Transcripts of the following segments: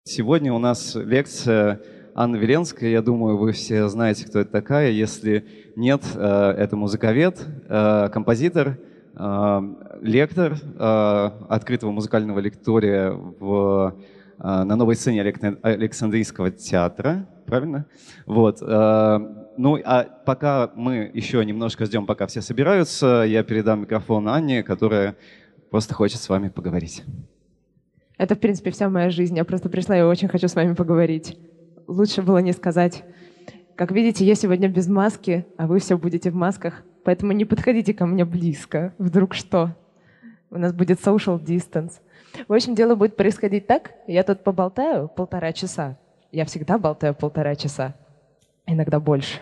Сегодня у нас лекция Анны Веленской. Я думаю, вы все знаете, кто это такая. Если нет, это музыковед, композитор, лектор открытого музыкального лектория на новой сцене Александрийского театра. Правильно? Вот. Ну, а пока мы еще немножко ждем, пока все собираются, я передам микрофон Анне, которая просто хочет с вами поговорить. Это, в принципе, вся моя жизнь. Я просто пришла и очень хочу с вами поговорить. Лучше было не сказать. Как видите, я сегодня без маски, а вы все будете в масках. Поэтому не подходите ко мне близко. Вдруг что? У нас будет social distance. В общем, дело будет происходить так. Я тут поболтаю 1,5 часа. Я всегда болтаю 1,5 часа. Иногда больше.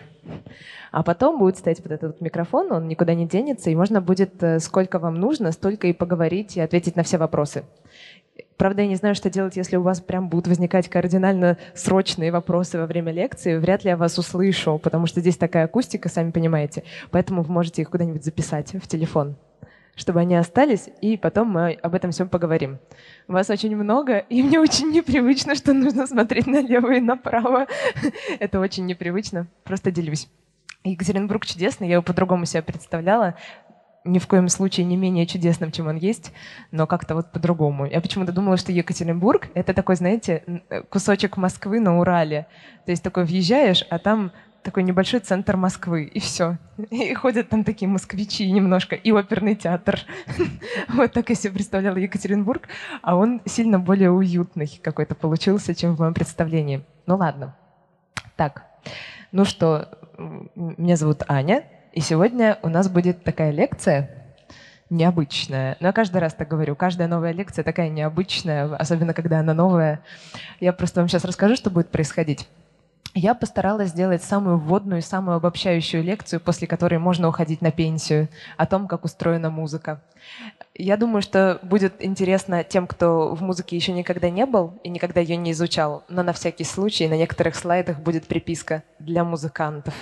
А потом будет стоять вот этот микрофон, он никуда не денется, и можно будет, сколько вам нужно, столько и поговорить, и ответить на все вопросы. Правда, я не знаю, что делать, если у вас прям будут возникать кардинально срочные вопросы во время лекции. Вряд ли я вас услышу, потому что здесь такая акустика, сами понимаете. Поэтому вы можете их куда-нибудь записать в телефон, чтобы они остались, и потом мы об этом всем поговорим. Вас очень много, и мне очень непривычно, что нужно смотреть налево и направо. Это очень непривычно. Просто делюсь. Екатеринбург чудесный, я его по-другому себя представляла. Ни в коем случае не менее чудесным, чем он есть, но как-то вот по-другому. Я почему-то думала, что Екатеринбург — это такой, знаете, кусочек Москвы на Урале. То есть такой въезжаешь, а там такой небольшой центр Москвы, и все. И ходят там такие москвичи немножко, и оперный театр. Вот так я себе представляла Екатеринбург, а он сильно более уютный какой-то получился, чем в моем представлении. Ну ладно. Так, ну что, меня зовут Аня. И сегодня у нас будет такая лекция необычная. Но я каждый раз так говорю, каждая новая лекция такая необычная, особенно когда она новая. Я просто вам сейчас расскажу, что будет происходить. Я постаралась сделать самую вводную, самую обобщающую лекцию, после которой можно уходить на пенсию, о том, как устроена музыка. Я думаю, что будет интересно тем, кто в музыке еще никогда не был и никогда ее не изучал, но на всякий случай на некоторых слайдах будет приписка «для музыкантов».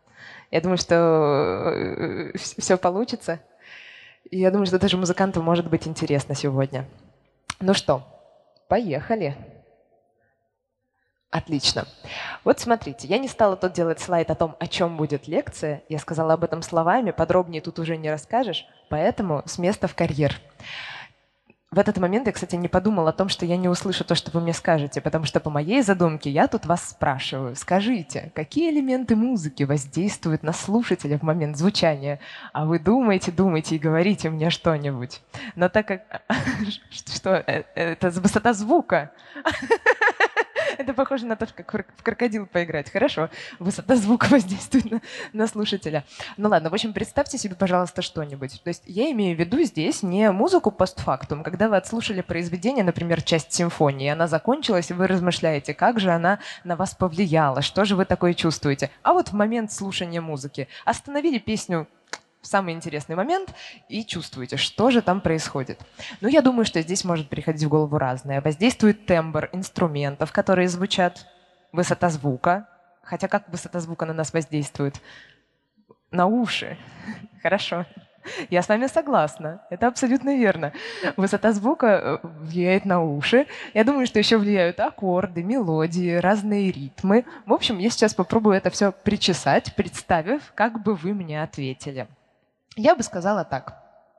Я думаю, что все получится. И я думаю, что даже музыкантам может быть интересно сегодня. Ну что, поехали. Отлично. Вот смотрите, я не стала тут делать слайд о том, о чем будет лекция. Я сказала об этом словами, подробнее тут уже не расскажешь, поэтому с места в карьер. В этот момент я, кстати, не подумала о том, что я не услышу то, что вы мне скажете, потому что по моей задумке я тут вас спрашиваю. Скажите, какие элементы музыки воздействуют на слушателя в момент звучания? А вы думаете и говорите мне что-нибудь. Но так как... Что? Это высота звука. Это похоже на то, как в крокодил поиграть. Хорошо, высота звука воздействует на слушателя. Ну ладно, в общем, представьте себе, пожалуйста, что-нибудь. То есть я имею в виду здесь не музыку постфактум, когда вы отслушали произведение, например, часть симфонии, она закончилась, и вы размышляете, как же она на вас повлияла, что же вы такое чувствуете. А вот в момент слушания музыки остановили песню в самый интересный момент и чувствуете, что же там происходит. Ну, я думаю, что здесь может приходить в голову разное. Воздействует тембр инструментов, которые звучат, высота звука. Хотя как высота звука на нас воздействует? На уши. Хорошо. Я с вами согласна. Это абсолютно верно. Высота звука влияет на уши. Я думаю, что еще влияют аккорды, мелодии, разные ритмы. В общем, я сейчас попробую это все причесать, представив, как бы вы мне ответили. Я бы сказала так.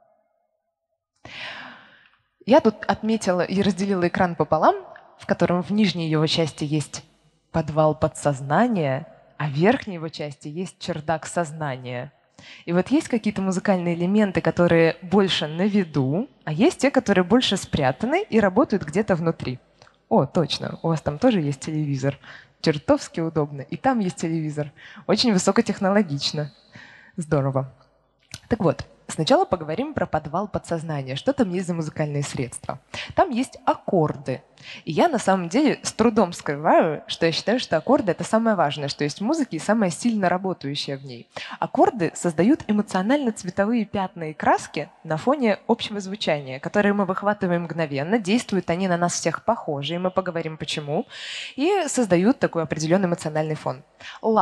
Я тут отметила и разделила экран пополам, в котором в нижней его части есть подвал подсознания, а в верхней его части есть чердак сознания. И вот есть какие-то музыкальные элементы, которые больше на виду, а есть те, которые больше спрятаны и работают где-то внутри. О, точно, у вас там тоже есть телевизор. Чертовски удобно. И там есть телевизор. Очень высокотехнологично. Здорово. Так вот, сначала поговорим про подвал подсознания. Что там есть за музыкальные средства? Там есть аккорды. И я на самом деле с трудом скрываю, что я считаю, что аккорды — это самое важное, что есть в музыке и самое сильно работающее в ней. Аккорды создают эмоционально-цветовые пятна и краски на фоне общего звучания, которые мы выхватываем мгновенно, действуют они на нас всех похожи, и мы поговорим почему, и создают такой определенный эмоциональный фон. Лад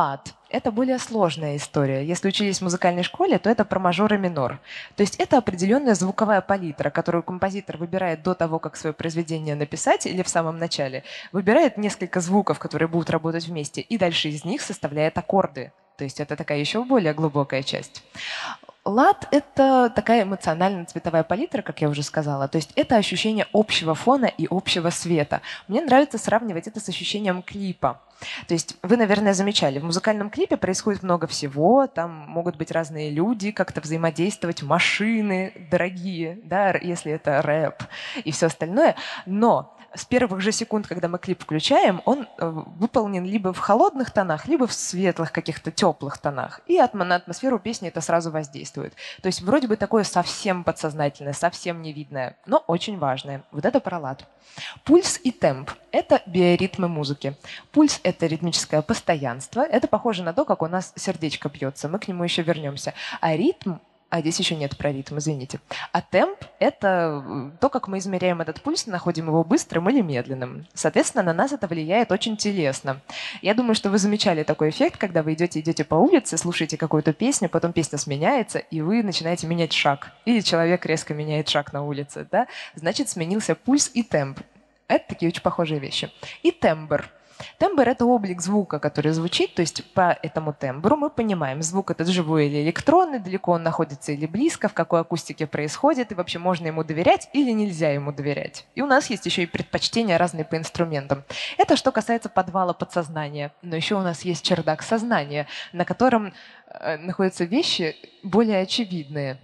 это более сложная история. Если учились в музыкальной школе, то это про мажор и минор. То есть это определенная звуковая палитра, которую композитор выбирает до того, как свое произведение написать, или в самом начале. Выбирает несколько звуков, которые будут работать вместе, и дальше из них составляет аккорды. То есть это такая еще более глубокая часть. Лад — это такая эмоционально-цветовая палитра, как я уже сказала. То есть это ощущение общего фона и общего света. Мне нравится сравнивать это с ощущением клипа. То есть вы, наверное, замечали, в музыкальном клипе происходит много всего, там могут быть разные люди, как-то взаимодействовать, машины дорогие, да, если это рэп и все остальное. Но с первых же секунд, когда мы клип включаем, он выполнен либо в холодных тонах, либо в светлых каких-то теплых тонах. И на атмосферу песни это сразу воздействует. То есть вроде бы такое совсем подсознательное, совсем невидное, но очень важное. Вот это про лад. Пульс и темп — это биоритмы музыки. Пульс — это ритмическое постоянство. Это похоже на то, как у нас сердечко бьется. Мы к нему еще вернемся. А ритм... А здесь еще нет про ритм, извините. А темп — это то, как мы измеряем этот пульс, находим его быстрым или медленным. Соответственно, на нас это влияет очень телесно. Я думаю, что вы замечали такой эффект, когда вы идете по улице, слушаете какую-то песню, потом песня сменяется, и вы начинаете менять шаг. Или человек резко меняет шаг на улице. Да? Значит, сменился пульс и темп. Это такие очень похожие вещи. И тембр. Тембр — это облик звука, который звучит, то есть по этому тембру мы понимаем, звук этот живой или электронный, далеко он находится или близко, в какой акустике происходит, и вообще можно ему доверять или нельзя ему доверять. И у нас есть еще и предпочтения разные по инструментам. Это что касается подвала подсознания. Но еще у нас есть чердак сознания, на котором находятся вещи более очевидные.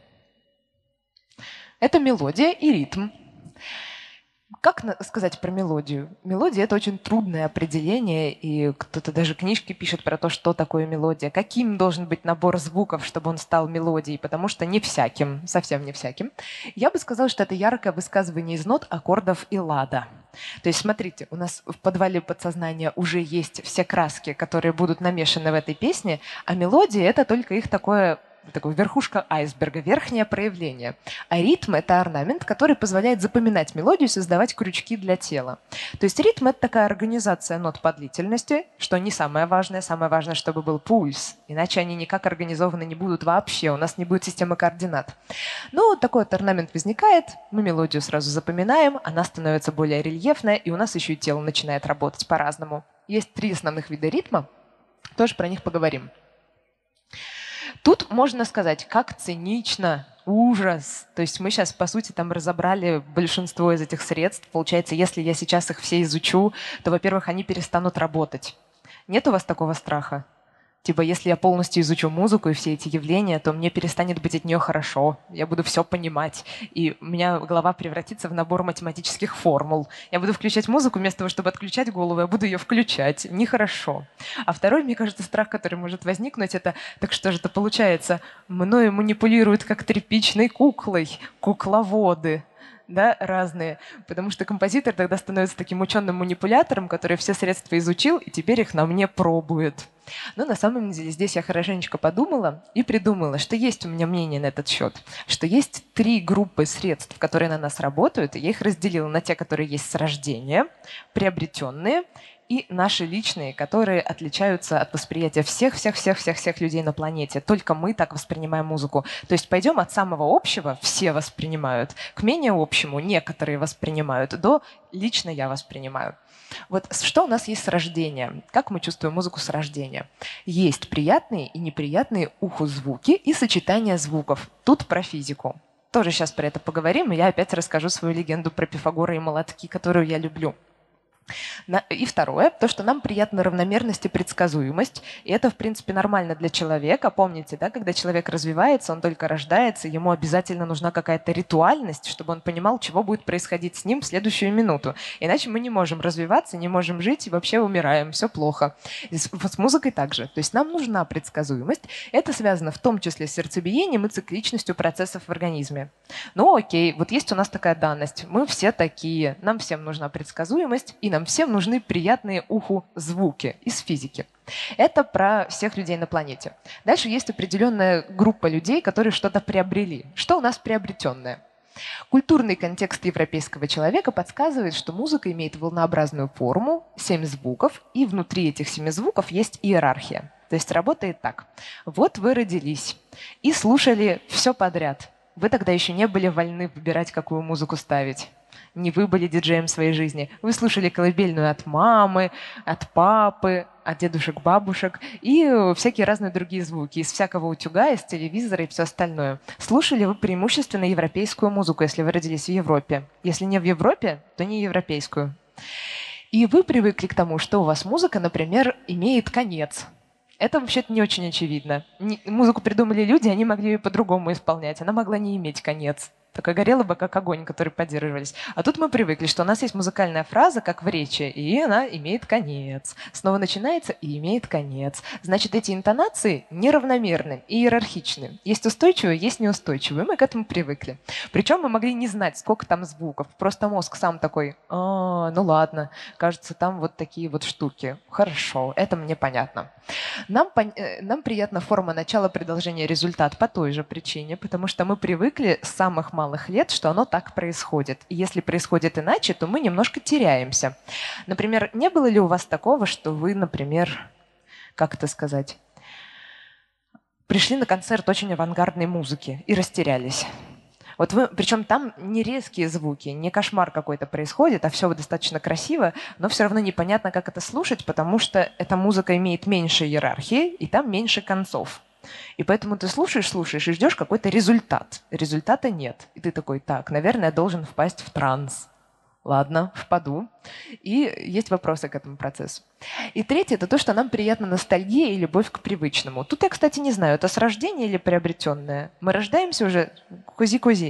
Это мелодия и ритм. Как сказать про мелодию? Мелодия — это очень трудное определение, и кто-то даже книжки пишет про то, что такое мелодия, каким должен быть набор звуков, чтобы он стал мелодией, потому что не всяким, совсем не всяким. Я бы сказала, что это яркое высказывание из нот, аккордов и лада. То есть, смотрите, у нас в подвале подсознания уже есть все краски, которые будут намешаны в этой песне, а мелодия — это только их такое верхушка айсберга, верхнее проявление. А ритм — это орнамент, который позволяет запоминать мелодию и создавать крючки для тела. То есть ритм — это такая организация нот по длительности, что не самое важное. Самое важное, чтобы был пульс, иначе они никак организованы не будут вообще, у нас не будет системы координат. Но такой вот орнамент возникает, мы мелодию сразу запоминаем, она становится более рельефная, и у нас еще и тело начинает работать по-разному. Есть 3 основных вида ритма, тоже про них поговорим. Тут можно сказать, как цинично, ужас. То есть мы сейчас, по сути, там разобрали большинство из этих средств. Получается, если я сейчас их все изучу, то, во-первых, они перестанут работать. Нет у вас такого страха? Типа, если я полностью изучу музыку и все эти явления, то мне перестанет быть от нее хорошо. Я буду все понимать. И у меня голова превратится в набор математических формул. Я буду включать музыку, вместо того, чтобы отключать голову, я буду ее включать. Нехорошо. А второй, мне кажется, страх, который может возникнуть, это, так что же это получается? Мною манипулируют как тряпичной куклой, кукловоды. Да, разные, потому что композитор тогда становится таким ученым манипулятором, который все средства изучил и теперь их на мне пробует. Но на самом деле здесь я хорошенечко подумала и придумала, что есть у меня мнение на этот счет, что есть 3 группы средств, которые на нас работают, и я их разделила на те, которые есть с рождения, приобретенные, и наши личные, которые отличаются от восприятия всех людей на планете. Только мы так воспринимаем музыку. То есть пойдем от самого общего, все воспринимают, к менее общему, некоторые воспринимают, до лично я воспринимаю. Вот что у нас есть с рождения? Как мы чувствуем музыку с рождения? Есть приятные и неприятные уху звуки и сочетание звуков. Тут про физику. Тоже сейчас про это поговорим, и я опять расскажу свою легенду про Пифагора и молотки, которую я люблю. И второе, то, что нам приятна равномерность и предсказуемость. И это, в принципе, нормально для человека. Помните, да, когда человек развивается, он только рождается, ему обязательно нужна какая-то ритуальность, чтобы он понимал, чего будет происходить с ним в следующую минуту. Иначе мы не можем развиваться, не можем жить и вообще умираем. Все плохо. И с музыкой также. То есть нам нужна предсказуемость. Это связано в том числе с сердцебиением и цикличностью процессов в организме. Ну окей, вот есть у нас такая данность. Мы все такие. Нам всем нужна предсказуемость, и нам всем нужны приятные уху звуки из физики. Это про всех людей на планете. Дальше есть определенная группа людей, которые что-то приобрели. Что у нас приобретенное? Культурный контекст европейского человека подсказывает, что музыка имеет волнообразную форму, 7 звуков, и внутри этих 7 звуков есть иерархия. То То есть работает так. Вот вы родились и слушали все подряд. Вы тогда еще не были вольны выбирать, какую музыку ставить. Не вы были диджеем своей жизни. Вы слушали колыбельную от мамы, от папы, от дедушек, бабушек и всякие разные другие звуки. Из всякого утюга, из телевизора и все остальное. Слушали вы преимущественно европейскую музыку, если вы родились в Европе. Если не в Европе, то не европейскую. И вы привыкли к тому, что у вас музыка, например, имеет конец. Это вообще-то не очень очевидно. Музыку придумали люди, они могли ее по-другому исполнять. Она могла не иметь конец. Такая горела бы, как огонь, который поддерживались. А тут мы привыкли, что у нас есть музыкальная фраза, как в речи, и она имеет конец. Снова начинается и имеет конец. Значит, эти интонации неравномерны и иерархичны. Есть устойчивые, есть неустойчивые. Мы к этому привыкли. Причем мы могли не знать, сколько там звуков. Просто мозг сам такой: ну ладно, кажется, там вот такие вот штуки. Хорошо, это мне понятно. Нам приятна форма начала предложения результат по той же причине, потому что мы привыкли с самых малых лет, что оно так происходит. И если происходит иначе, то мы немножко теряемся. Например, не было ли у вас такого, что вы, например, как это сказать, пришли на концерт очень авангардной музыки и растерялись? Вот вы, причем там не резкие звуки, не кошмар какой-то происходит, а все достаточно красиво, но все равно непонятно, как это слушать, потому что эта музыка имеет меньше иерархии, и там меньше концов. И поэтому ты слушаешь и ждешь какой-то результат. Результата нет. И ты такой: так, наверное, я должен впасть в транс. Ладно, впаду. И есть вопросы к этому процессу. И третье – это то, что нам приятна ностальгия и любовь к привычному. Тут я, кстати, не знаю, это с рождения или приобретенное. Мы рождаемся уже, кузи-кузи,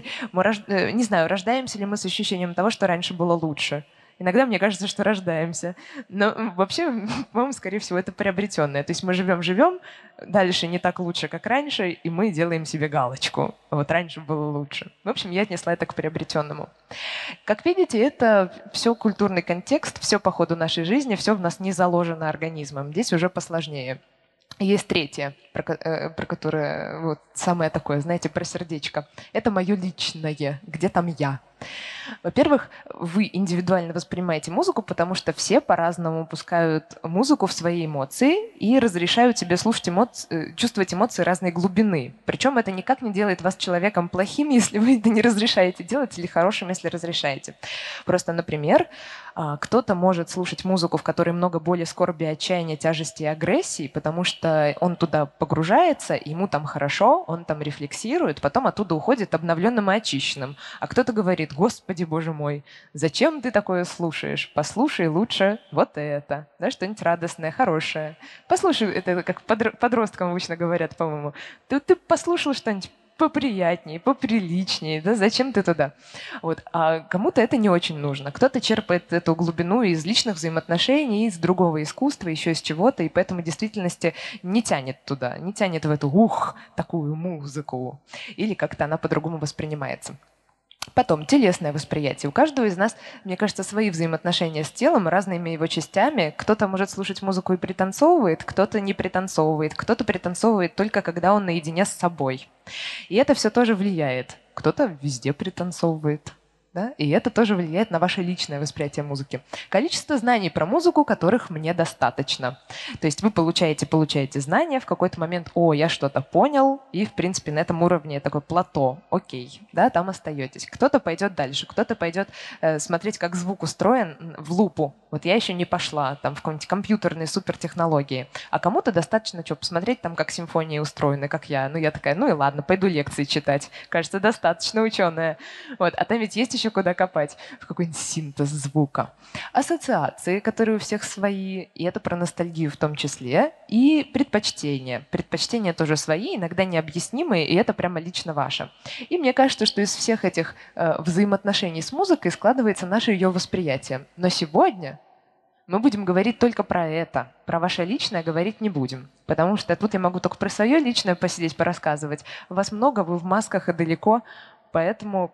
не знаю, рождаемся ли мы с ощущением того, что раньше было лучше. Иногда мне кажется, что рождаемся. Но вообще, по-моему, скорее всего, это приобретенное. То есть мы живем, дальше не так лучше, как раньше, и мы делаем себе галочку. Вот раньше было лучше. В общем, я отнесла это к приобретенному. Как видите, это все культурный контекст, все по ходу нашей жизни, все в нас не заложено организмом. Здесь уже посложнее. Есть третье, про которое вот самое такое, знаете, про сердечко. Это мое личное, где там я. Во-первых, вы индивидуально воспринимаете музыку, потому что все по-разному пускают музыку в свои эмоции и разрешают себе чувствовать эмоции разной глубины. Причем это никак не делает вас человеком плохим, если вы это не разрешаете делать, или хорошим, если разрешаете. Просто, например, кто-то может слушать музыку, в которой много боли, скорби, отчаяния, тяжести и агрессии, потому что он туда погружается, ему там хорошо, он там рефлексирует, потом оттуда уходит обновленным и очищенным. А кто-то говорит: Господи, Боже мой, зачем ты такое слушаешь? Послушай лучше вот это, да, что-нибудь радостное, хорошее. Послушай, это как подросткам обычно говорят, по-моему. Ты послушал что-нибудь поприятнее, поприличнее, да, зачем ты туда? Вот. А кому-то это не очень нужно. Кто-то черпает эту глубину из личных взаимоотношений, из другого искусства, еще из чего-то, и поэтому в действительности не тянет туда, не тянет в эту такую музыку. Или как-то она по-другому воспринимается. Потом, телесное восприятие. У каждого из нас, мне кажется, свои взаимоотношения с телом, разными его частями. Кто-то может слушать музыку и пританцовывает, кто-то не пританцовывает, кто-то пританцовывает только когда он наедине с собой. И это все тоже влияет. Кто-то везде пританцовывает. Да? И это тоже влияет на ваше личное восприятие музыки. Количество знаний про музыку, которых мне достаточно. То есть вы получаете знания, в какой-то момент: я что-то понял, и, в принципе, на этом уровне такое плато, окей, да, там остаетесь. Кто-то пойдет дальше, кто-то пойдет смотреть, как звук устроен в лупу. Вот я еще не пошла там в какие-нибудь компьютерные супертехнологии. А кому-то достаточно посмотреть там, как симфонии устроены, как я. Ну, я такая: ну и ладно, пойду лекции читать. Кажется, достаточно ученая. Вот. А там ведь есть еще куда копать, в какой-нибудь синтез звука. Ассоциации, которые у всех свои, и это про ностальгию в том числе, и предпочтения. Предпочтения тоже свои, иногда необъяснимые, и это прямо лично ваше. И мне кажется, что из всех этих взаимоотношений с музыкой складывается наше ее восприятие. Но сегодня мы будем говорить только про это. Про ваше личное говорить не будем. Потому что тут я могу только про свое личное посидеть, порассказывать. Вас много, вы в масках и далеко, поэтому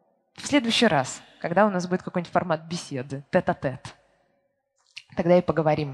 в следующий раз, когда у нас будет какой-нибудь формат беседы, тет-а-тет, тогда и поговорим.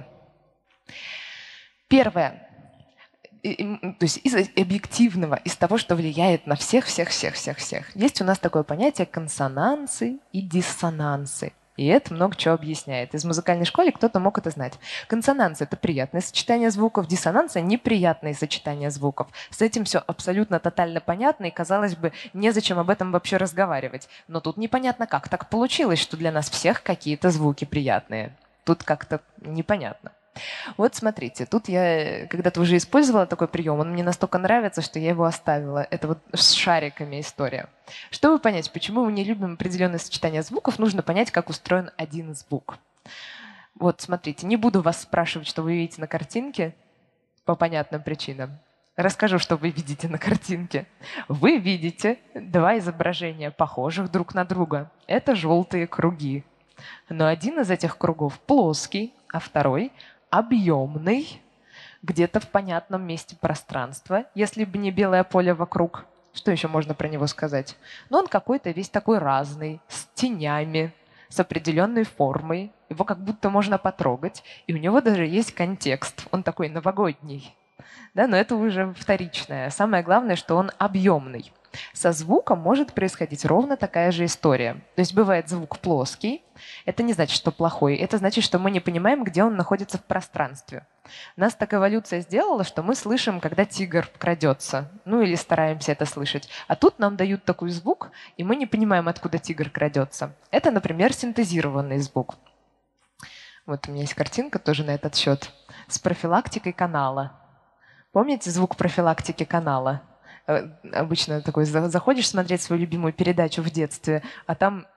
Первое. То есть из объективного, из того, что влияет на всех. Есть у нас такое понятие консонансы и диссонансы. И это много чего объясняет. Из музыкальной школы кто-то мог это знать. Консонанция — это приятное сочетание звуков, диссонанция — неприятное сочетание звуков. С этим все абсолютно тотально понятно, и, казалось бы, незачем об этом вообще разговаривать. Но тут непонятно, как так получилось, что для нас всех какие-то звуки приятные. Тут как-то непонятно. Вот смотрите, тут я когда-то уже использовала такой прием, он мне настолько нравится, что я его оставила. Это вот с шариками история. Чтобы понять, почему мы не любим определенное сочетание звуков, нужно понять, как устроен один звук. Вот смотрите, не буду вас спрашивать, что вы видите на картинке, по понятным причинам. Расскажу, что вы видите на картинке. Вы видите два изображения, похожих друг на друга. Это желтые круги. Но один из этих кругов плоский, а второй объемный, где-то в понятном месте пространства, если бы не белое поле вокруг. Что еще можно про него сказать? Но он какой-то весь такой разный, с тенями, с определенной формой. Его как будто можно потрогать, и у него даже есть контекст. Он такой новогодний. Да, но это уже вторичное. Самое главное, что он объемный. Со звуком может происходить ровно такая же история. То есть бывает звук плоский. Это не значит, что плохой. Это значит, что мы не понимаем, где он находится в пространстве. Нас так эволюция сделала, что мы слышим, когда тигр крадется. Ну или стараемся это слышать. А тут нам дают такой звук, и мы не понимаем, откуда тигр крадется. Это, например, синтезированный звук. Вот у меня есть картинка тоже на этот счет. С профилактикой канала. Помните звук профилактики канала? Обычно такой заходишь смотреть свою любимую передачу в детстве, а там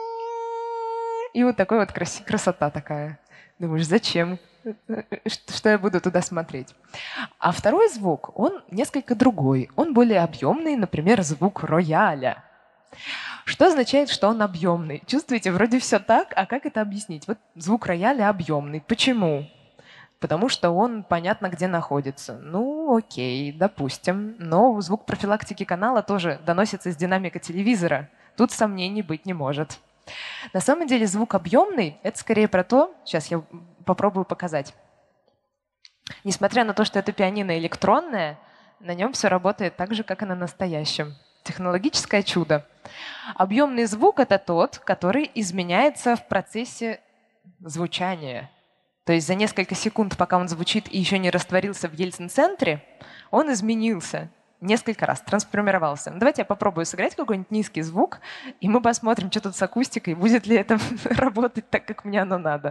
и вот такой вот красота такая. Думаешь, зачем? Что я буду туда смотреть? А второй звук, он несколько другой. Он более объемный, например, звук рояля. Что означает, что он объемный? Чувствуете, вроде все так, а как это объяснить? Вот звук рояля объемный. Почему? Потому что он понятно, где находится. Ну, окей, допустим. Но звук профилактики канала тоже доносится из динамика телевизора. Тут сомнений быть не может. На самом деле звук объемный — это скорее про то, сейчас я попробую показать. Несмотря на то, что это пианино электронное, на нем все работает так же, как и на настоящем. Технологическое чудо. Объемный звук — это тот, который изменяется в процессе звучания. То есть за несколько секунд, пока он звучит и еще не растворился в Ельцин-центре, он изменился несколько раз, трансформировался. Давайте я попробую сыграть какой-нибудь низкий звук, и мы посмотрим, что тут с акустикой, будет ли это работать так, как мне оно надо.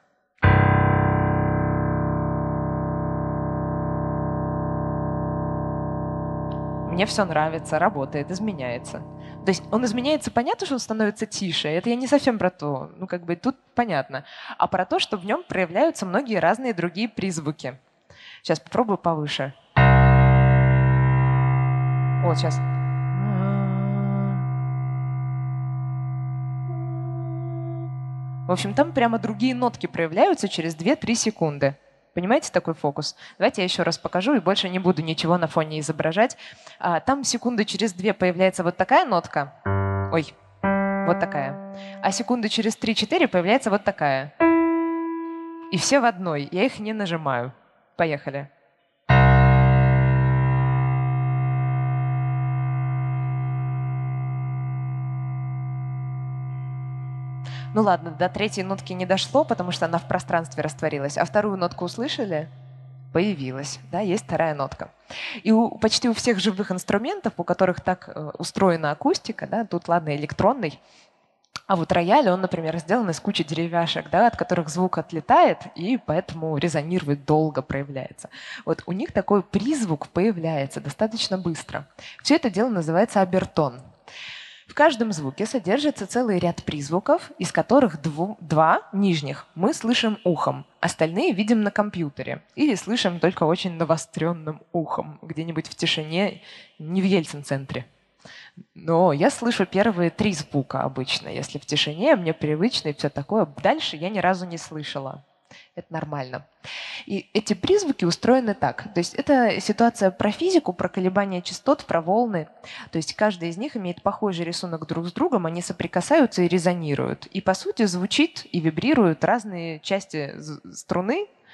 Мне все нравится, работает, изменяется. То есть он изменяется, понятно, что он становится тише. Это я не совсем про то, ну как бы тут понятно. А про то, что в нем проявляются многие разные другие призвуки. Сейчас попробую повыше. Вот сейчас. В общем, там прямо другие нотки проявляются через 2-3 секунды. Понимаете такой фокус? Давайте я еще раз покажу и больше не буду ничего на фоне изображать. Там секунды через 2 появляется вот такая нотка. Ой, вот такая. А секунды через 3-4 появляется вот такая. И все в одной. Я их не нажимаю. Поехали. Ну ладно, до третьей нотки не дошло, потому что она в пространстве растворилась. А вторую нотку услышали? Появилась, да, есть вторая нотка. И почти у всех живых инструментов, у которых так устроена акустика, да, тут, ладно, электронный, а вот рояль, он, например, сделан из кучи деревяшек, да, от которых звук отлетает и поэтому резонирует, долго проявляется. Вот у них такой призвук появляется достаточно быстро. Все это дело называется обертон. В каждом звуке содержится целый ряд призвуков, из которых два нижних мы слышим ухом, остальные видим на компьютере или слышим только очень навостренным ухом, где-нибудь в тишине, не в Ельцин-центре. Но я слышу первые 3 звука обычно. Если в тишине, мне привычно и все такое. Дальше я ни разу не слышала. Это нормально. И эти призвуки устроены так. То есть это ситуация про физику, про колебания частот, про волны. То есть каждый из них имеет похожий рисунок друг с другом, они соприкасаются и резонируют. И по сути звучит и вибрируют разные части струны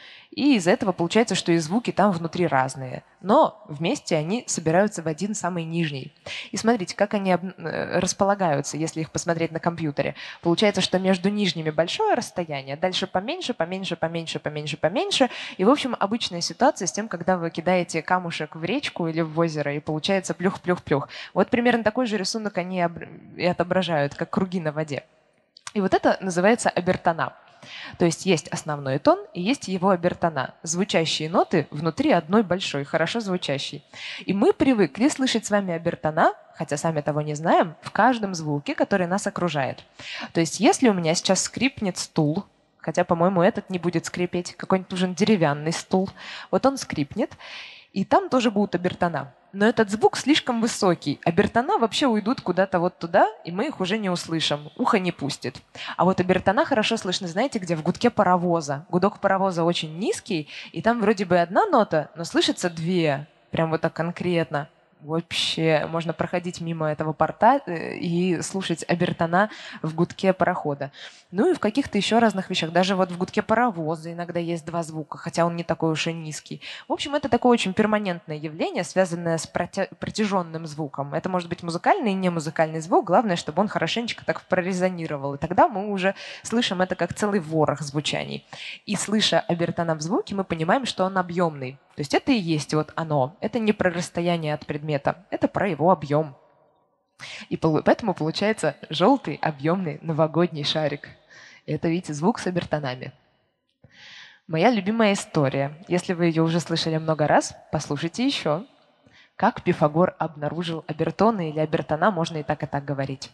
И из-за этого получается, что и звуки там внутри разные. Но вместе они собираются в один самый нижний. И смотрите, как они располагаются, если их посмотреть на компьютере. Получается, что между нижними большое расстояние, дальше поменьше, поменьше, поменьше, поменьше, поменьше. И, в общем, обычная ситуация с тем, когда вы кидаете камушек в речку или в озеро, и получается плюх-плюх-плюх. Вот примерно такой же рисунок они и отображают, как круги на воде. И вот это называется обертона. То есть есть основной тон и есть его обертона. Звучащие ноты внутри одной большой, хорошо звучащей. И мы привыкли слышать с вами обертона, хотя сами того не знаем, в каждом звуке, который нас окружает. То есть если у меня сейчас скрипнет стул, хотя, по-моему, этот не будет скрипеть, какой-нибудь нужен деревянный стул, вот он скрипнет, и там тоже будут обертона. Но этот звук слишком высокий. Обертона вообще уйдут куда-то вот туда, и мы их уже не услышим. Ухо не пустит. А вот обертона хорошо слышно, знаете, где? В гудке паровоза. Гудок паровоза очень низкий, и там вроде бы одна нота, но слышится две. Прям вот так конкретно. Вообще можно проходить мимо этого порта и слушать обертона в гудке парохода. Ну и в каких-то еще разных вещах. Даже вот в гудке паровоза иногда есть два звука, хотя он не такой уж и низкий. В общем, это такое очень перманентное явление, связанное с протяженным звуком. Это может быть музыкальный и немузыкальный звук. Главное, чтобы он хорошенечко так прорезонировал. И тогда мы уже слышим это как целый ворох звучаний. И слыша обертона в звуке, мы понимаем, что он объемный. То есть это и есть вот оно. Это не про расстояние от предмета, это про его объем. И поэтому получается желтый объемный новогодний шарик. Это, видите, звук с обертонами. Моя любимая история. Если вы ее уже слышали много раз, послушайте еще. Как Пифагор обнаружил обертоны или обертона, можно и так говорить.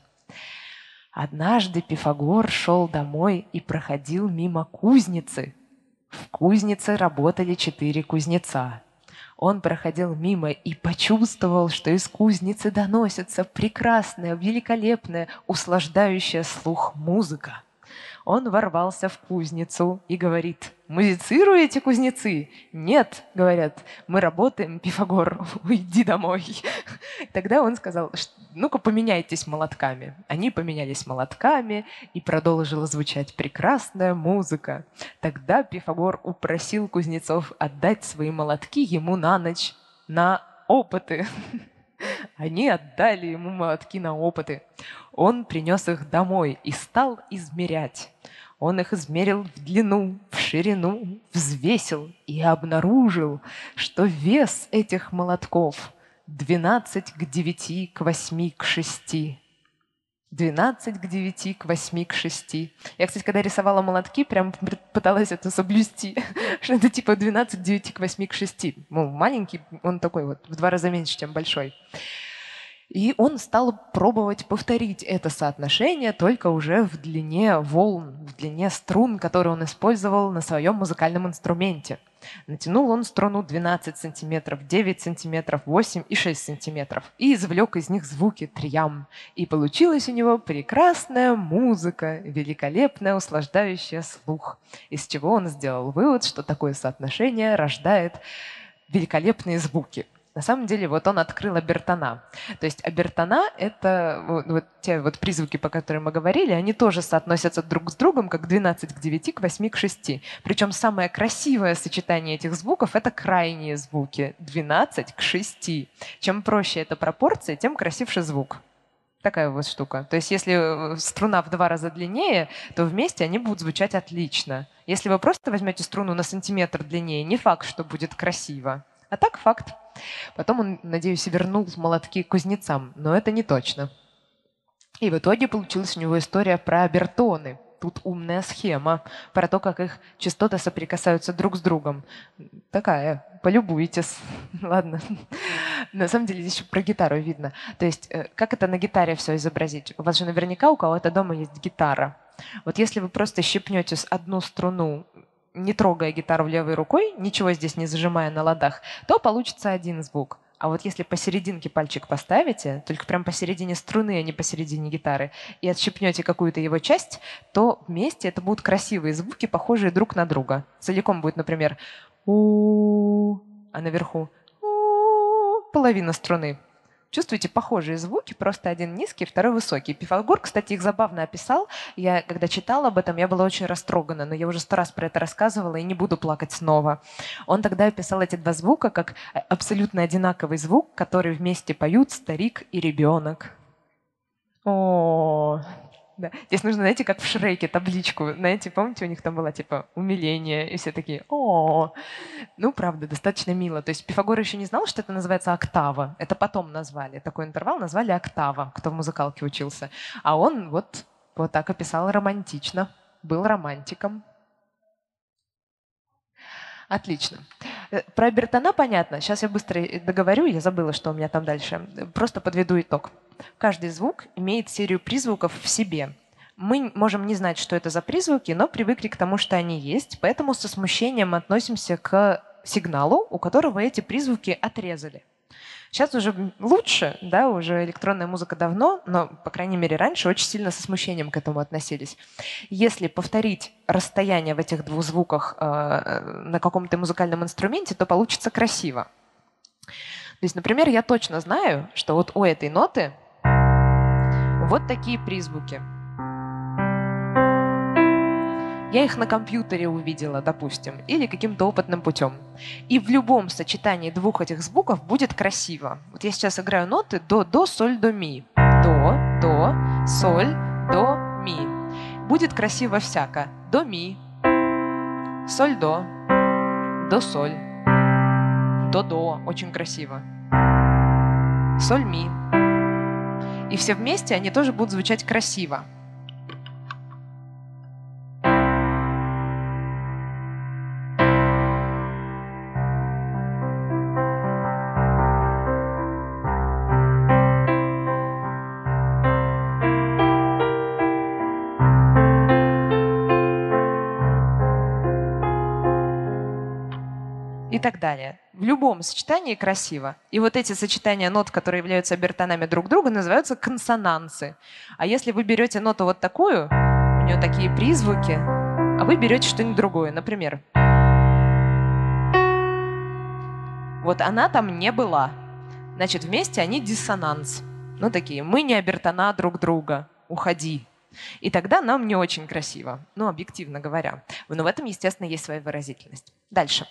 Однажды Пифагор шел домой и проходил мимо кузницы. В кузнице работали 4 кузнеца. Он проходил мимо и почувствовал, что из кузницы доносится прекрасная, великолепная, услаждающая слух музыка. Он ворвался в кузницу и говорит: «Музицируете, кузнецы?» «Нет», — говорят, «мы работаем, Пифагор, уйди домой». Тогда он сказал: «Ну-ка, поменяйтесь молотками». Они поменялись молотками, и продолжила звучать прекрасная музыка. Тогда Пифагор упросил кузнецов отдать свои молотки ему на ночь на опыты. Они отдали ему молотки на опыты. Он принес их домой и стал измерять. Он их измерил в длину, в ширину, взвесил и обнаружил, что вес этих молотков 12 к 9 к 8 к 6. 12 к 9 к 8 к 6. Я, кстати, когда рисовала молотки, прям пыталась это соблюсти, что это типа 12 к 9 к 8 к 6. Ну, маленький, он такой вот, в 2 раза меньше, чем большой. И он стал пробовать повторить это соотношение только уже в длине волн, в длине струн, которые он использовал на своем музыкальном инструменте. Натянул он струну 12 сантиметров, 9 сантиметров, 8 и 6 сантиметров. И извлек из них звуки триям. И получилась у него прекрасная музыка, великолепная, услаждающая слух. Из чего он сделал вывод, что такое соотношение рождает великолепные звуки. На самом деле, вот он открыл обертона. То есть обертона — это вот те вот призвуки, по которым мы говорили, они тоже соотносятся друг с другом, как 12 к 9 к 8 к 6. Причем самое красивое сочетание этих звуков — это крайние звуки. 12 к 6. Чем проще эта пропорция, тем красивше звук. Такая вот штука. То есть если струна в 2 раза длиннее, то вместе они будут звучать отлично. Если вы просто возьмете струну на сантиметр длиннее, не факт, что будет красиво. А так факт. Потом он, надеюсь, вернул молотки кузнецам, но это не точно. И в итоге получилась у него история про обертоны. Тут умная схема про то, как их частоты соприкасаются друг с другом. Такая, полюбуйтесь. Ладно. На самом деле здесь еще про гитару видно. То есть как это на гитаре все изобразить? У вас же наверняка у кого-то дома есть гитара. Вот если вы просто щипнете одну струну, не трогая гитару левой рукой, ничего здесь не зажимая на ладах, то получится один звук. А вот если посерединке пальчик поставите, только прям посередине струны, а не посередине гитары, и отщипнете какую-то его часть, то вместе это будут красивые звуки, похожие друг на друга. Целиком будет, например, у, а наверху у, половина струны. Чувствуете похожие звуки, просто один низкий, второй высокий. Пифагор, кстати, их забавно описал. Я, когда читала об этом, я была очень растрогана, но я уже 100 раз про это рассказывала и не буду плакать снова. Он тогда описал эти два звука как абсолютно одинаковый звук, который вместе поют старик и ребенок. О, да. Здесь нужно, знаете, как в Шреке табличку. Знаете, помните, у них там была типа умиление, и все такие «О». Ну, правда, достаточно мило. То есть Пифагор еще не знал, что это называется октава. Это потом назвали. Такой интервал назвали октава, кто в музыкалке учился. А он вот так описал романтично. Был романтиком. Отлично. Про Бертона понятно. Сейчас я быстро договорю, я забыла, что у меня там дальше. Просто подведу итог. Каждый звук имеет серию призвуков в себе. Мы можем не знать, что это за призвуки, но привыкли к тому, что они есть, поэтому со смущением относимся к сигналу, у которого эти призвуки отрезали. Сейчас уже лучше, да, уже электронная музыка давно, но, по крайней мере, раньше очень сильно со смущением к этому относились. Если повторить расстояние в этих двух звуках на каком-то музыкальном инструменте, то получится красиво. То есть, например, я точно знаю, что вот у этой ноты вот такие призвуки. Я их на компьютере увидела, допустим, или каким-то опытным путем. И в любом сочетании двух этих звуков будет красиво. Вот я сейчас играю ноты до, соль, до, ми. До, соль, до, ми. Будет красиво всяко. До, ми, соль, до, соль, до, очень красиво. Соль, ми. И все вместе они тоже будут звучать красиво. И так далее. В любом сочетании красиво. И вот эти сочетания нот, которые являются обертонами друг друга, называются консонансы. А если вы берете ноту вот такую, у нее такие призвуки, а вы берете что-нибудь другое, например, вот она там не была. Значит, вместе они диссонанс. Ну, такие, мы не обертона друг друга, уходи. И тогда нам не очень красиво, ну, объективно говоря. Но в этом, естественно, есть своя выразительность. Дальше.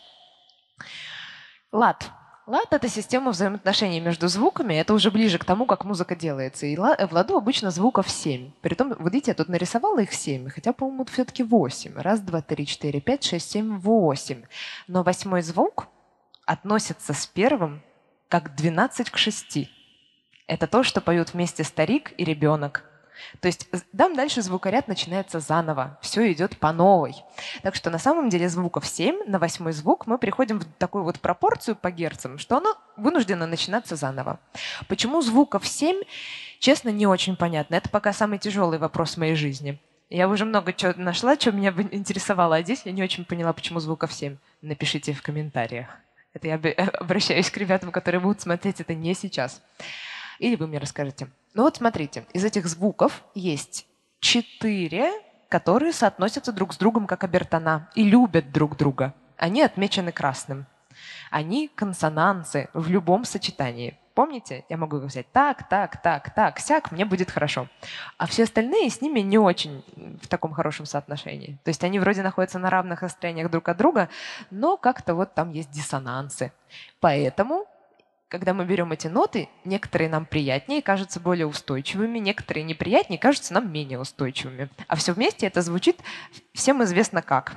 Лад. Лад — это система взаимоотношений между звуками. Это уже ближе к тому, как музыка делается. И в ладу обычно звуков 7. Притом, вот видите, я тут нарисовала их 7, хотя, по-моему, все-таки 8. Раз, два, три, четыре, пять, шесть, семь, 8. Но 8-й звук относится с первым как 12 к 6. Это то, что поют вместе старик и ребенок. То есть там дальше звукоряд начинается заново. Все идет по новой. Так что на самом деле звуков 7, на 8-й звук мы приходим в такую вот пропорцию по герцам, что оно вынуждено начинаться заново. Почему звуков 7, честно, не очень понятно. Это пока самый тяжелый вопрос в моей жизни. Я уже много чего нашла, что меня интересовало, а здесь я не очень поняла, почему звуков 7. Напишите в комментариях. Это я обращаюсь к ребятам, которые будут смотреть это не сейчас. Или вы мне расскажете. Ну вот смотрите, из этих звуков есть 4, которые соотносятся друг с другом как обертона и любят друг друга. Они отмечены красным. Они консонансы в любом сочетании. Помните? Я могу их взять так, сяк, мне будет хорошо. А все остальные с ними не очень в таком хорошем соотношении. То есть они вроде находятся на равных расстояниях друг от друга, но как-то вот там есть диссонансы. Поэтому когда мы берем эти ноты, некоторые нам приятнее, кажутся более устойчивыми, некоторые неприятнее, кажутся нам менее устойчивыми. А все вместе это звучит всем известно как.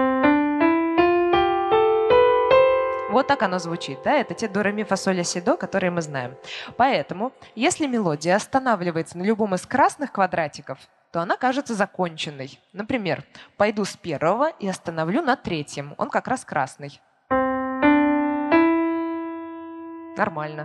Вот так оно звучит, да? Это те до, ре, ми, фа, соль, ля, си, до, которые мы знаем. Поэтому, если мелодия останавливается на любом из красных квадратиков, то она кажется законченной. Например, пойду с первого и остановлю на третьем. Он как раз красный. Нормально.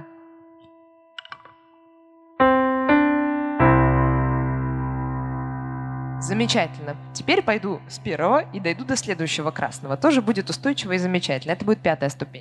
Замечательно. Теперь пойду с первого и дойду до следующего красного. Тоже будет устойчиво и замечательно. Это будет 5-я ступень.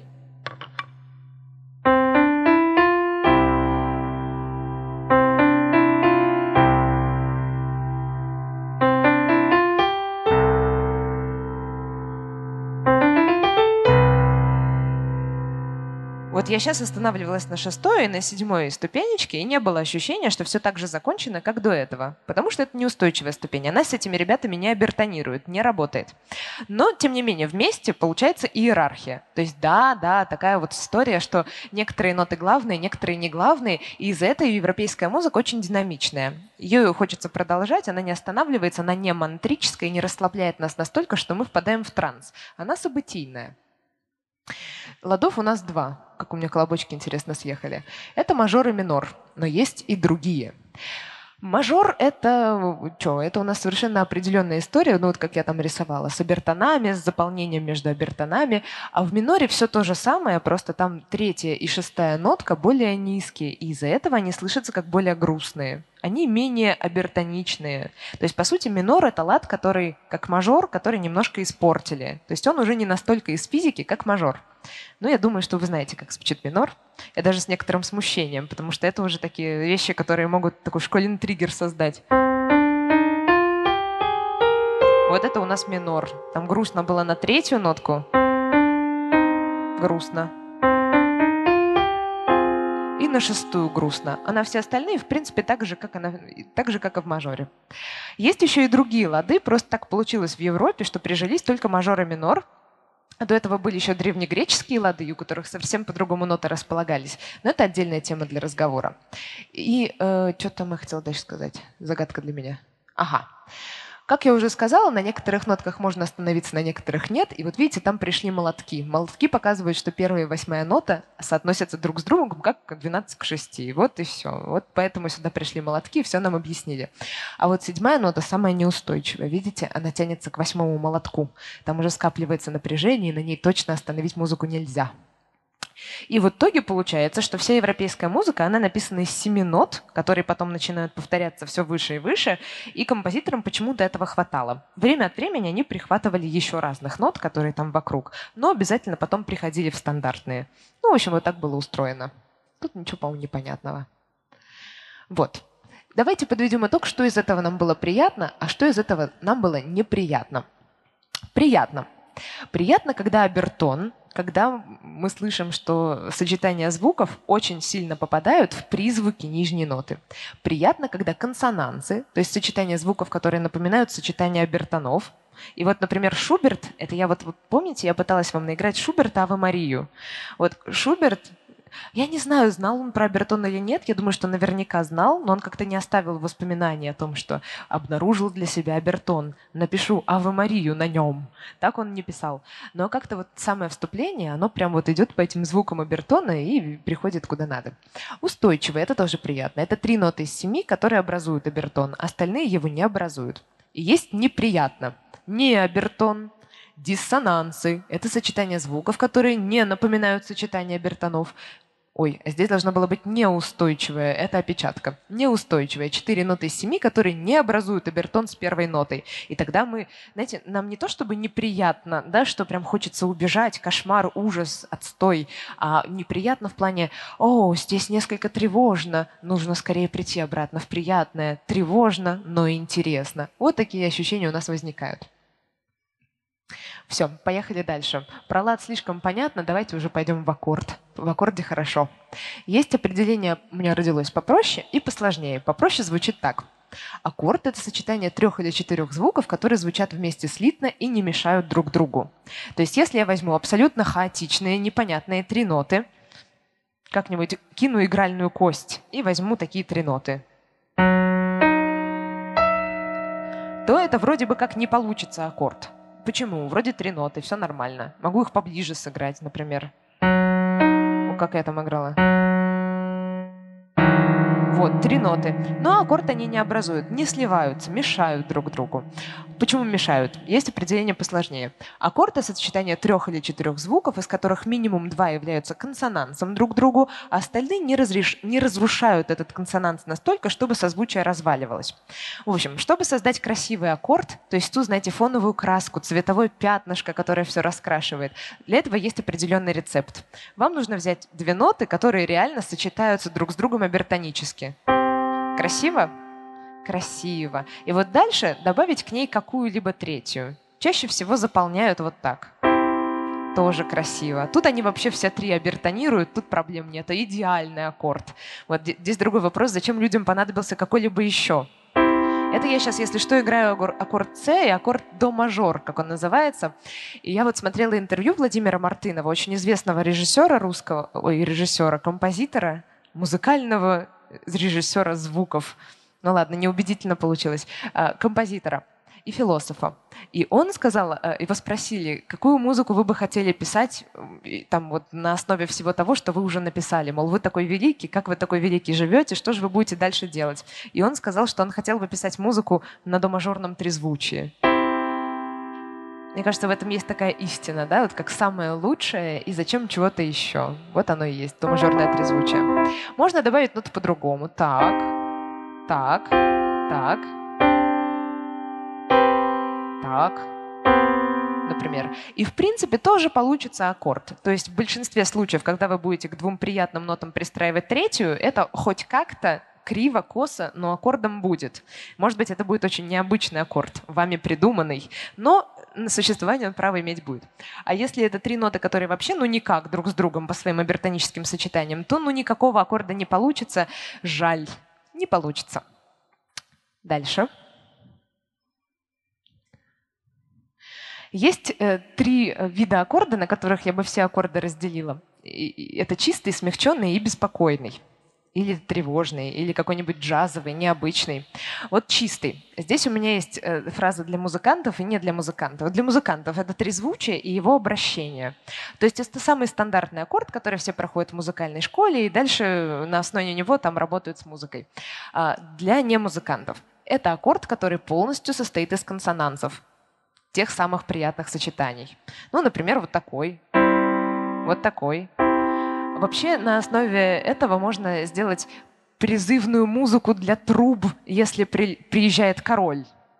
Вот я сейчас останавливалась на 6-й и на 7-й ступенечке, и не было ощущения, что все так же закончено, как до этого. Потому что это неустойчивая ступень. Она с этими ребятами не абертонирует, не работает. Но, тем не менее, вместе получается иерархия. То есть да, такая вот история, что некоторые ноты главные, некоторые не главные, и из-за этого европейская музыка очень динамичная. Ее хочется продолжать, она не останавливается, она не мантрическая и не расслабляет нас настолько, что мы впадаем в транс. Она событийная. Ладов у нас 2, как у меня колобочки интересно съехали. Это мажор и минор, но есть и другие. Мажор — это что? Это у нас совершенно определенная история, ну вот как я там рисовала, с обертонами, с заполнением между обертонами. А в миноре все то же самое, просто там 3-я и 6-я нотка более низкие, и из-за этого они слышатся как более грустные. Они менее обертоничные. То есть, по сути, минор — это лад, который, как мажор, который немножко испортили. То есть он уже не настолько из физики, как мажор. Но я думаю, что вы знаете, как звучит минор. И даже с некоторым смущением, потому что это уже такие вещи, которые могут такой школьный триггер создать. Вот это у нас минор. Там грустно было на 3-ю нотку. Грустно. И на 6-ю грустно. А на все остальные, в принципе, так же, как и в мажоре. Есть еще и другие лады. Просто так получилось в Европе, что прижились только мажор и минор. А до этого были еще древнегреческие лады, у которых совсем по-другому ноты располагались. Но это отдельная тема для разговора. И что там я хотела дальше сказать? Загадка для меня. Ага. Как я уже сказала, на некоторых нотках можно остановиться, на некоторых нет. И вот видите, там пришли молотки. Молотки показывают, что 1-я и 8-я нота соотносятся друг с другом как 12 к 6. Вот и все. Вот поэтому сюда пришли молотки и все нам объяснили. А вот 7-я нота самая неустойчивая. Видите, она тянется к 8-му молотку. Там уже скапливается напряжение, и на ней точно остановить музыку нельзя. И в итоге получается, что вся европейская музыка, она написана из 7 нот, которые потом начинают повторяться все выше и выше, и композиторам почему-то этого хватало. Время от времени они прихватывали еще разных нот, которые там вокруг, но обязательно потом приходили в стандартные. Ну, в общем, вот так было устроено. Тут ничего, по-моему, непонятного. Вот. Давайте подведем итог, что из этого нам было приятно, а что из этого нам было неприятно. Приятно. Приятно, когда обертон, когда мы слышим, что сочетания звуков очень сильно попадают в призвуки нижней ноты. Приятно, когда консонансы, то есть сочетания звуков, которые напоминают сочетание обертонов. И вот, например, Шуберт, это я вот помните, я пыталась вам наиграть Шуберта «Аве Марию». Вот Шуберт, я не знаю, знал он про обертон или нет, я думаю, что наверняка знал, но он как-то не оставил воспоминаний о том, что обнаружил для себя обертон. Напишу «Аве Марию» на нем. Так он не писал. Но как-то вот самое вступление, оно прям вот идет по этим звукам обертона и приходит куда надо. Устойчивое, это тоже приятно. Это 3 ноты из 7, которые образуют обертон, остальные его не образуют. И есть неприятно. Не обертон. Диссонансы — это сочетание звуков, которые не напоминают сочетание обертонов. Ой, а здесь должно было быть неустойчивое. Это опечатка. Неустойчивое. 4 ноты из 7, которые не образуют обертон с 1-й нотой. И тогда мы, знаете, нам не то чтобы неприятно, да, что прям хочется убежать, кошмар, ужас, отстой, а неприятно в плане, о, здесь несколько тревожно, нужно скорее прийти обратно в приятное. Тревожно, но интересно. Вот такие ощущения у нас возникают. Все, поехали дальше. Про лад слишком понятно, давайте уже пойдем в аккорд. В аккорде хорошо. Есть определение, у меня родилось попроще и посложнее. Попроще звучит так. Аккорд — это сочетание 3 или 4 звуков, которые звучат вместе слитно и не мешают друг другу. То есть если я возьму абсолютно хаотичные, непонятные 3 ноты, как-нибудь кину игральную кость и возьму такие 3 ноты, то это вроде бы как не получится аккорд. Почему? Вроде 3 ноты, все нормально. Могу их поближе сыграть, например. О, как я там играла. Вот, 3 ноты. Но аккорд они не образуют, не сливаются, мешают друг другу. Почему мешают? Есть определение посложнее. Аккорд — это сочетание 3 или 4 звуков, из которых минимум 2 являются консонансом друг другу, а остальные не разрушают этот консонанс настолько, чтобы созвучие разваливалось. В общем, чтобы создать красивый аккорд, то есть ту, знаете, фоновую краску, цветовое пятнышко, которое все раскрашивает, для этого есть определенный рецепт. Вам нужно взять 2 ноты, которые реально сочетаются друг с другом обертонически. Красиво? Красиво. И вот дальше добавить к ней какую-либо 3. Чаще всего заполняют вот так. Тоже красиво. Тут они вообще все три обертонируют, тут проблем нет. Это идеальный аккорд. Вот здесь другой вопрос, зачем людям понадобился какой-либо еще? Это я сейчас, если что, играю аккорд С и аккорд до мажор, как он называется. И я вот смотрела интервью Владимира Мартынова, очень известного режиссера русского, режиссера, композитора, музыкального режиссера звуков. Ну ладно, неубедительно получилось. Композитора и философа. И он сказал, его спросили, какую музыку вы бы хотели писать там вот на основе всего того, что вы уже написали. Мол, вы такой великий, как вы такой великий живете, что же вы будете дальше делать? И он сказал, что он хотел бы писать музыку на домажорном трезвучии. Мне кажется, в этом есть такая истина, да, вот как самое лучшее и зачем чего-то еще. Вот оно и есть, домажорное трезвучие. Можно добавить ноты по-другому. Так, так, так. Так, например. И в принципе тоже получится аккорд. То есть в большинстве случаев, когда вы будете к двум приятным нотам пристраивать третью, это хоть как-то криво, косо, но аккордом будет. Может быть, это будет очень необычный аккорд, вами придуманный, но на существование он право иметь будет. А если это три ноты, которые вообще ну никак друг с другом по своим обертоническим сочетаниям, то ну никакого аккорда не получится. Жаль, не получится. Дальше. Есть три вида аккорда, на которых я бы все аккорды разделила. Это чистый, смягченный и беспокойный. Или тревожный, или какой-нибудь джазовый, необычный. Вот чистый. Здесь у меня есть фраза для музыкантов и не для музыкантов. Для музыкантов это трезвучие и его обращение. То есть это самый стандартный аккорд, который все проходят в музыкальной школе, и дальше на основе него там работают с музыкой. Для немузыкантов это аккорд, который полностью состоит из консонансов. Тех самых приятных сочетаний. Ну, например, вот такой. Вот такой. Вообще, на основе этого можно сделать призывную музыку для труб, если приезжает король.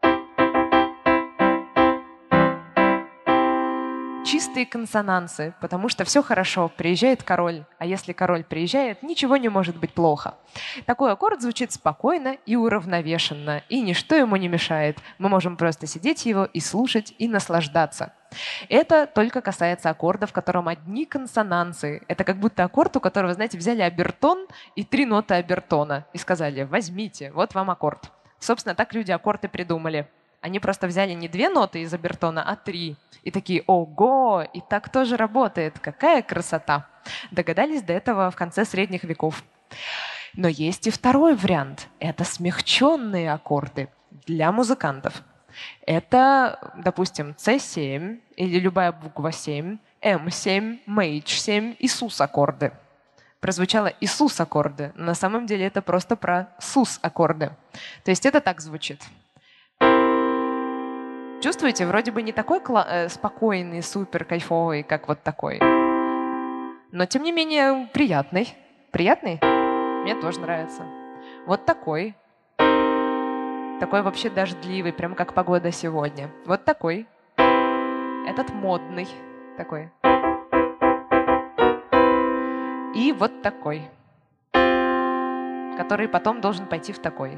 Чистые консонансы, потому что все хорошо, приезжает король, а если король приезжает, ничего не может быть плохо. Такой аккорд звучит спокойно и уравновешенно, и ничто ему не мешает. Мы можем просто сидеть его и слушать, и наслаждаться. Это только касается аккорда, в котором одни консонансы. Это как будто аккорд, у которого, знаете, взяли обертон и три ноты обертона и сказали: возьмите, вот вам аккорд. Собственно, так люди аккорды придумали. Они просто взяли не две ноты из обертона, а три. И такие: ого, и так тоже работает, какая красота. Догадались до этого в конце средних веков. Но есть и второй вариант. Это смягченные аккорды для музыкантов. Это, допустим, C7 или любая буква 7, M7, Mage7 и sus-аккорды. Прозвучало и sus-аккорды, но на самом деле это просто про sus-аккорды. То есть это так звучит. Чувствуете, вроде бы не такой спокойный, супер кайфовый, как вот такой. Но, тем не менее, приятный. Приятный? Мне тоже нравится. Вот такой. Такой вообще дождливый, прям как погода сегодня. Вот такой. Этот модный такой. И вот такой. Который потом должен пойти в такой.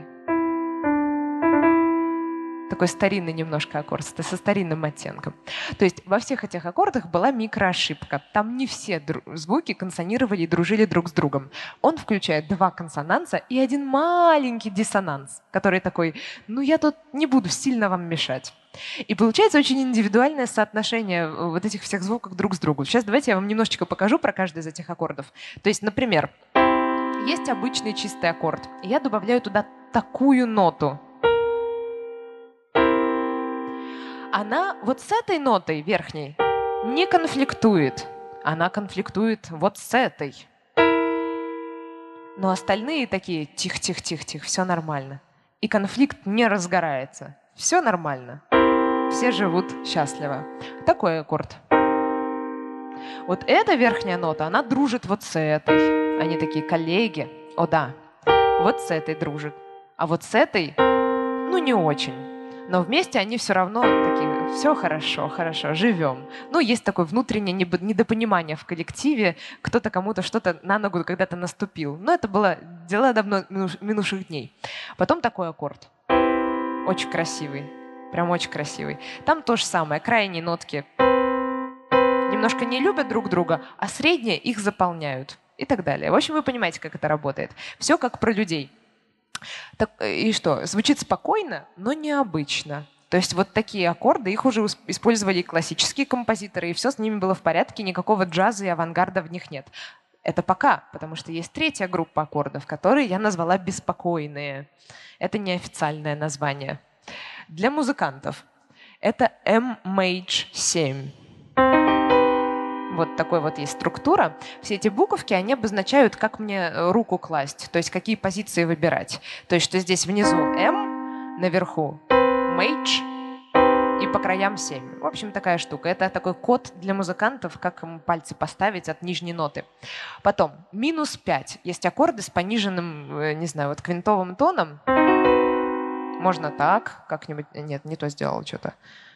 Такой старинный немножко аккорд, со старинным оттенком. То есть во всех этих аккордах была микроошибка. Там не все звуки консонировали и дружили друг с другом. Он включает два консонанса и один маленький диссонанс, который такой: ну я тут не буду сильно вам мешать. И получается очень индивидуальное соотношение вот этих всех звуков друг с другом. Сейчас давайте я вам немножечко покажу про каждый из этих аккордов. То есть, например, есть обычный чистый аккорд, и я добавляю туда такую ноту. Она вот с этой нотой верхней не конфликтует. Она конфликтует вот с этой. Но остальные такие: тихо-тихо-тихо-тихо, все нормально. И конфликт не разгорается. Все нормально. Все живут счастливо. Такой аккорд. Вот эта верхняя нота, она дружит вот с этой. Они такие коллеги. О да, вот с этой дружит. А вот с этой, ну не очень. Но вместе они все равно такие: все хорошо, хорошо, живем. Ну, есть такое внутреннее недопонимание в коллективе, кто-то кому-то что-то на ногу когда-то наступил. Но это было дела давно минувших дней. Потом такой аккорд. Очень красивый, прям очень красивый. Там то же самое, крайние нотки немножко не любят друг друга, а средние их заполняют и так далее. В общем, вы понимаете, как это работает. Все как про людей. Так, и что? Звучит спокойно, но необычно. То есть вот такие аккорды, их уже использовали и классические композиторы, и все с ними было в порядке, никакого джаза и авангарда в них нет. Это пока, потому что есть третья группа аккордов, которые я назвала беспокойные. Это неофициальное название. Для музыкантов это M-Maj-7. Вот такой вот есть структура. Все эти буковки, они обозначают, как мне руку класть, то есть какие позиции выбирать. То есть что здесь внизу M, наверху Maj и по краям 7. В общем, такая штука. Это такой код для музыкантов, как им пальцы поставить от нижней ноты. Потом -5. Есть аккорды с пониженным, не знаю, вот квинтовым тоном. Можно так, как-нибудь... Нет, не то сделал что-то.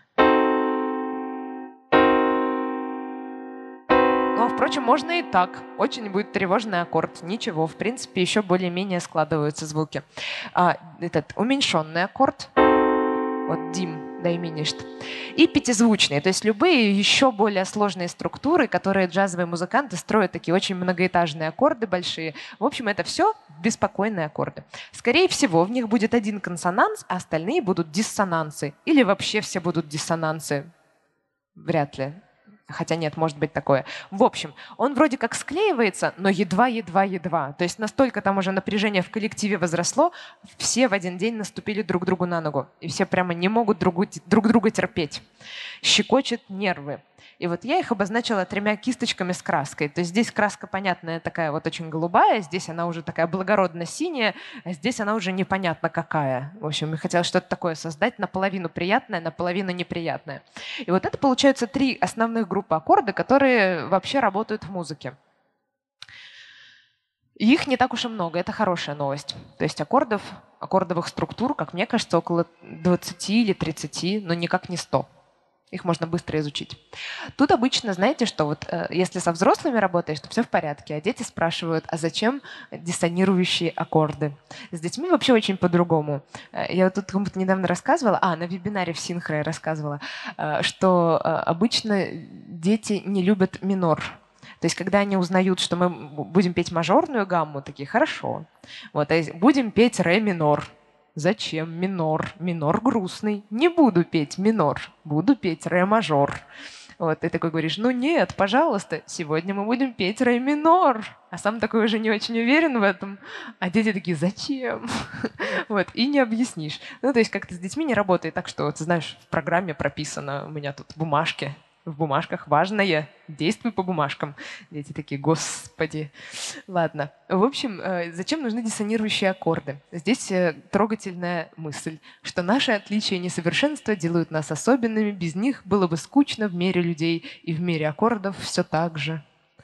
Но, впрочем, можно и так. Очень будет тревожный аккорд. Ничего, в принципе, еще более-менее складываются звуки. Этот уменьшенный аккорд. Вот дим, diminished. И пятизвучные. То есть любые еще более сложные структуры, которые джазовые музыканты строят, такие очень многоэтажные аккорды большие. В общем, это все беспокойные аккорды. Скорее всего, в них будет один консонанс, а остальные будут диссонансы. Или вообще все будут диссонансы. Вряд ли. Хотя нет, может быть такое. В общем, он вроде как склеивается, но едва. То есть настолько там уже напряжение в коллективе возросло, все в один день наступили друг другу на ногу. И все прямо не могут друг друга терпеть. Щекочет нервы. И вот я их обозначила 3 кисточками с краской. То есть здесь краска понятная, такая вот очень голубая, здесь она уже такая благородно-синяя, а здесь она уже непонятно какая. В общем, я хотела что-то такое создать, наполовину приятное, наполовину неприятное. И вот это получаются 3 основных группы аккордов, которые вообще работают в музыке. И их не так уж и много, это хорошая новость. То есть аккордовых структур, как мне кажется, около 20 или 30, но никак не 100. Их можно быстро изучить. Тут обычно, знаете, что вот если со взрослыми работаешь, то все в порядке, а дети спрашивают, а зачем диссонирующие аккорды? С детьми вообще очень по-другому. Я вот тут кому-то недавно рассказывала, на вебинаре в Синхро я рассказывала, что обычно дети не любят минор. То есть, когда они узнают, что мы будем петь мажорную гамму, такие, хорошо. Вот, а будем петь ре минор. Зачем минор? Минор грустный. Не буду петь минор, буду петь ре мажор. Вот, ты такой говоришь, ну нет, пожалуйста, сегодня мы будем петь ре минор. А сам такой уже не очень уверен в этом. А дети такие, зачем? Вот, и не объяснишь. Ну, то есть как-то с детьми не работает так, что, ты знаешь, в программе прописано, у меня тут бумажки. В бумажках важное, действуй по бумажкам. Дети такие, господи. Ладно. В общем, зачем нужны диссонирующие аккорды? Здесь трогательная мысль, что наши отличия и несовершенства делают нас особенными, без них было бы скучно в мире людей, и в мире аккордов все так же.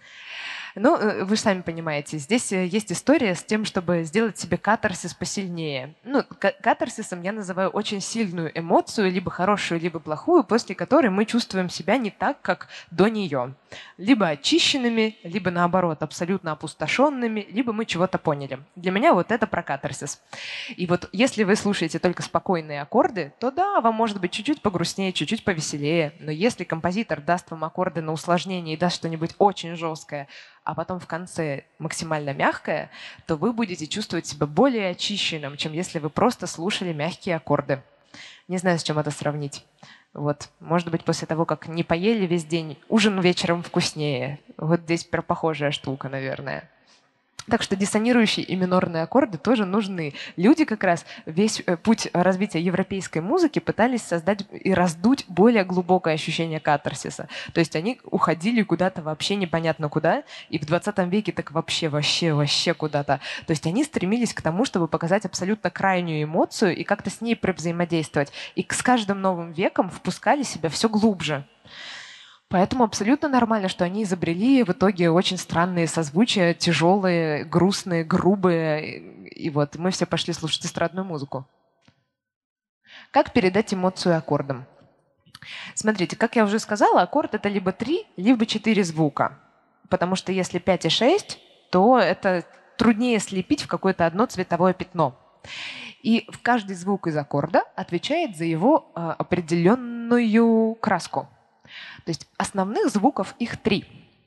Ну, вы же сами понимаете, здесь есть история с тем, чтобы сделать себе катарсис посильнее. Ну, катарсисом я называю очень сильную эмоцию, либо хорошую, либо плохую, после которой мы чувствуем себя не так, как до нее. Либо очищенными, либо наоборот, абсолютно опустошенными, либо мы чего-то поняли. Для меня вот это про катарсис. И вот если вы слушаете только спокойные аккорды, то да, вам может быть чуть-чуть погрустнее, чуть-чуть повеселее. Но если композитор даст вам аккорды на усложнение и даст что-нибудь очень жесткое, а потом в конце максимально мягкое, то вы будете чувствовать себя более очищенным, чем если вы просто слушали мягкие аккорды. Не знаю, с чем это сравнить. Вот, может быть, после того, как не поели весь день, ужин вечером вкуснее. Вот здесь прям похожая штука, наверное. Так что диссонирующие и минорные аккорды тоже нужны. Люди как раз весь путь развития европейской музыки пытались создать и раздуть более глубокое ощущение катарсиса. То есть они уходили куда-то вообще непонятно куда, и в 20 веке так вообще куда-то. То есть они стремились к тому, чтобы показать абсолютно крайнюю эмоцию и как-то с ней взаимодействовать. И с каждым новым веком впускали себя все глубже. Поэтому абсолютно нормально, что они изобрели в итоге очень странные созвучия, тяжелые, грустные, грубые. И вот мы все пошли слушать эстрадную музыку. Как передать эмоцию аккордом? Смотрите, как я уже сказала, аккорд — это либо 3, либо 4 звука. Потому что если 5 и 6, то это труднее слепить в какое-то одно цветовое пятно. И каждый звук из аккорда отвечает за его определенную краску. То есть основных звуков их 3.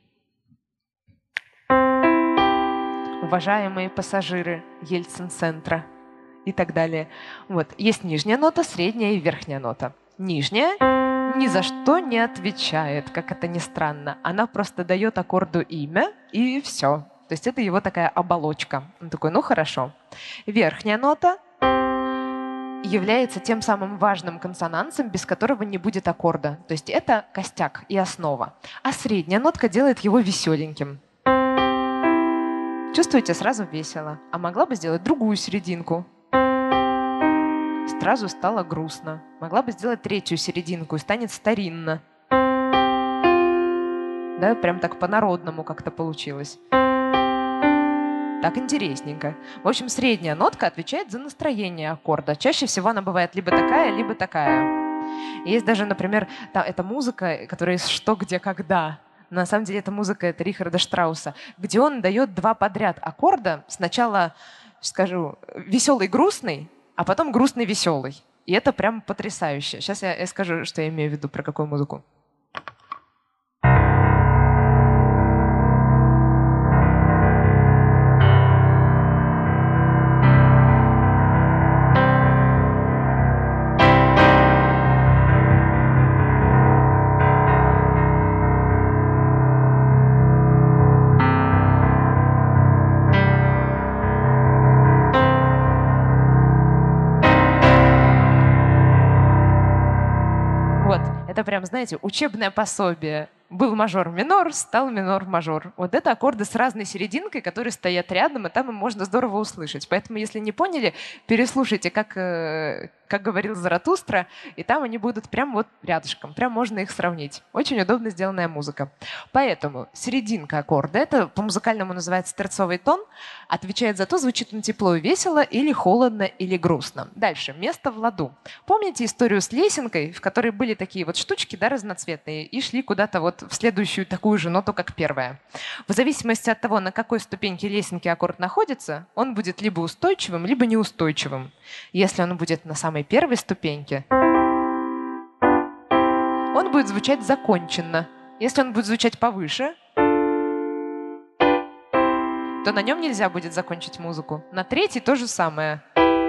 Уважаемые пассажиры Ельцин-центра и так далее. Вот. Есть нижняя нота, средняя и верхняя нота. Нижняя ни за что не отвечает, как это ни странно. Она просто дает аккорду имя, и все. То есть это его такая оболочка. Он такой, ну хорошо. Верхняя нота является тем самым важным консонансом, без которого не будет аккорда. То есть это костяк и основа. А средняя нотка делает его веселеньким. Чувствуете, сразу весело. А могла бы сделать другую серединку. Сразу стало грустно. Могла бы сделать третью серединку, и станет старинно. Да, прям так по-народному как-то получилось. Так интересненько. В общем, средняя нотка отвечает за настроение аккорда. Чаще всего она бывает либо такая, либо такая. Есть даже, например, эта музыка, которая из «Что, где, когда». На самом деле это музыка это Рихарда Штрауса, где он дает 2 подряд аккорда. Сначала, скажу, веселый-грустный, а потом грустный-веселый. И это прям потрясающе. Сейчас я скажу, что я имею в виду, про какую музыку. Это прям, знаете, учебное пособие. Был мажор-минор, стал минор-мажор. Вот это аккорды с разной серединкой, которые стоят рядом, и там им можно здорово услышать. Поэтому, если не поняли, переслушайте, как говорил Заратустра, и там они будут прям вот рядышком. Прям можно их сравнить. Очень удобно сделанная музыка. Поэтому серединка аккорда, это по-музыкальному называется терцовый тон, отвечает за то, звучит он тепло и весело, или холодно, или грустно. Дальше, место в ладу. Помните историю с лесенкой, в которой были такие вот штучки, да, разноцветные, и шли куда-то вот в следующую такую же ноту, как первая. В зависимости от того, на какой ступеньке лесенки аккорд находится, он будет либо устойчивым, либо неустойчивым. Если он будет на самой первой ступеньке, он будет звучать законченно. Если он будет звучать повыше, то на нем нельзя будет закончить музыку. На третьей то же самое.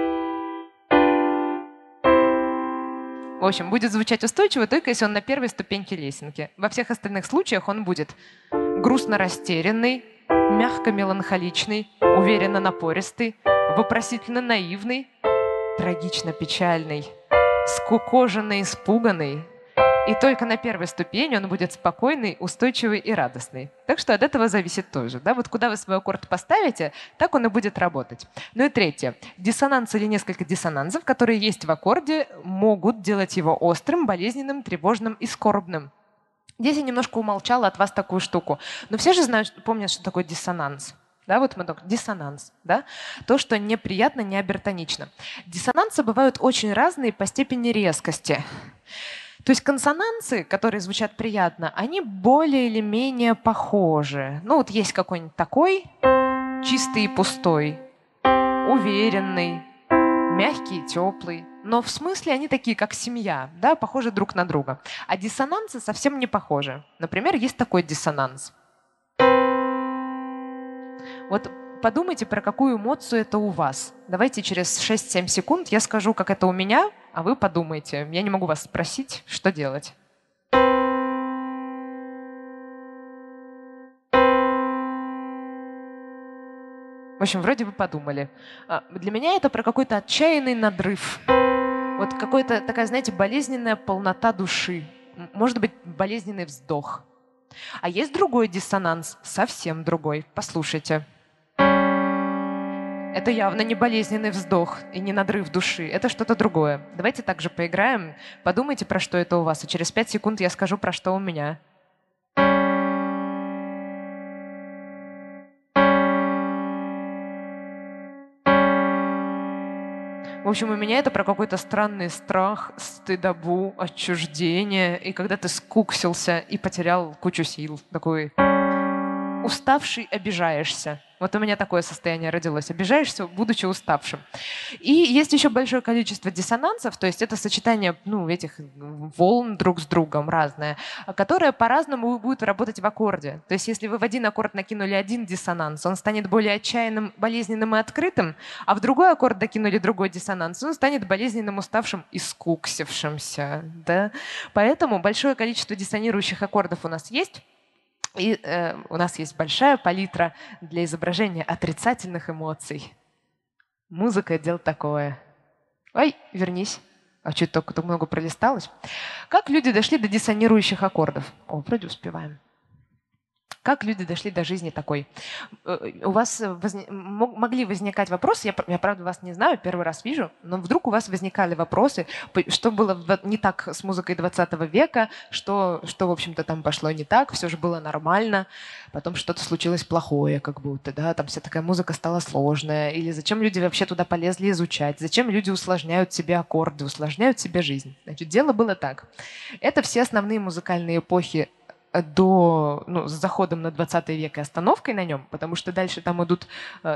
В общем, будет звучать устойчиво, только если он на первой ступеньке лесенки. Во всех остальных случаях он будет грустно растерянный, мягко меланхоличный, уверенно напористый, вопросительно наивный, трагично печальный, скукоженно испуганный. И только на первой ступени он будет спокойный, устойчивый и радостный. Так что от этого зависит тоже. Да? Вот куда вы свой аккорд поставите, так он и будет работать. Ну и третье. Диссонанс или несколько диссонансов, которые есть в аккорде, могут делать его острым, болезненным, тревожным и скорбным. Здесь я немножко умолчала от вас такую штуку. Но все же знают, помнят, что такое диссонанс. Да, вот мы только диссонанс, да? То, что неприятно, не обертонично. Диссонансы бывают очень разные по степени резкости. То есть консонансы, которые звучат приятно, они более или менее похожи. Ну вот есть какой-нибудь такой, чистый и пустой, уверенный, мягкий и теплый. Но в смысле они такие, как семья, да, похожи друг на друга. А диссонансы совсем не похожи. Например, есть такой диссонанс. Вот подумайте, про какую эмоцию это у вас. Давайте через 6-7 секунд я скажу, как это у меня, а вы подумайте. Я не могу вас спросить, что делать. В общем, вроде бы подумали. Для меня это про какой-то отчаянный надрыв. Вот какая-то такая, знаете, болезненная полнота души. Может быть, болезненный вздох. А есть другой диссонанс, совсем другой. Послушайте. Это явно не болезненный вздох и не надрыв души. Это что-то другое. Давайте также поиграем. Подумайте, про что это у вас. И через 5 секунд я скажу, про что у меня. В общем, у меня это про какой-то странный страх, стыдобу, отчуждение. И когда ты скуксился и потерял кучу сил. Такой... уставший обижаешься. Вот у меня такое состояние родилось. Обижаешься, будучи уставшим. И есть еще большое количество диссонансов, то есть это сочетание этих волн друг с другом разное, которое по-разному будет работать в аккорде. То есть если вы в один аккорд накинули один диссонанс, он станет более отчаянным, болезненным и открытым, а в другой аккорд докинули другой диссонанс, он станет болезненным, уставшим и скуксившимся. Да? Поэтому большое количество диссонирующих аккордов у нас есть. И у нас есть большая палитра для изображения отрицательных эмоций. Музыка — дело такое. Ой, вернись. А что, только много пролисталось? Как люди дошли до диссонирующих аккордов? О, вроде успеваем. Как люди дошли до жизни такой? У вас могли возникать вопросы, я, правда, вас не знаю, первый раз вижу, но вдруг у вас возникали вопросы, что было не так с музыкой 20 века, что в общем-то, там пошло не так, все же было нормально, потом что-то случилось плохое, как будто, да, там вся такая музыка стала сложная, или зачем люди вообще туда полезли изучать, зачем люди усложняют себе аккорды, усложняют себе жизнь. Значит, дело было так. Это все основные музыкальные эпохи с заходом на 20 век и остановкой на нем, потому что дальше там идут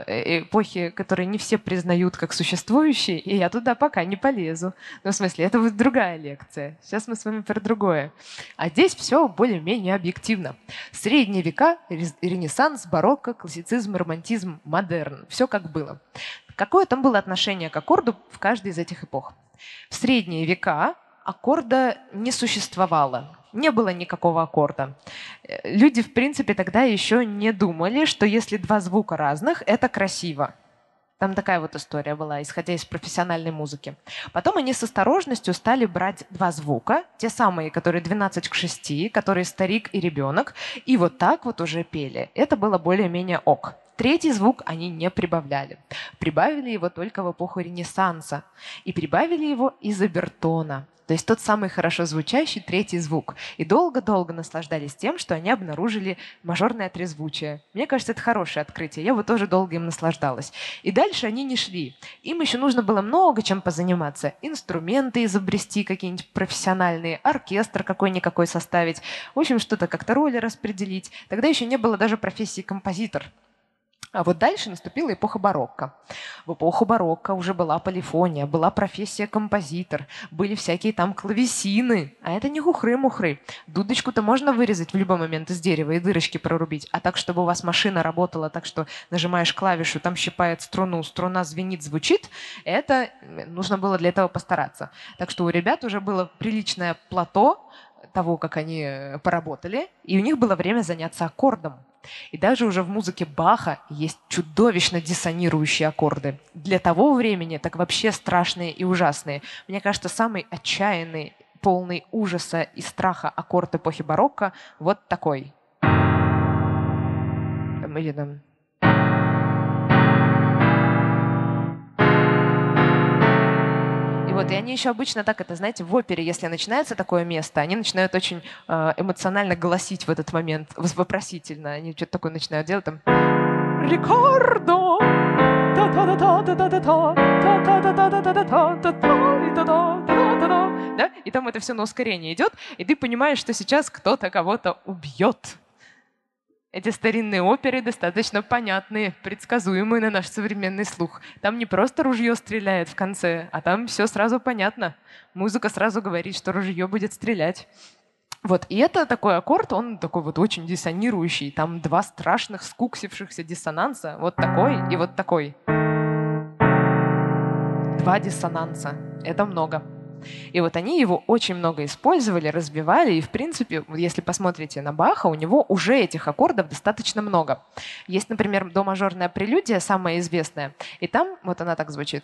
эпохи, которые не все признают как существующие, и я туда пока не полезу. Ну, в смысле, это вот другая лекция. Сейчас мы с вами про другое. А здесь все более-менее объективно. Средние века, Ренессанс, барокко, классицизм, романтизм, модерн. Все как было. Какое там было отношение к аккорду в каждой из этих эпох? В средние века аккорда не существовало. Не было никакого аккорда. Люди, в принципе, тогда еще не думали, что если два звука разных, это красиво. Там такая вот история была, исходя из профессиональной музыки. Потом они с осторожностью стали брать два звука, те самые, которые 12 к 6, которые старик и ребенок, и вот так вот уже пели. Это было более-менее ок. Третий звук они не прибавляли. Прибавили его только в эпоху Ренессанса. И прибавили его из обертона. То есть тот самый хорошо звучащий третий звук. И долго-долго наслаждались тем, что они обнаружили мажорное трезвучие. Мне кажется, это хорошее открытие. Я вот тоже долго им наслаждалась. И дальше они не шли. Им еще нужно было много чем позаниматься. Инструменты изобрести какие-нибудь профессиональные, оркестр какой-никакой составить. В общем, что-то как-то роли распределить. Тогда еще не было даже профессии композитор. А вот дальше наступила эпоха барокко. В эпоху барокко уже была полифония, была профессия композитор, были всякие там клавесины. А это не хухры-мухры. Дудочку-то можно вырезать в любой момент из дерева и дырочки прорубить. А так, чтобы у вас машина работала так, что нажимаешь клавишу, там щипает струну, струна звенит, звучит, это нужно было для этого постараться. Так что у ребят уже было приличное плато того, как они поработали, и у них было время заняться аккордом. И даже уже в музыке Баха есть чудовищно диссонирующие аккорды. Для того времени так вообще страшные и ужасные. Мне кажется, самый отчаянный, полный ужаса и страха аккорд эпохи барокко вот такой. Или там... Вот, и они еще обычно так, это, знаете, в опере, если начинается такое место, они начинают очень эмоционально голосить в этот момент, вопросительно. Они что-то такое начинают делать, там... Рикардо! Да? И там это все на ускорение идет, и ты понимаешь, что сейчас кто-то кого-то убьет. Эти старинные оперы достаточно понятные, предсказуемые на наш современный слух. Там не просто ружье стреляет в конце, а там все сразу понятно. Музыка сразу говорит, что ружье будет стрелять. Вот, и это такой аккорд, он такой вот очень диссонирующий. Там два страшных скуксившихся диссонанса. Вот такой и вот такой. Два диссонанса. Это много. И вот они его очень много использовали, развивали, и, в принципе, если посмотрите на Баха, у него уже этих аккордов достаточно много. Есть, например, до-мажорная прелюдия, самая известная, и там, вот она так звучит.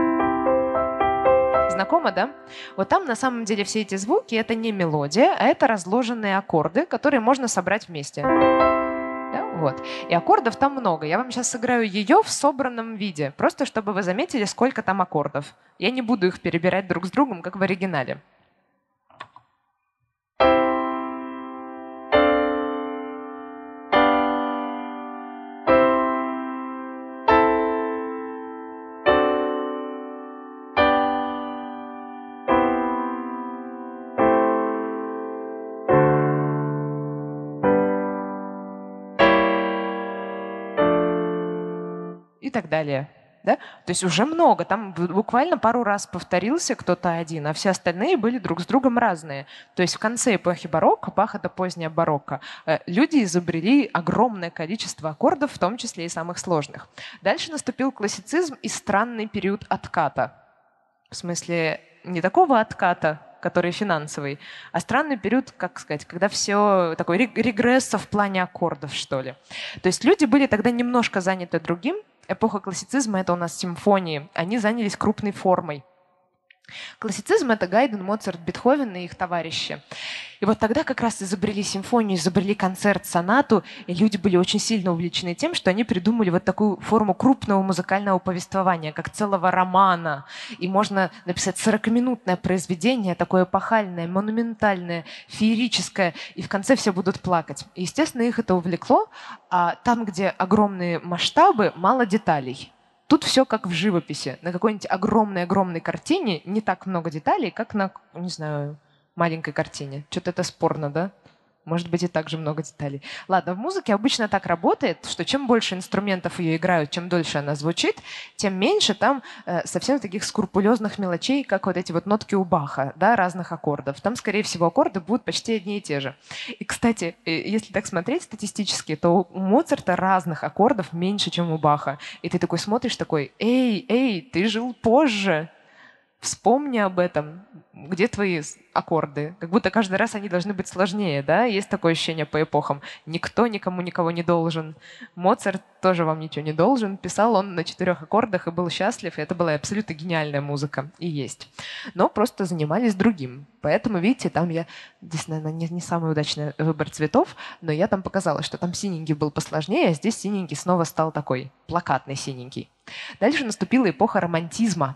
Знакомо, да? Вот там на самом деле все эти звуки — это не мелодия, а это разложенные аккорды, которые можно собрать вместе. Да? Вот. И аккордов там много. Я вам сейчас сыграю ее в собранном виде, просто чтобы вы заметили, сколько там аккордов. Я не буду их перебирать друг с другом, как в оригинале. и так далее. Да? То есть уже много. Там буквально пару раз повторился кто-то один, а все остальные были друг с другом разные. То есть в конце эпохи барокко, Бах — это поздняя барокко, люди изобрели огромное количество аккордов, в том числе и самых сложных. Дальше наступил классицизм и странный период отката. В смысле, не такого отката, который финансовый, а странный период, как сказать, когда все такой регресса в плане аккордов, что ли. То есть люди были тогда немножко заняты другим. Эпоха классицизма — это у нас симфонии. Они занялись крупной формой. Классицизм — это Гайден, Моцарт, Бетховен и их товарищи. И вот тогда как раз изобрели симфонию, изобрели концерт, сонату, и люди были очень сильно увлечены тем, что они придумали вот такую форму крупного музыкального повествования, как целого романа. И можно написать 40-минутное произведение, такое эпохальное, монументальное, феерическое, и в конце все будут плакать. И, естественно, их это увлекло, а там, где огромные масштабы, мало деталей. Тут все как в живописи. На какой-нибудь огромной-огромной картине не так много деталей, как на, не знаю, маленькой картине. Что-то это спорно, да? Может быть, и так же много деталей. Ладно, в музыке обычно так работает, что чем больше инструментов ее играют, чем дольше она звучит, тем меньше там совсем таких скрупулезных мелочей, как вот эти вот нотки у Баха, да, разных аккордов. Там, скорее всего, аккорды будут почти одни и те же. И, кстати, если так смотреть статистически, то у Моцарта разных аккордов меньше, чем у Баха. И ты такой смотришь, такой: эй, ты жил позже. Вспомни об этом. Где твои аккорды? Как будто каждый раз они должны быть сложнее, да? Есть такое ощущение по эпохам. Никто никому никого не должен. Моцарт тоже вам ничего не должен. Писал он на 4 аккордах и был счастлив, и это была абсолютно гениальная музыка. И есть. Но просто занимались другим. Поэтому, видите, там я... Здесь, наверное, не самый удачный выбор цветов, но я там показала, что там синенький был посложнее, а здесь синенький снова стал такой плакатный синенький. Дальше наступила эпоха романтизма.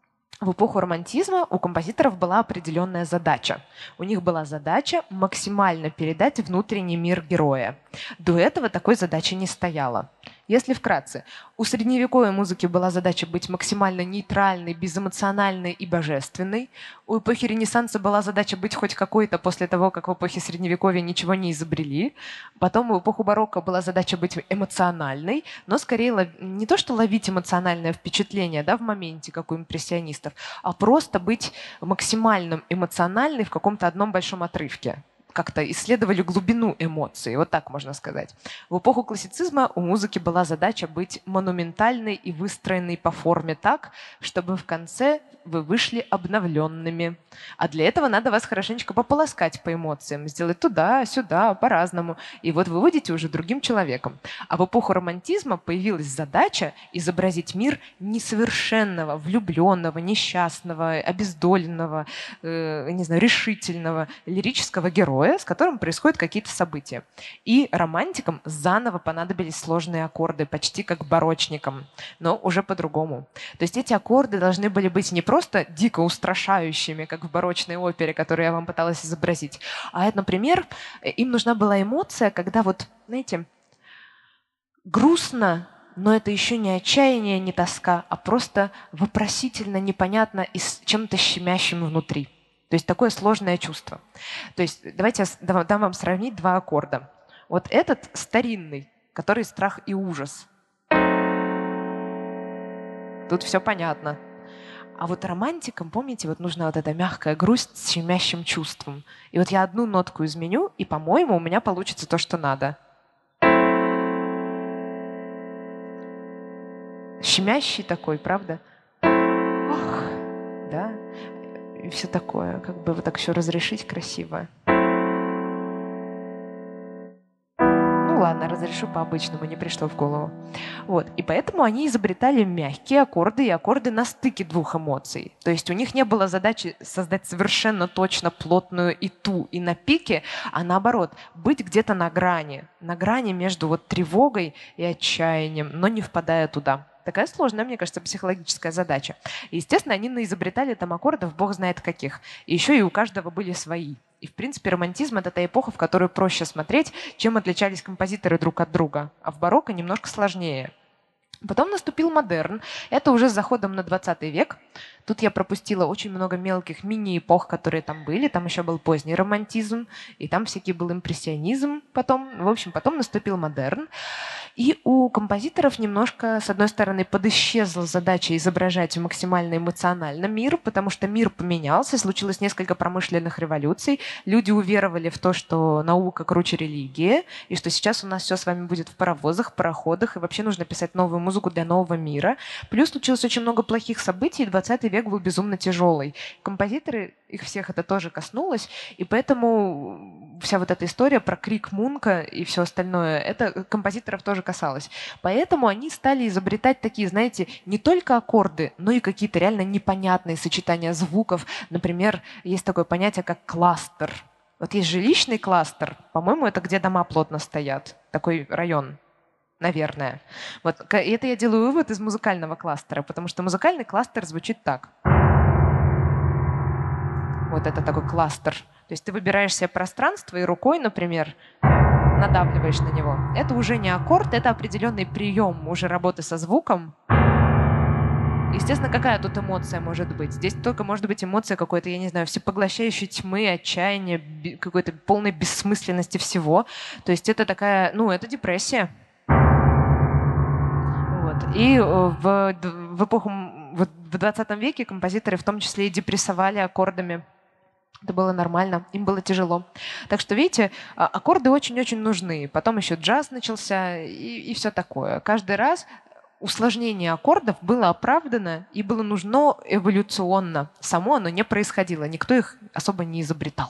В эпоху романтизма у композиторов была определенная задача. У них была задача максимально передать внутренний мир героя. До этого такой задачи не стояло. Если вкратце, у средневековой музыки была задача быть максимально нейтральной, безэмоциональной и божественной. У эпохи Ренессанса была задача быть хоть какой-то после того, как в эпохе Средневековья ничего не изобрели. Потом в эпоху барокко была задача быть эмоциональной, но скорее не то, что ловить эмоциональное впечатление, да, в моменте, как у импрессионистов, а просто быть максимально эмоциональной в каком-то одном большом отрывке. Как-то исследовали глубину эмоций, вот так можно сказать. В эпоху классицизма у музыки была задача быть монументальной и выстроенной по форме так, чтобы в конце вы вышли обновленными. А для этого надо вас хорошенечко пополоскать по эмоциям, сделать туда-сюда, по-разному. И вот вы выйдете уже другим человеком. А в эпоху романтизма появилась задача изобразить мир несовершенного, влюбленного, несчастного, обездоленного, не знаю, решительного, лирического героя, с которым происходят какие-то события. И романтикам заново понадобились сложные аккорды, почти как барочникам, но уже по-другому. То есть эти аккорды должны были быть не просто дико устрашающими, как в барочной опере, которую я вам пыталась изобразить, а это, например, им нужна была эмоция, когда вот, знаете, грустно, но это еще не отчаяние, не тоска, а просто вопросительно, непонятно и с чем-то щемящим внутри. То есть такое сложное чувство. То есть давайте я дам вам сравнить 2 аккорда. Вот этот старинный, который страх и ужас. Тут все понятно. А вот романтикам, помните, вот нужна вот эта мягкая грусть с щемящим чувством. И вот я одну нотку изменю, и, по-моему, у меня получится то, что надо. Щемящий такой, правда? Ох, да. И все такое. Как бы вот так все разрешить красиво. Ну ладно, разрешу по-обычному, не пришло в голову. Вот. И поэтому они изобретали мягкие аккорды и аккорды на стыке 2 эмоций. То есть у них не было задачи создать совершенно точно плотную и ту, и на пике, а наоборот, быть где-то на грани между вот тревогой и отчаянием, но не впадая туда. Такая сложная, мне кажется, психологическая задача. И, естественно, они наизобретали там аккордов бог знает каких. И еще и у каждого были свои. И, в принципе, романтизм — это та эпоха, в которую проще смотреть, чем отличались композиторы друг от друга. А в барокко немножко сложнее. Потом наступил модерн. Это уже с заходом на 20 век. Тут я пропустила очень много мелких мини-эпох, которые там были. Там еще был поздний романтизм, и там всякий был импрессионизм потом. В общем, потом наступил модерн. И у композиторов немножко, с одной стороны, подисчезла задача изображать максимально эмоционально мир, потому что мир поменялся, случилось несколько промышленных революций. Люди уверовали в то, что наука круче религии, и что сейчас у нас все с вами будет в паровозах, пароходах, и вообще нужно писать новую музыку для нового мира. Плюс случилось очень много плохих событий, и 20 век был безумно тяжелый. Композиторы, их всех это тоже коснулось, и поэтому вся вот эта история про крик Мунка и все остальное, это композиторов тоже касалось. Поэтому они стали изобретать такие, знаете, не только аккорды, но и какие-то реально непонятные сочетания звуков. Например, есть такое понятие, как кластер. Вот есть жилищный кластер, по-моему, это где дома плотно стоят, такой район. Наверное. Вот это я делаю вывод из музыкального кластера, потому что музыкальный кластер звучит так. Вот это такой кластер. То есть ты выбираешь себе пространство и рукой, например, надавливаешь на него. Это уже не аккорд, это определенный прием уже работы со звуком. Естественно, какая тут эмоция может быть? Здесь только может быть эмоция какой-то, я не знаю, всепоглощающей тьмы, отчаяния, какой-то полной бессмысленности всего. То есть это такая, это депрессия. И в эпоху, в 20 веке композиторы в том числе и депрессовали аккордами. Это было нормально, им было тяжело. Так что, видите, аккорды очень-очень нужны. Потом еще джаз начался и все такое. Каждый раз усложнение аккордов было оправдано и было нужно эволюционно. Само оно не происходило, никто их особо не изобретал.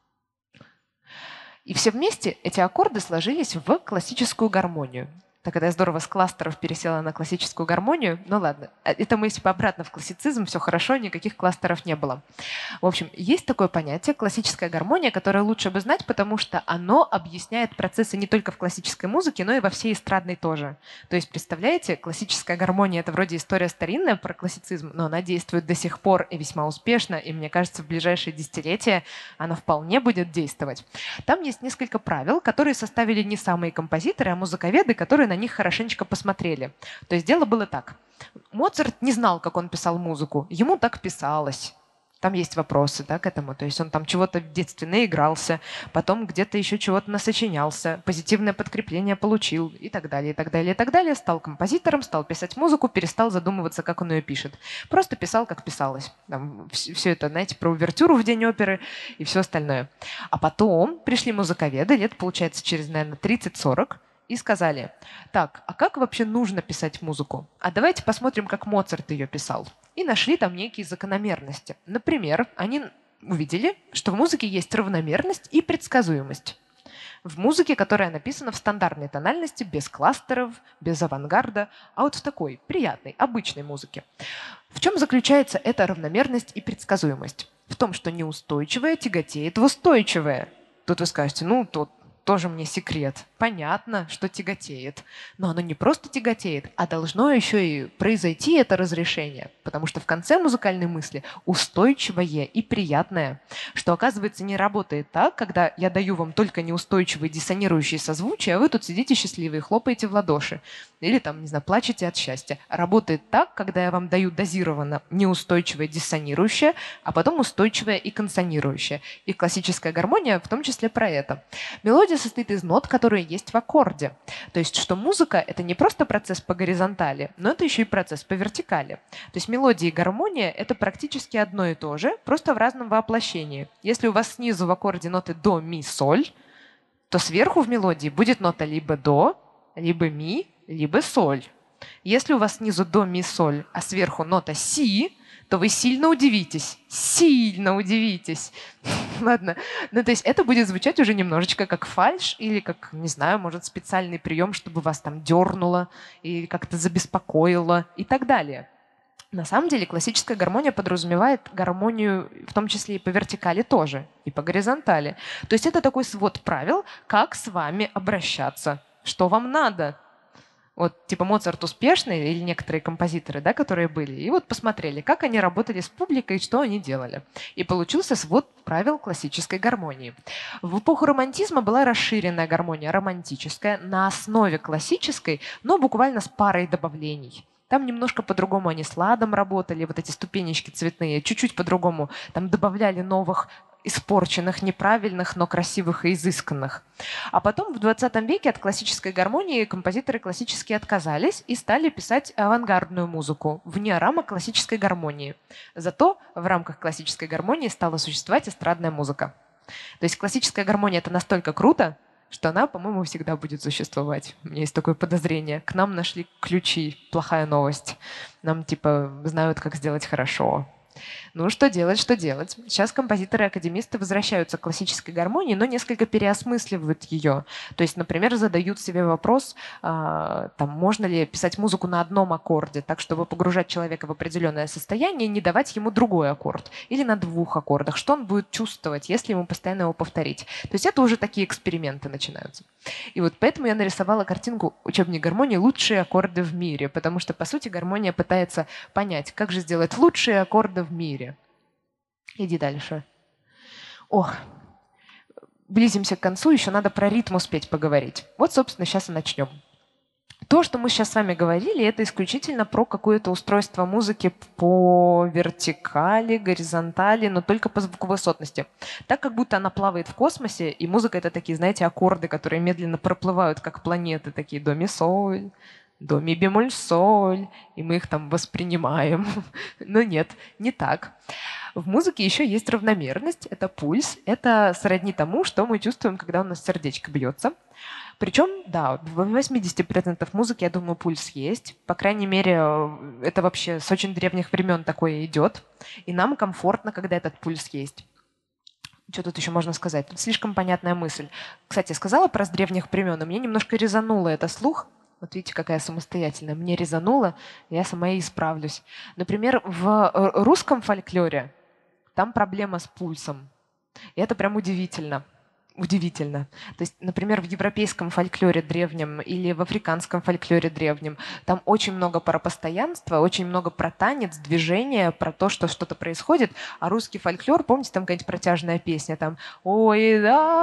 И все вместе эти аккорды сложились в классическую гармонию. Так это я здорово с кластеров пересела на классическую гармонию. Ну ладно, это мы типа обратно в классицизм, все хорошо, никаких кластеров не было. В общем, есть такое понятие классическая гармония, которое лучше бы знать, потому что оно объясняет процессы не только в классической музыке, но и во всей эстрадной тоже. То есть, представляете, классическая гармония — это вроде история старинная про классицизм, но она действует до сих пор и весьма успешно, и мне кажется, в ближайшие десятилетия она вполне будет действовать. Там есть несколько правил, которые составили не самые композиторы, а музыковеды, которые на них хорошенечко посмотрели. То есть дело было так. Моцарт не знал, как он писал музыку. Ему так писалось. Там есть вопросы, да, к этому. То есть он там чего-то в детстве наигрался, потом где-то еще чего-то насочинялся, позитивное подкрепление получил и так далее, и так далее, и так далее. Стал композитором, стал писать музыку, перестал задумываться, как он ее пишет. Просто писал, как писалось. Там все это, знаете, про увертюру в День оперы и все остальное. А потом пришли музыковеды, лет, получается, через, наверное, 30-40, и сказали: так, а как вообще нужно писать музыку? А давайте посмотрим, как Моцарт ее писал. И нашли там некие закономерности. Например, они увидели, что в музыке есть равномерность и предсказуемость. В музыке, которая написана в стандартной тональности, без кластеров, без авангарда, а вот в такой приятной, обычной музыке. В чем заключается эта равномерность и предсказуемость? В том, что неустойчивое тяготеет в устойчивое. Тут вы скажете, тут тоже мне секрет. Понятно, что тяготеет. Но оно не просто тяготеет, а должно еще и произойти это разрешение. Потому что в конце музыкальной мысли устойчивое и приятное. Что, оказывается, не работает так, когда я даю вам только неустойчивые диссонирующие созвучия, а вы тут сидите счастливые, хлопаете в ладоши. Или там, не знаю, плачете от счастья. Работает так, когда я вам даю дозированно неустойчивое диссонирующее, а потом устойчивое и консонирующее. И классическая гармония в том числе про это. Мелодия состоит из нот, которые есть в аккорде. То есть, что музыка — это не просто процесс по горизонтали, но это еще и процесс по вертикали. То есть мелодия и гармония — это практически одно и то же, просто в разном воплощении. Если у вас снизу в аккорде ноты до, ми, соль, то сверху в мелодии будет нота либо до, либо ми, либо соль. Если у вас снизу до, ми, соль, а сверху нота си, то вы сильно удивитесь. Сильно удивитесь. Ладно. То есть это будет звучать уже немножечко как фальшь или как, не знаю, может, специальный прием, чтобы вас там дернуло или как-то забеспокоило и так далее. На самом деле классическая гармония подразумевает гармонию в том числе и по вертикали тоже, и по горизонтали. То есть это такой свод правил, как с вами обращаться, что вам надо. Вот, типа Моцарт успешный или некоторые композиторы, да, которые были, и вот посмотрели, как они работали с публикой, что они делали. И получился свод правил классической гармонии. В эпоху романтизма была расширенная гармония, романтическая, на основе классической, но буквально с парой добавлений. Там немножко по-другому они с ладом работали, вот эти ступенечки цветные, чуть-чуть по-другому. Там добавляли новых испорченных, неправильных, но красивых и изысканных. А потом в 20 веке от классической гармонии композиторы классические отказались и стали писать авангардную музыку вне рамок классической гармонии. Зато в рамках классической гармонии стала существовать эстрадная музыка. То есть классическая гармония — это настолько круто, что она, по-моему, всегда будет существовать. У меня есть такое подозрение. К нам нашли ключи. Плохая новость. Нам, типа, знают, как сделать хорошо. Ну, что делать, что делать? Сейчас композиторы и академисты возвращаются к классической гармонии, но несколько переосмысливают ее. То есть, например, задают себе вопрос, там, можно ли писать музыку на одном аккорде, так, чтобы погружать человека в определенное состояние и не давать ему другой аккорд. Или на 2 аккордах. Что он будет чувствовать, если ему постоянно его повторить? То есть это уже такие эксперименты начинаются. И вот поэтому я нарисовала картинку «Учебник гармонии. Лучшие аккорды в мире», потому что, по сути, гармония пытается понять, как же сделать лучшие аккорды в мире. Иди дальше. Ох, близимся к концу, еще надо про ритм успеть поговорить. Вот, собственно, сейчас и начнем. То, что мы сейчас с вами говорили, это исключительно про какое-то устройство музыки по вертикали, горизонтали, но только по звуковысотности. Так, как будто она плавает в космосе, и музыка — это такие, знаете, аккорды, которые медленно проплывают, как планеты, такие до ми соль, до ми бемоль соль, и мы их там воспринимаем. Но нет, не так. В музыке еще есть равномерность, это пульс, это сродни тому, что мы чувствуем, когда у нас сердечко бьется. Причем, да, в 80% музыки, я думаю, пульс есть. По крайней мере, это вообще с очень древних времен такое идет. И нам комфортно, когда этот пульс есть. Что тут еще можно сказать? Тут слишком понятная мысль. Кстати, я сказала про с древних времен, и мне немножко резануло это слух. Вот видите, какая самостоятельная. Мне резануло, я сама и исправлюсь. Например, в русском фольклоре там проблема с пульсом. И это прям удивительно. Удивительно. То есть, например, в европейском фольклоре древнем или в африканском фольклоре древнем там очень много про постоянство, очень много про танец, движение, про то, что что-то происходит. А русский фольклор, помните, там какая-нибудь протяжная песня, там «Ой,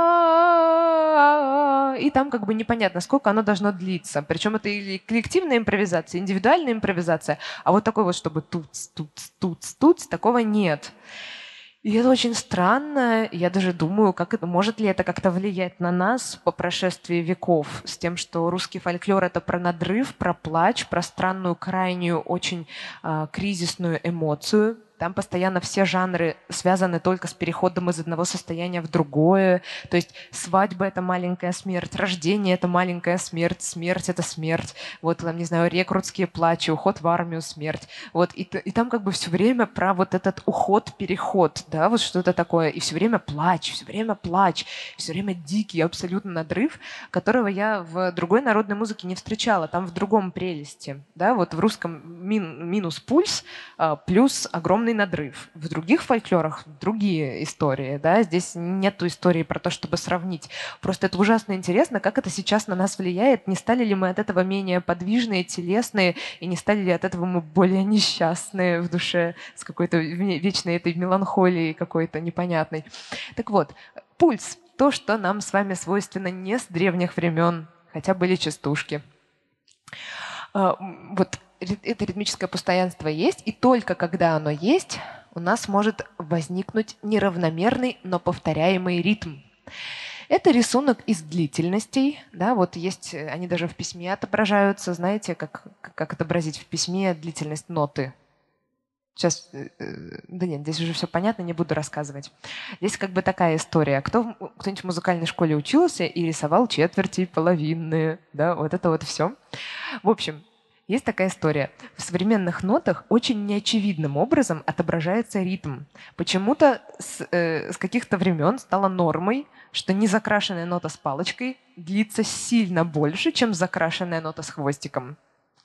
да!» И там как бы непонятно, сколько оно должно длиться. Причем это или коллективная импровизация, индивидуальная импровизация, а вот такой вот, чтобы туц, туц, туц, туц, такого нет. И это очень странно. Я даже думаю, может ли это как-то влиять на нас по прошествии веков, с тем, что русский фольклор — это про надрыв, про плач, про странную, крайнюю, очень кризисную эмоцию. Там постоянно все жанры связаны только с переходом из одного состояния в другое. То есть свадьба — это маленькая смерть, рождение — это маленькая смерть, смерть — это смерть. Вот там, не знаю, рекрутские плачи, уход в армию — смерть. Вот, и там как бы все время про вот этот уход-переход, да, вот что-то такое. И все время плач, все время дикий абсолютно надрыв, которого я в другой народной музыке не встречала. Там в другом прелести, да, вот в русском минус пульс, плюс огромный надрыв. В других фольклорах другие истории, да, здесь нету истории про то, чтобы сравнить. Просто это ужасно интересно, как это сейчас на нас влияет, не стали ли мы от этого менее подвижные, телесные, и не стали ли от этого мы более несчастные в душе, с какой-то вечной этой меланхолией какой-то непонятной. Так вот, пульс — то, что нам с вами свойственно не с древних времен, хотя были частушки. Вот это ритмическое постоянство есть, и только когда оно есть, у нас может возникнуть неравномерный, но повторяемый ритм. Это рисунок из длительностей, да, вот есть, они даже в письме отображаются, знаете, как отобразить в письме длительность ноты. Сейчас, да нет, здесь уже все понятно, не буду рассказывать. Здесь как бы такая история. Кто-нибудь в музыкальной школе учился и рисовал четверти, половинные, да, вот это вот все. В общем, есть такая история. В современных нотах очень неочевидным образом отображается ритм. Почему-то с каких-то времен стало нормой, что незакрашенная нота с палочкой длится сильно больше, чем закрашенная нота с хвостиком.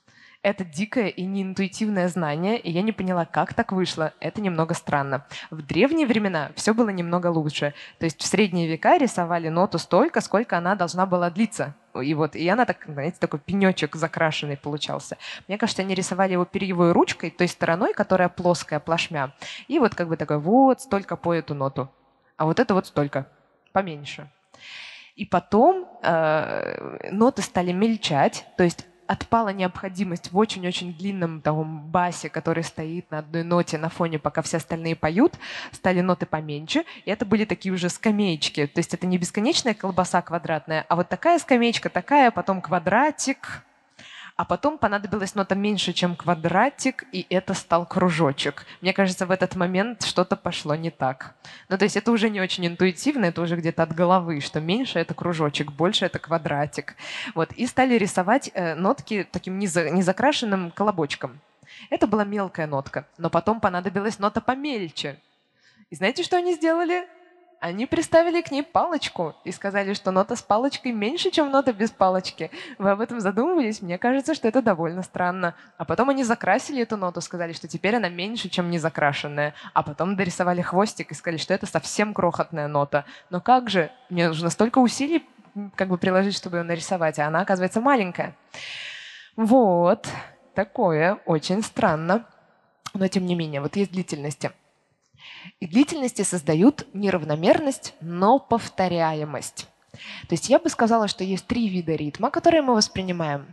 Это дикое и неинтуитивное знание, и я не поняла, как так вышло. Это немного странно. В древние времена все было немного лучше. То есть в средние века рисовали ноту столько, сколько она должна была длиться. И она, так, знаете, такой пенечек закрашенный получался. Мне кажется, они рисовали его перьевой ручкой, той стороной, которая плоская, плашмя. И вот как бы такой, вот столько по эту ноту. А вот это вот столько, поменьше. И потом ноты стали мельчать, то есть отпала необходимость в очень-очень длинном таком басе, который стоит на одной ноте на фоне, пока все остальные поют, стали ноты поменьше, и это были такие уже скамеечки. То есть это не бесконечная колбаса квадратная, а вот такая скамеечка, такая, потом квадратик, а потом понадобилась нота меньше, чем квадратик, и это стал кружочек. Мне кажется, в этот момент что-то пошло не так. Ну, то есть это уже не очень интуитивно, это уже где-то от головы, что меньше — это кружочек, больше — это квадратик. Вот. И стали рисовать нотки таким незакрашенным колобочком. Это была мелкая нотка, но потом понадобилась нота помельче. И знаете, что они сделали? Они приставили к ней палочку и сказали, что нота с палочкой меньше, чем нота без палочки. Вы об этом задумывались? Мне кажется, что это довольно странно. А потом они закрасили эту ноту, сказали, что теперь она меньше, чем незакрашенная. А потом дорисовали хвостик и сказали, что это совсем крохотная нота. Но как же? Мне нужно столько усилий как бы приложить, чтобы ее нарисовать, а она, оказывается, маленькая. Вот. Такое очень странно. Но тем не менее, вот есть длительности. И длительности создают неравномерность, но повторяемость. То есть я бы сказала, что есть 3 вида ритма, которые мы воспринимаем.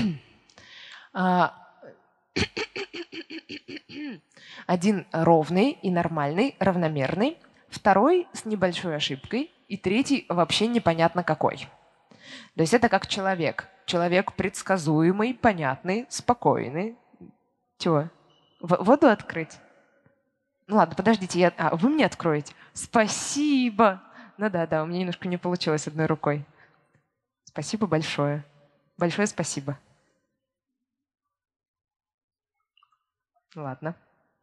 Один ровный и нормальный, равномерный. Второй с небольшой ошибкой. И третий вообще непонятно какой. То есть это как человек. Человек предсказуемый, понятный, спокойный. Чего? Воду открыть? Ну ладно, подождите, вы мне откроете. Спасибо. Ну да, у меня немножко не получилось одной рукой. Спасибо большое. Большое спасибо. Ладно.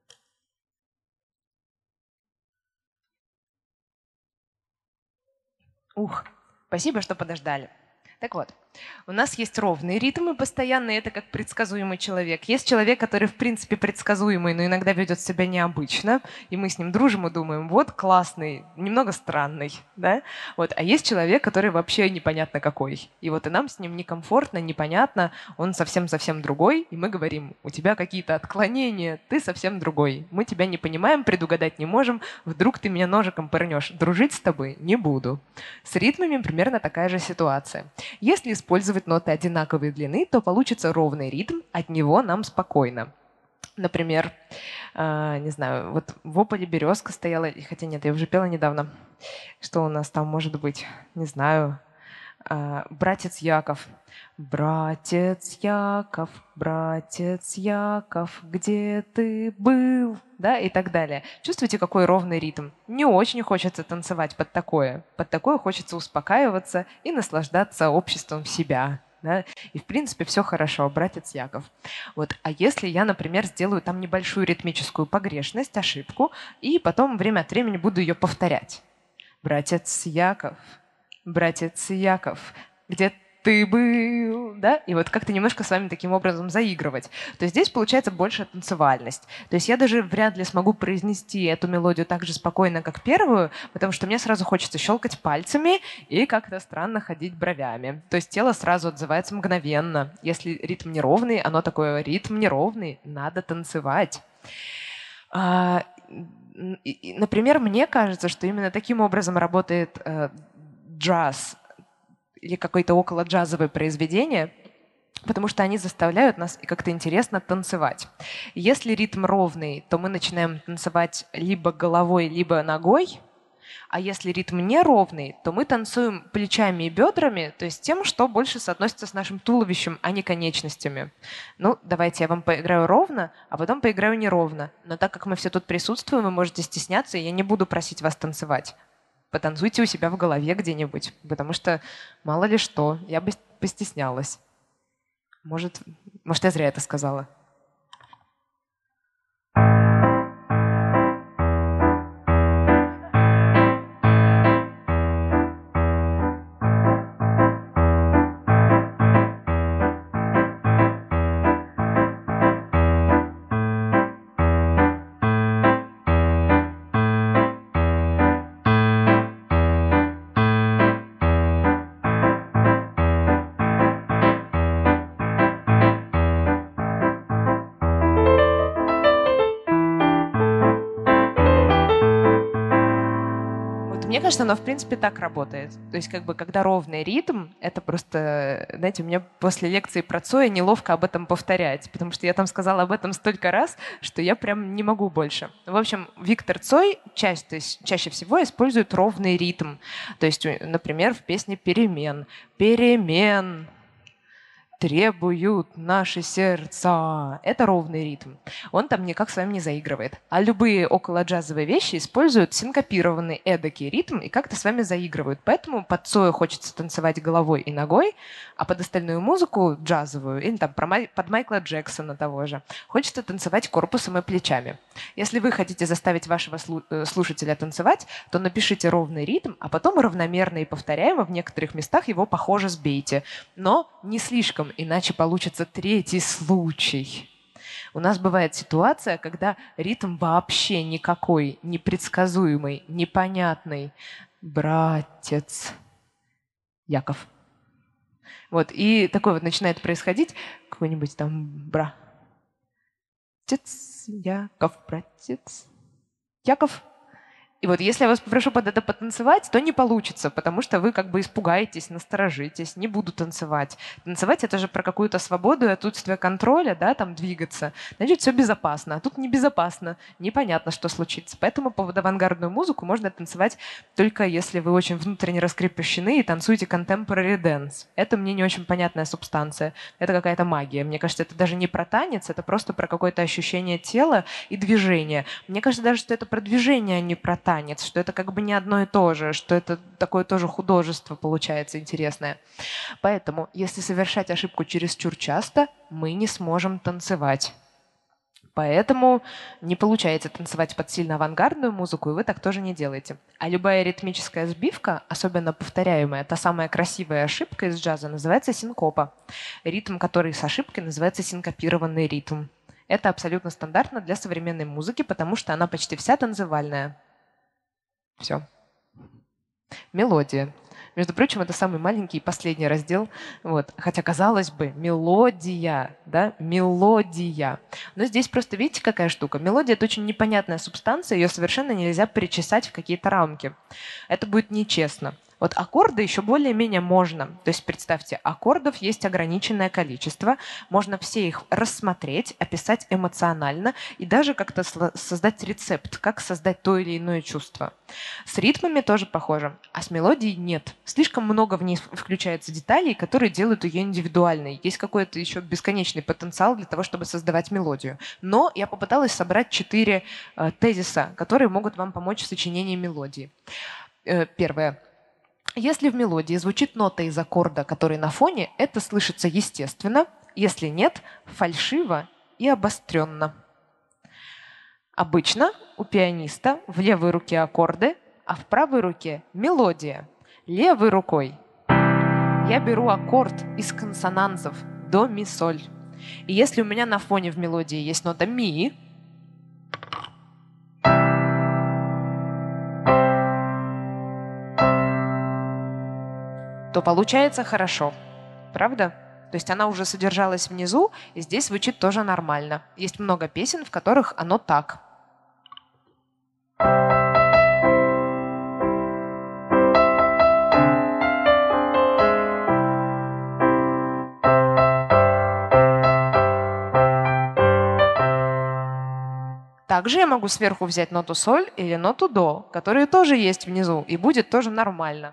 Спасибо, что подождали. Так вот, у нас есть ровные ритмы постоянные, это как предсказуемый человек. Есть человек, который в принципе предсказуемый, но иногда ведет себя необычно, и мы с ним дружим и думаем, вот классный, немного странный, да? Вот. А есть человек, который вообще непонятно какой. И вот и нам с ним некомфортно, непонятно, он совсем-совсем другой, и мы говорим, у тебя какие-то отклонения, ты совсем другой. Мы тебя не понимаем, предугадать не можем, вдруг ты меня ножиком пырнешь. Дружить с тобой не буду. С ритмами примерно такая же ситуация. Если использовать ноты одинаковой длины, то получится ровный ритм, от него нам спокойно. Например, не знаю, вот в ополе березка стояла, хотя нет, я уже пела недавно. Что у нас там может быть? Не знаю. Братец Яков. Братец Яков, где ты был? Да, и так далее. Чувствуете, какой ровный ритм? Не очень хочется танцевать под такое. Под такое хочется успокаиваться и наслаждаться обществом себя. Да? И, в принципе, все хорошо, братец Яков. Вот. А если я, например, сделаю там небольшую ритмическую погрешность, ошибку, и потом время от времени буду ее повторять. Братец Яков, где ты был, да? И вот как-то немножко с вами таким образом заигрывать. То есть здесь получается больше танцевальность. То есть я даже вряд ли смогу произнести эту мелодию так же спокойно, как первую, потому что мне сразу хочется щелкать пальцами и как-то странно ходить бровями. То есть тело сразу отзывается мгновенно. Если ритм неровный, оно такое, ритм неровный, надо танцевать. Например, мне кажется, что именно таким образом работает джаз или какое-то около джазовое произведение, потому что они заставляют нас как-то интересно танцевать. Если ритм ровный, то мы начинаем танцевать либо головой, либо ногой, а если ритм неровный, то мы танцуем плечами и бедрами, то есть тем, что больше соотносится с нашим туловищем, а не конечностями. Ну, давайте я вам поиграю ровно, а потом поиграю неровно. Но так как мы все тут присутствуем, вы можете стесняться, и я не буду просить вас танцевать. Потанцуйте у себя в голове где-нибудь, потому что мало ли что, я бы постеснялась. Может, я зря это сказала. Мне кажется, оно в принципе так работает. То есть как бы когда ровный ритм, это просто, знаете, у меня после лекции про Цоя неловко об этом повторять, потому что я там сказала об этом столько раз, что я прям не могу больше. В общем, Виктор Цой чаще всего использует ровный ритм. То есть, например, в песне «Перемен». «Перемен требуют наши сердца». Это ровный ритм. Он там никак с вами не заигрывает. А любые около-джазовые вещи используют синкопированный эдакий ритм и как-то с вами заигрывают. Поэтому под Цоя хочется танцевать головой и ногой, а под остальную музыку джазовую, или там под Майкла Джексона того же, хочется танцевать корпусом и плечами. Если вы хотите заставить вашего слушателя танцевать, то напишите ровный ритм, а потом равномерно и повторяемо в некоторых местах его похоже сбейте. Но не слишком, иначе получится третий случай. У нас бывает ситуация, когда ритм вообще никакой, непредсказуемый, непонятный. Братец Яков. Вот, и такое вот начинает происходить, какой-нибудь там братец Яков, братец Яков. И вот если я вас попрошу под это потанцевать, то не получится, потому что вы как бы испугаетесь, насторожитесь, не буду танцевать. Танцевать — это же про какую-то свободу и отсутствие контроля, да, там двигаться. Значит, все безопасно, а тут небезопасно, непонятно, что случится. Поэтому под авангардную музыку можно танцевать только если вы очень внутренне раскрепощены и танцуете contemporary dance. Это мне не очень понятная субстанция, это какая-то магия. Мне кажется, это даже не про танец, это просто про какое-то ощущение тела и движения. Мне кажется даже, что это про движение, а не про танец, что это как бы не одно и то же, что это такое тоже художество получается интересное. Поэтому, если совершать ошибку чересчур часто, мы не сможем танцевать. Поэтому не получается танцевать под сильно авангардную музыку, и вы так тоже не делаете. А любая ритмическая сбивка, особенно повторяемая, та самая красивая ошибка из джаза, называется синкопа. Ритм, который с ошибкой, называется синкопированный ритм. Это абсолютно стандартно для современной музыки, потому что она почти вся танцевальная. Все. Мелодия. Между прочим, это самый маленький и последний раздел. Вот. Хотя, казалось бы, мелодия, да, мелодия. Но здесь просто видите, какая штука. Мелодия — это очень непонятная субстанция, ее совершенно нельзя причесать в какие-то рамки. Это будет нечестно. Вот аккорды еще более-менее можно. То есть представьте, аккордов есть ограниченное количество, можно все их рассмотреть, описать эмоционально и даже как-то создать рецепт, как создать то или иное чувство. С ритмами тоже похоже, а с мелодией нет. Слишком много в ней включается деталей, которые делают ее индивидуальной. Есть какой-то еще бесконечный потенциал для того, чтобы создавать мелодию. Но я попыталась собрать 4 тезиса, которые могут вам помочь в сочинении мелодии. Первое. Если в мелодии звучит нота из аккорда, который на фоне, это слышится естественно. Если нет, фальшиво и обостренно. Обычно у пианиста в левой руке аккорды, а в правой руке мелодия. Левой рукой я беру аккорд из консонансов до, ми, соль. И если у меня на фоне в мелодии есть нота ми, то получается хорошо. Правда? То есть она уже содержалась внизу, и здесь звучит тоже нормально. Есть много песен, в которых оно так. Также я могу сверху взять ноту соль или ноту до, которые тоже есть внизу, и будет тоже нормально.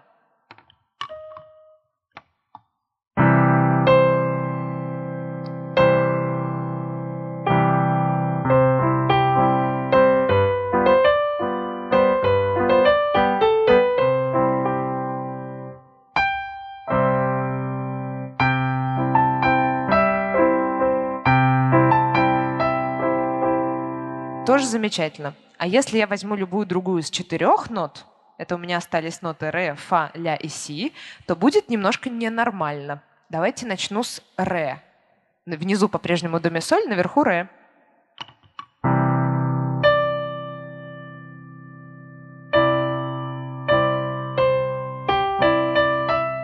Тоже замечательно. А если я возьму любую другую из 4 нот, это у меня остались ноты ре, фа, ля и си, то будет немножко ненормально. Давайте начну с ре. Внизу по-прежнему до, ми, соль, наверху ре.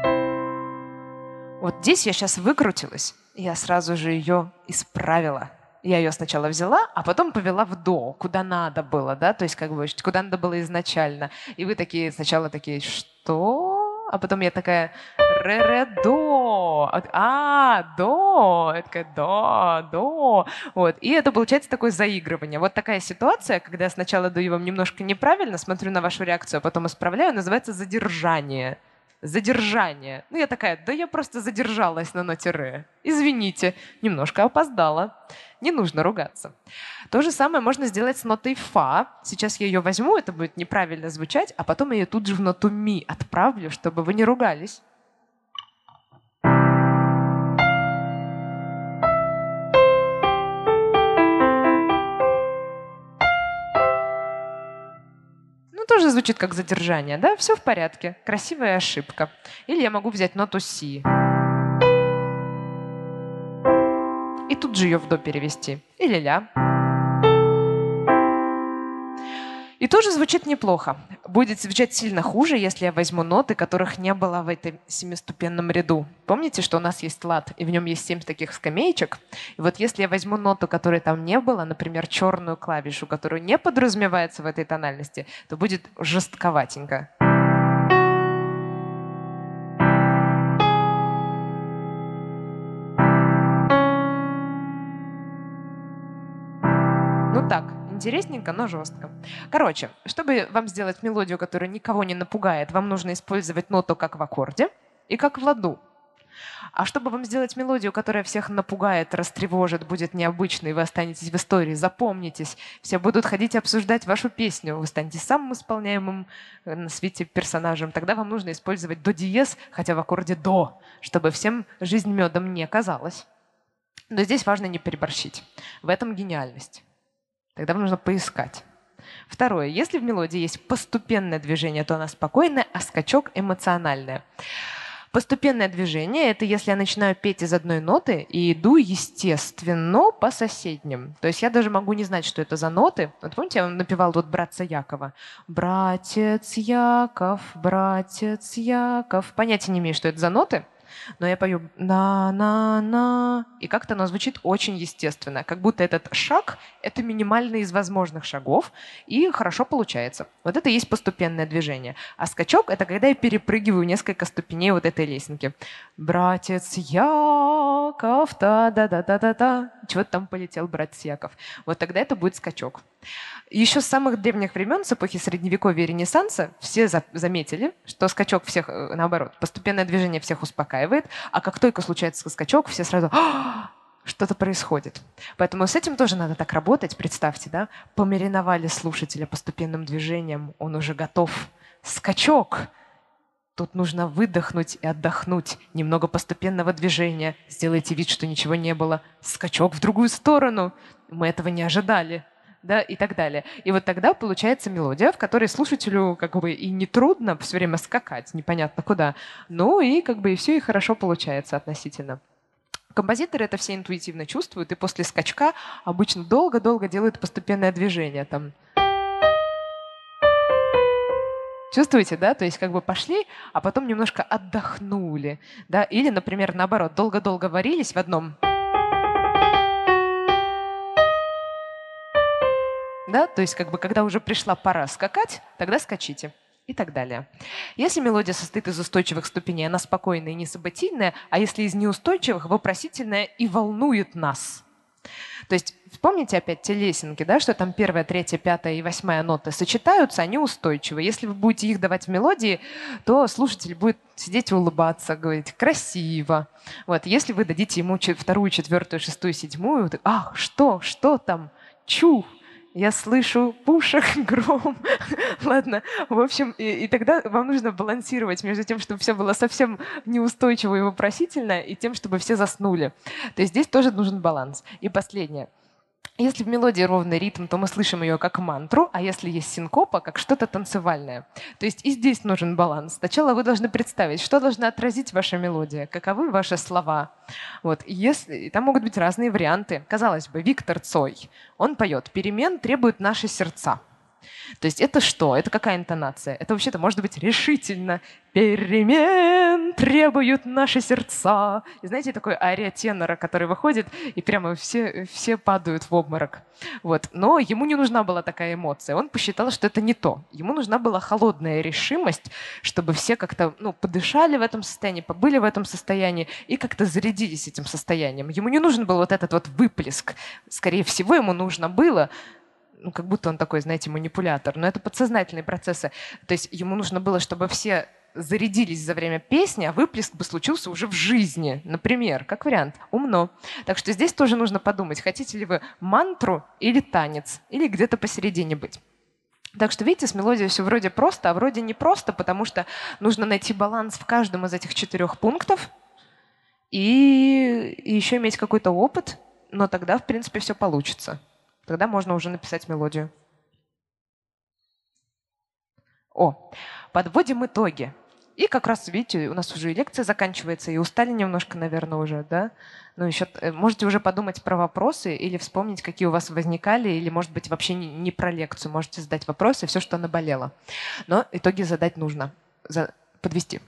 Вот здесь я сейчас выкрутилась, и я сразу же ее исправила. Я ее сначала взяла, а потом повела в до, куда надо было, да, то есть как бы куда надо было изначально. И вы такие сначала такие, что? А потом я такая, ре-ре-до, до, я такая, до. Вот. И это получается такое заигрывание. Вот такая ситуация, когда я сначала даю вам немножко неправильно, смотрю на вашу реакцию, а потом исправляю, называется задержание. Задержание. Ну, я такая, да я просто задержалась на ноте ре. Извините, немножко опоздала. Не нужно ругаться. То же самое можно сделать с нотой фа. Сейчас я ее возьму, это будет неправильно звучать, а потом я ее тут же в ноту ми отправлю, чтобы вы не ругались. Ну, тоже звучит как задержание, да? Все в порядке. Красивая ошибка. Или я могу взять ноту си. И тут же ее в до перевести. Или ля. И тоже звучит неплохо. Будет звучать сильно хуже, если я возьму ноты, которых не было в этом семиступенном ряду. Помните, что у нас есть лад, и в нем есть 7 таких скамеечек? И вот если я возьму ноту, которой там не было, например, черную клавишу, которую не подразумевается в этой тональности, то будет жестковатенько. Ну так, интересненько, но жестко. Короче, чтобы вам сделать мелодию, которая никого не напугает, вам нужно использовать ноту как в аккорде и как в ладу. А чтобы вам сделать мелодию, которая всех напугает, растревожит, будет необычной, вы останетесь в истории, запомнитесь, все будут ходить и обсуждать вашу песню, вы станете самым исполняемым на свете персонажем, тогда вам нужно использовать до диез, хотя в аккорде до, чтобы всем жизнь медом не казалась. Но здесь важно не переборщить. В этом гениальность. Тогда вам нужно поискать. Второе. Если в мелодии есть постепенное движение, то она спокойная, а скачок эмоциональное. Постепенное движение — это если я начинаю петь из одной ноты и иду, естественно, по соседним. То есть я даже могу не знать, что это за ноты. Вот помните, я вам напевала тут «Братца Якова». «Братец Яков, братец Яков». Понятия не имею, что это за ноты. Но я пою на-на-на, и как-то оно звучит очень естественно, как будто этот шаг — это минимальный из возможных шагов, и хорошо получается. Вот это и есть постепенное движение. А скачок — это когда я перепрыгиваю несколько ступеней вот этой лесенки. Братец Яков, та-да-да-да-да-да. Чего-то там полетел братец Яков. Вот тогда это будет скачок. Еще с самых древних времен, с эпохи Средневековья и Ренессанса, все заметили, что скачок всех, наоборот, постепенное движение всех успокаивает, а как только случается скачок, все сразу что-то происходит. Поэтому с этим тоже надо так работать, представьте, да? Помариновали слушателя постепенным движением, он уже готов. Скачок! Тут нужно выдохнуть и отдохнуть. Немного постепенного движения. Сделайте вид, что ничего не было. Скачок в другую сторону. Мы этого не ожидали. Да, и так далее. И вот тогда получается мелодия, в которой слушателю как бы и не трудно все время скакать, непонятно куда. Ну и как бы и все и хорошо получается относительно. Композиторы это все интуитивно чувствуют, и после скачка обычно долго-долго делают постепенное движение. Там. Чувствуете, да? То есть как бы пошли, а потом немножко отдохнули. Да? Или, например, наоборот, долго-долго варились в одном... Да? То есть, как бы, когда уже пришла пора скакать, тогда скачите. И так далее. Если мелодия состоит из устойчивых ступеней, она спокойная и не саботильная, а если из неустойчивых, вопросительная и волнует нас. То есть, вспомните опять те лесенки, да, что там первая, третья, пятая и восьмая ноты сочетаются, они устойчивы. Если вы будете их давать в мелодии, то слушатель будет сидеть и улыбаться, говорить «красиво». Вот. Если вы дадите ему вторую, четвертую, шестую, седьмую, «ах, что там? Чу!» Я слышу в ушах гром. Ладно, в общем, и тогда вам нужно балансировать между тем, чтобы все было совсем неустойчиво и вопросительно, и тем, чтобы все заснули. То есть здесь тоже нужен баланс. И последнее. Если в мелодии ровный ритм, то мы слышим ее как мантру, а если есть синкопа, как что-то танцевальное. То есть и здесь нужен баланс. Сначала вы должны представить, что должна отразить ваша мелодия, каковы ваши слова. Вот. И там могут быть разные варианты. Казалось бы, Виктор Цой, он поет «Перемен требуют наши сердца». То есть это что? Это какая интонация? Это вообще-то может быть решительно. Перемен требуют наши сердца. И знаете, такой ария тенора, который выходит, и прямо все падают в обморок. Вот. Но ему не нужна была такая эмоция. Он посчитал, что это не то. Ему нужна была холодная решимость, чтобы все как-то подышали в этом состоянии, побыли в этом состоянии и как-то зарядились этим состоянием. Ему не нужен был вот этот вот выплеск. Скорее всего, ему нужно было как будто он такой, знаете, манипулятор. Но это подсознательные процессы. То есть ему нужно было, чтобы все зарядились за время песни, а выплеск бы случился уже в жизни. Например, как вариант. Умно. Так что здесь тоже нужно подумать, хотите ли вы мантру или танец, или где-то посередине быть. Так что, видите, с мелодией все вроде просто, а вроде не просто, потому что нужно найти баланс в каждом из этих 4 пунктов и еще иметь какой-то опыт, но тогда, в принципе, все получится. Тогда можно уже написать мелодию. Подводим итоги. И как раз, видите, у нас уже и лекция заканчивается, и устали немножко, наверное, уже, да? Ну, еще можете уже подумать про вопросы или вспомнить, какие у вас возникали, или, может быть, вообще не про лекцию. Можете задать вопросы, все, что наболело. Но итоги задать нужно, подвести.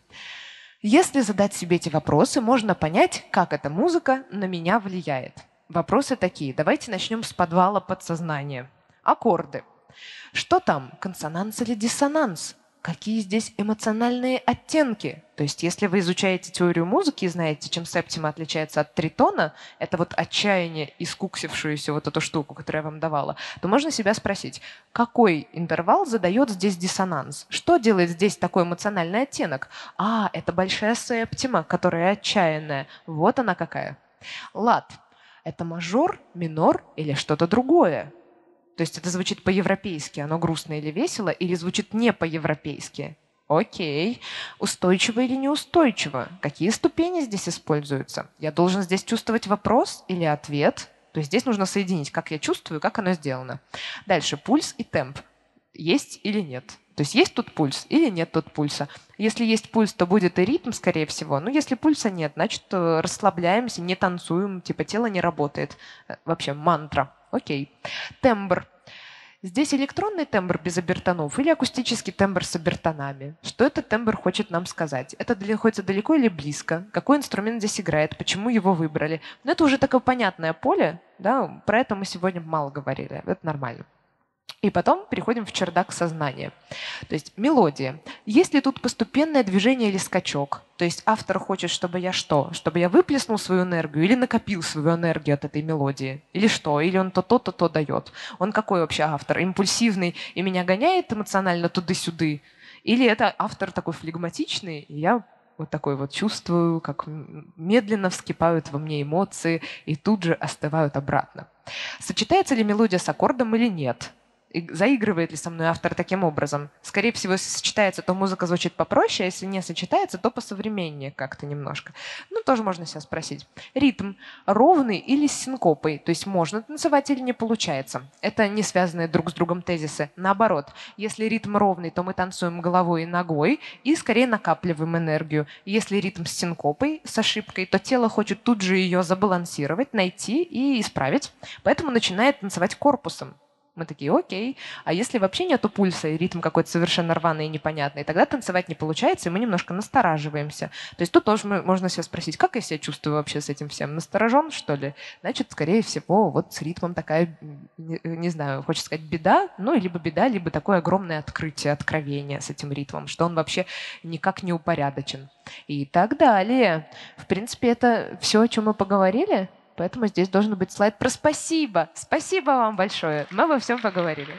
Если задать себе эти вопросы, можно понять, как эта музыка на меня влияет. Вопросы такие. Давайте начнем с подвала подсознания. Аккорды. Что там? Консонанс или диссонанс? Какие здесь эмоциональные оттенки? То есть, если вы изучаете теорию музыки и знаете, чем септима отличается от тритона, это вот отчаяние и скуксившуюся вот эту штуку, которую я вам давала, то можно себя спросить, какой интервал задает здесь диссонанс? Что делает здесь такой эмоциональный оттенок? Это большая септима, которая отчаянная. Вот она какая. Лад. Это мажор, минор или что-то другое? То есть это звучит по-европейски, оно грустно или весело, или звучит не по-европейски? Окей. Устойчиво или неустойчиво? Какие ступени здесь используются? Я должен здесь чувствовать вопрос или ответ? То есть здесь нужно соединить, как я чувствую, как оно сделано. Дальше пульс и темп. Есть или нет? То есть есть тут пульс или нет тут пульса? Если есть пульс, то будет и ритм, скорее всего. Но если пульса нет, значит расслабляемся, не танцуем, типа тело не работает. Вообще мантра. Окей. Тембр. Здесь электронный тембр без обертонов или акустический тембр с обертонами? Что этот тембр хочет нам сказать? Это находится далеко или близко? Какой инструмент здесь играет? Почему его выбрали? Но это уже такое понятное поле. Да? Про это мы сегодня мало говорили. Это нормально. И потом переходим в чердак сознания. То есть мелодия. Есть ли тут постепенное движение или скачок? То есть автор хочет, чтобы я что? Чтобы я выплеснул свою энергию или накопил свою энергию от этой мелодии? Или что? Или он то дает? Он какой вообще автор? Импульсивный и меня гоняет эмоционально туды-сюды? Или это автор такой флегматичный, и я вот такой вот чувствую, как медленно вскипают во мне эмоции и тут же остывают обратно. Сочетается ли мелодия с аккордом или нет? И заигрывает ли со мной автор таким образом? Скорее всего, если сочетается, то музыка звучит попроще, а если не сочетается, то посовременнее как-то немножко. Тоже можно себя спросить. Ритм ровный или с синкопой? То есть можно танцевать или не получается? Это не связанные друг с другом тезисы. Наоборот, если ритм ровный, то мы танцуем головой и ногой и скорее накапливаем энергию. Если ритм с синкопой, с ошибкой, то тело хочет тут же ее забалансировать, найти и исправить. Поэтому начинает танцевать корпусом. Мы такие, окей. А если вообще нету пульса и ритм какой-то совершенно рваный и непонятный, тогда танцевать не получается, и мы немножко настораживаемся. То есть тут тоже можно себя спросить, как я себя чувствую вообще с этим всем? Насторожен, что ли? Значит, скорее всего, вот с ритмом такая, не знаю, хочется сказать, беда, либо беда, либо такое огромное открытие, откровение с этим ритмом, что он вообще никак не упорядочен. И так далее. В принципе, это все, о чем мы поговорили. Поэтому здесь должен быть слайд про спасибо. Спасибо вам большое. Мы обо всем поговорили.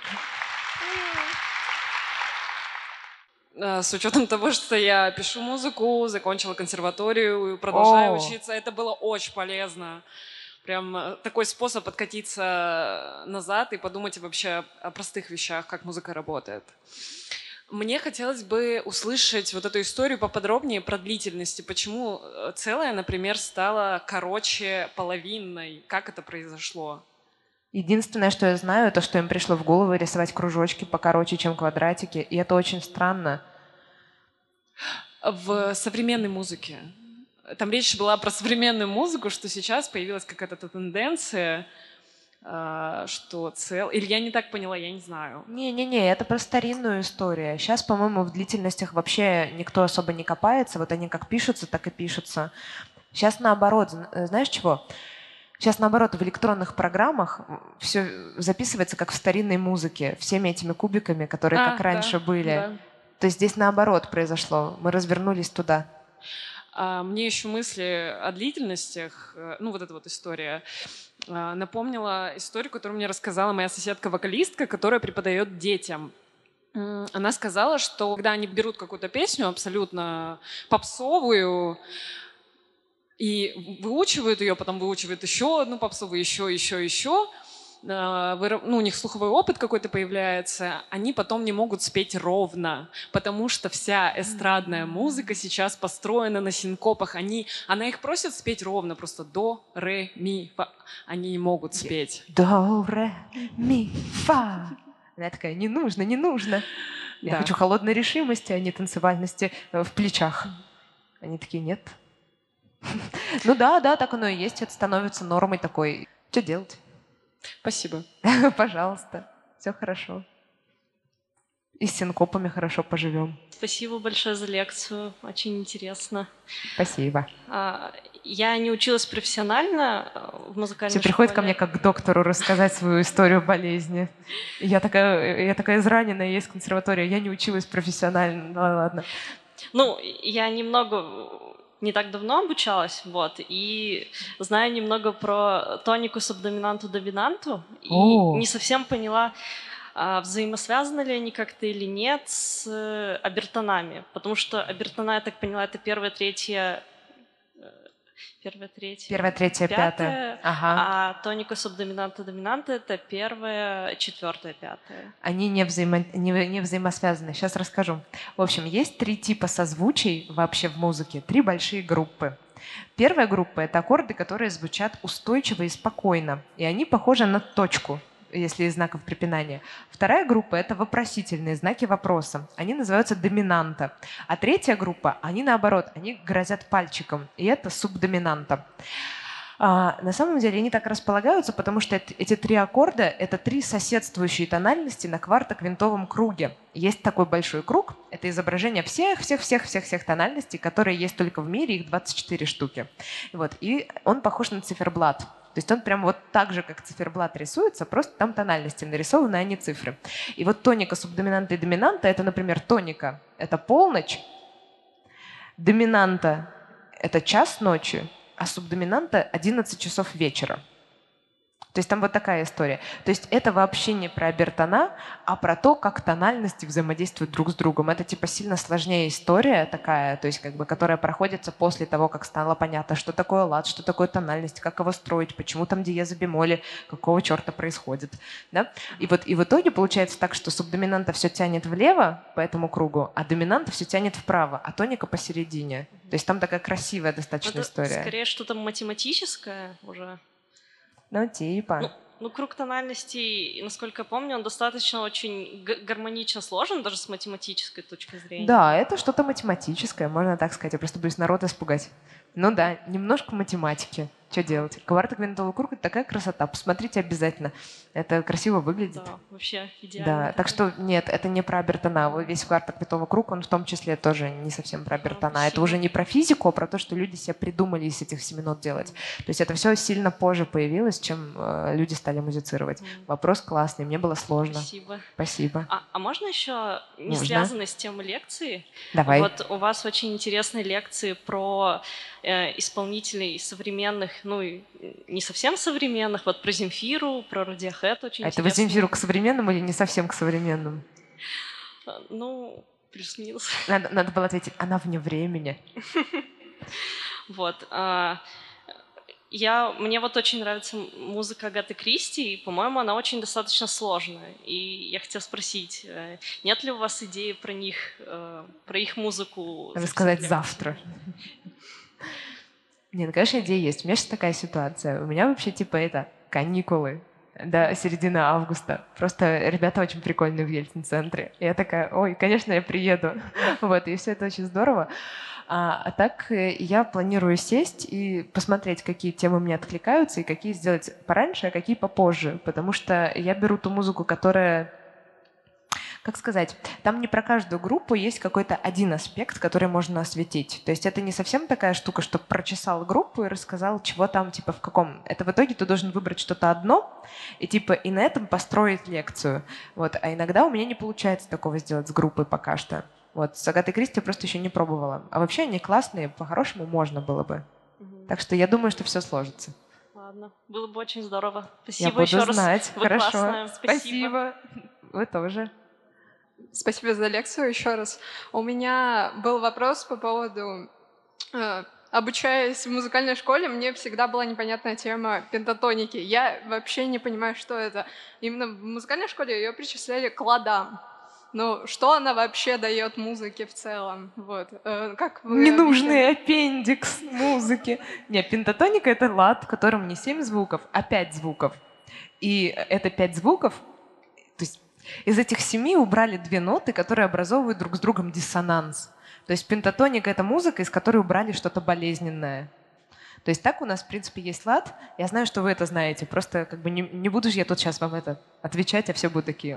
С учетом того, что я пишу музыку, закончила консерваторию, продолжаю учиться, это было очень полезно. Прям такой способ откатиться назад и подумать вообще о простых вещах, как музыка работает. Мне хотелось бы услышать вот эту историю поподробнее про длительности. Почему целая, например, стала короче половинной? Как это произошло? Единственное, что я знаю, это что им пришло в голову рисовать кружочки покороче, чем квадратики. И это очень странно. В современной музыке. Там речь была про современную музыку, что сейчас появилась какая-то тенденция что Или я не так поняла, я не знаю. Не-не-не, это про старинную историю. Сейчас, по-моему, в длительностях вообще никто особо не копается. Вот они как пишутся, так и пишутся. Сейчас наоборот, знаешь чего? Сейчас наоборот в электронных программах все записывается как в старинной музыке, всеми этими кубиками, которые как раньше были. Да. То есть здесь наоборот произошло. Мы развернулись туда. Мне еще мысли о длительностях, вот эта вот история, напомнила историю, которую мне рассказала моя соседка-вокалистка, которая преподает детям. Она сказала, что когда они берут какую-то песню абсолютно попсовую и выучивают ее, потом выучивают еще одну попсовую, еще, у них слуховой опыт какой-то появляется, они потом не могут спеть ровно, потому что вся эстрадная музыка сейчас построена на синкопах. Она их просит спеть ровно, просто до, ре, ми, фа. Они не могут спеть. До, ре, ми, фа. Она такая, не нужно. Я хочу холодной решимости, а не танцевальности в плечах. Они такие, нет. Ну да, так оно и есть. Это становится нормой такой. Что делать? Спасибо. Пожалуйста. Все хорошо. И с синкопами хорошо поживем. Спасибо большое за лекцию. Очень интересно. Спасибо. Я не училась профессионально в музыкальной школе. Все приходят ко мне как к доктору рассказать свою историю болезни. Я такая израненная, есть консерватория. Я не училась профессионально. Ну ладно. Я не так давно обучалась, и знаю немного про тонику, субдоминанту, доминанту, и не совсем поняла, взаимосвязаны ли они как-то или нет с обертонами, потому что обертона, я так поняла, это первая, третья, пятая, ага. А тоника, субдоминанта, доминанта — это первая, четвертая, пятая. Они не взаимосвязаны. Сейчас расскажу. В общем, есть 3 типа созвучий вообще в музыке, 3 большие группы. Первая группа — это аккорды, которые звучат устойчиво и спокойно, и они похожи на точку, если из знаков препинания. Вторая группа — это вопросительные знаки вопроса. Они называются доминанта. А третья группа, они наоборот, они грозят пальчиком, и это субдоминанта. На самом деле они так располагаются, потому что эти 3 аккорда — это 3 соседствующие тональности на квартоквинтовом круге. Есть такой большой круг, это изображение всех тональностей, которые есть только в мире, их 24 штуки. И он похож на циферблат. То есть он прям вот так же, как циферблат рисуется, просто там тональности нарисованы, а не цифры. И вот тоника, субдоминанта и доминанта — это, например, тоника — это полночь, доминанта — это час ночи, а субдоминанта — 11 часов вечера. То есть там вот такая история. То есть это вообще не про обертона, а про то, как тональности взаимодействуют друг с другом. Это типа сильно сложнее история такая, то есть которая проходится после того, как стало понятно, что такое лад, что такое тональность, как его строить, почему там диезы, бемоли, какого черта происходит. Да? И в итоге получается так, что субдоминанта все тянет влево по этому кругу, а доминанта все тянет вправо, а тоника посередине. То есть там такая красивая достаточно история. Скорее что-то математическое уже. Типа. Круг тональностей, насколько я помню, он достаточно очень гармонично сложен, даже с математической точки зрения. Да, это что-то математическое, можно так сказать. Я просто боюсь народ испугать. Немножко математики. Что делать? Квартоквинтовый круг — это такая красота. Посмотрите обязательно. Это красиво выглядит. Да, вообще идеально. Да, так что нет, это не про обертона. Весь квартоквинтовый круг, он в том числе тоже не совсем про обертона. Это уже не про физику, а про то, что люди себе придумали из этих семинот делать. То есть это все сильно позже появилось, чем люди стали музицировать. Вопрос классный, мне было сложно. Спасибо. А можно еще, не связанной с темой лекции? Давай. Вот у вас очень интересные лекции про исполнителей современных, и не совсем современных, вот про Земфиру, про Radiohead очень интересно. Это вы Земфиру к современным или не совсем к современным? Плюс-минус. Надо было ответить, она вне времени. Вот. Мне вот очень нравится музыка Агаты Кристи, и, по-моему, она очень достаточно сложная. И я хотела спросить, нет ли у вас идеи про них, про их музыку? Надо сказать завтра. Конечно, идея есть. У меня сейчас такая ситуация. У меня вообще каникулы до середины августа. Просто ребята очень прикольные в Ельцин-центре. И я такая, ой, конечно, я приеду. И все это очень здорово. А так я планирую сесть и посмотреть, какие темы мне откликаются, и какие сделать пораньше, а какие попозже. Потому что я беру ту музыку, которая... Как сказать, там не про каждую группу есть какой-то один аспект, который можно осветить. То есть это не совсем такая штука, что прочесал группу и рассказал, чего там, типа, в каком. Это в итоге ты должен выбрать что-то одно и, типа, и на этом построить лекцию. Вот. А иногда у меня не получается такого сделать с группой пока что. Вот. С Агатой Кристи я просто еще не пробовала. А вообще они классные, по-хорошему можно было бы. Так что я думаю, что все сложится. Ладно, было бы очень здорово. Я Спасибо буду еще раз. знать. Вы Хорошо. классная. Спасибо. Вы тоже. Спасибо за лекцию еще раз. У меня был вопрос по поводу... Обучаясь в музыкальной школе, мне всегда была непонятная тема пентатоники. Я вообще не понимаю, что это. Именно в музыкальной школе ее причисляли к ладам. Но что она вообще дает музыке в целом? Вот. Как вы Ненужный аппендикс музыки. Нет, пентатоника — это лад, в котором не 7 звуков, а 5 звуков. И это 5 звуков, то есть из этих 7 убрали 2 ноты, которые образовывают друг с другом диссонанс. То есть пентатоника — это музыка, из которой убрали что-то болезненное. То есть так у нас, в принципе, есть лад. Я знаю, что вы это знаете. Просто как бы не буду же я тут сейчас вам это отвечать, а все будут такие...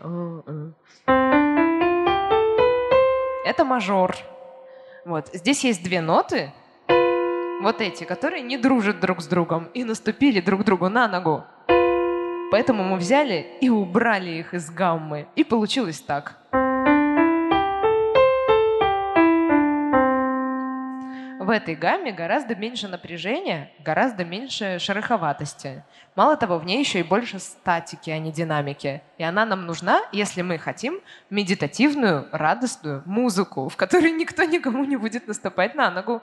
Это мажор. Вот. Здесь есть 2 ноты, вот эти, которые не дружат друг с другом и наступили друг другу на ногу. Поэтому мы взяли и убрали их из гаммы. И получилось так. В этой гамме гораздо меньше напряжения, гораздо меньше шероховатости. Мало того, в ней еще и больше статики, а не динамики. И она нам нужна, если мы хотим медитативную, радостную музыку, в которой никто никому не будет наступать на ногу.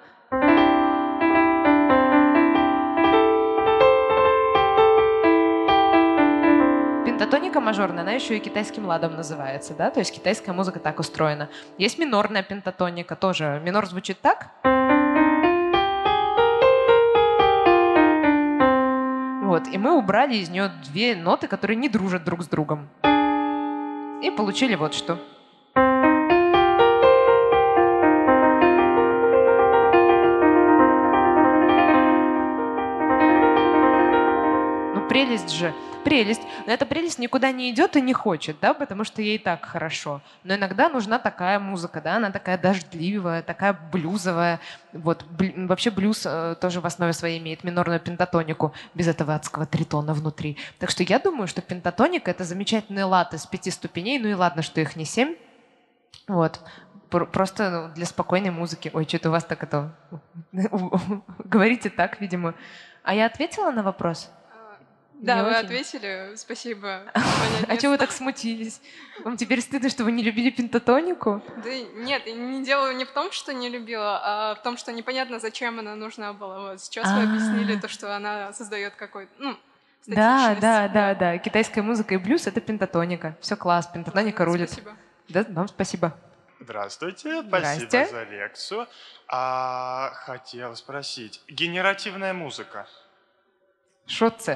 Пентатоника мажорная, она еще и китайским ладом называется, да? То есть китайская музыка так устроена. Есть минорная пентатоника тоже. Минор звучит так. Вот, и мы убрали из нее 2 ноты, которые не дружат друг с другом. И получили вот что. Ну, прелесть же. Прелесть. Но эта прелесть никуда не идет и не хочет, да, потому что ей и так хорошо. Но иногда нужна такая музыка, да, она такая дождливая, такая блюзовая. Вот, вообще блюз тоже в основе своей имеет минорную пентатонику, без этого адского тритона внутри. Так что я думаю, что пентатоника — это замечательный лад из 5 ступеней, ну и ладно, что их не 7. Вот. Просто для спокойной музыки. Ой, что-то у вас так это... Говорите так, видимо. А я ответила на вопрос? Да, Не вы очень. ответили, спасибо. А чего вы так смутились? Вам теперь стыдно, что вы не любили пентатонику? Да нет, не дело не в том, что не любила, а в том, что непонятно, зачем она нужна была. Вот сейчас вы объяснили то, что она создает какой-то, статичность. Да. Китайская музыка и блюз — это пентатоника. Все класс, пентатоника рулит. Спасибо. Да, вам спасибо. Здравствуйте, Здрасте. спасибо за лекцию. Хотел спросить, генеративная музыка? Шо це?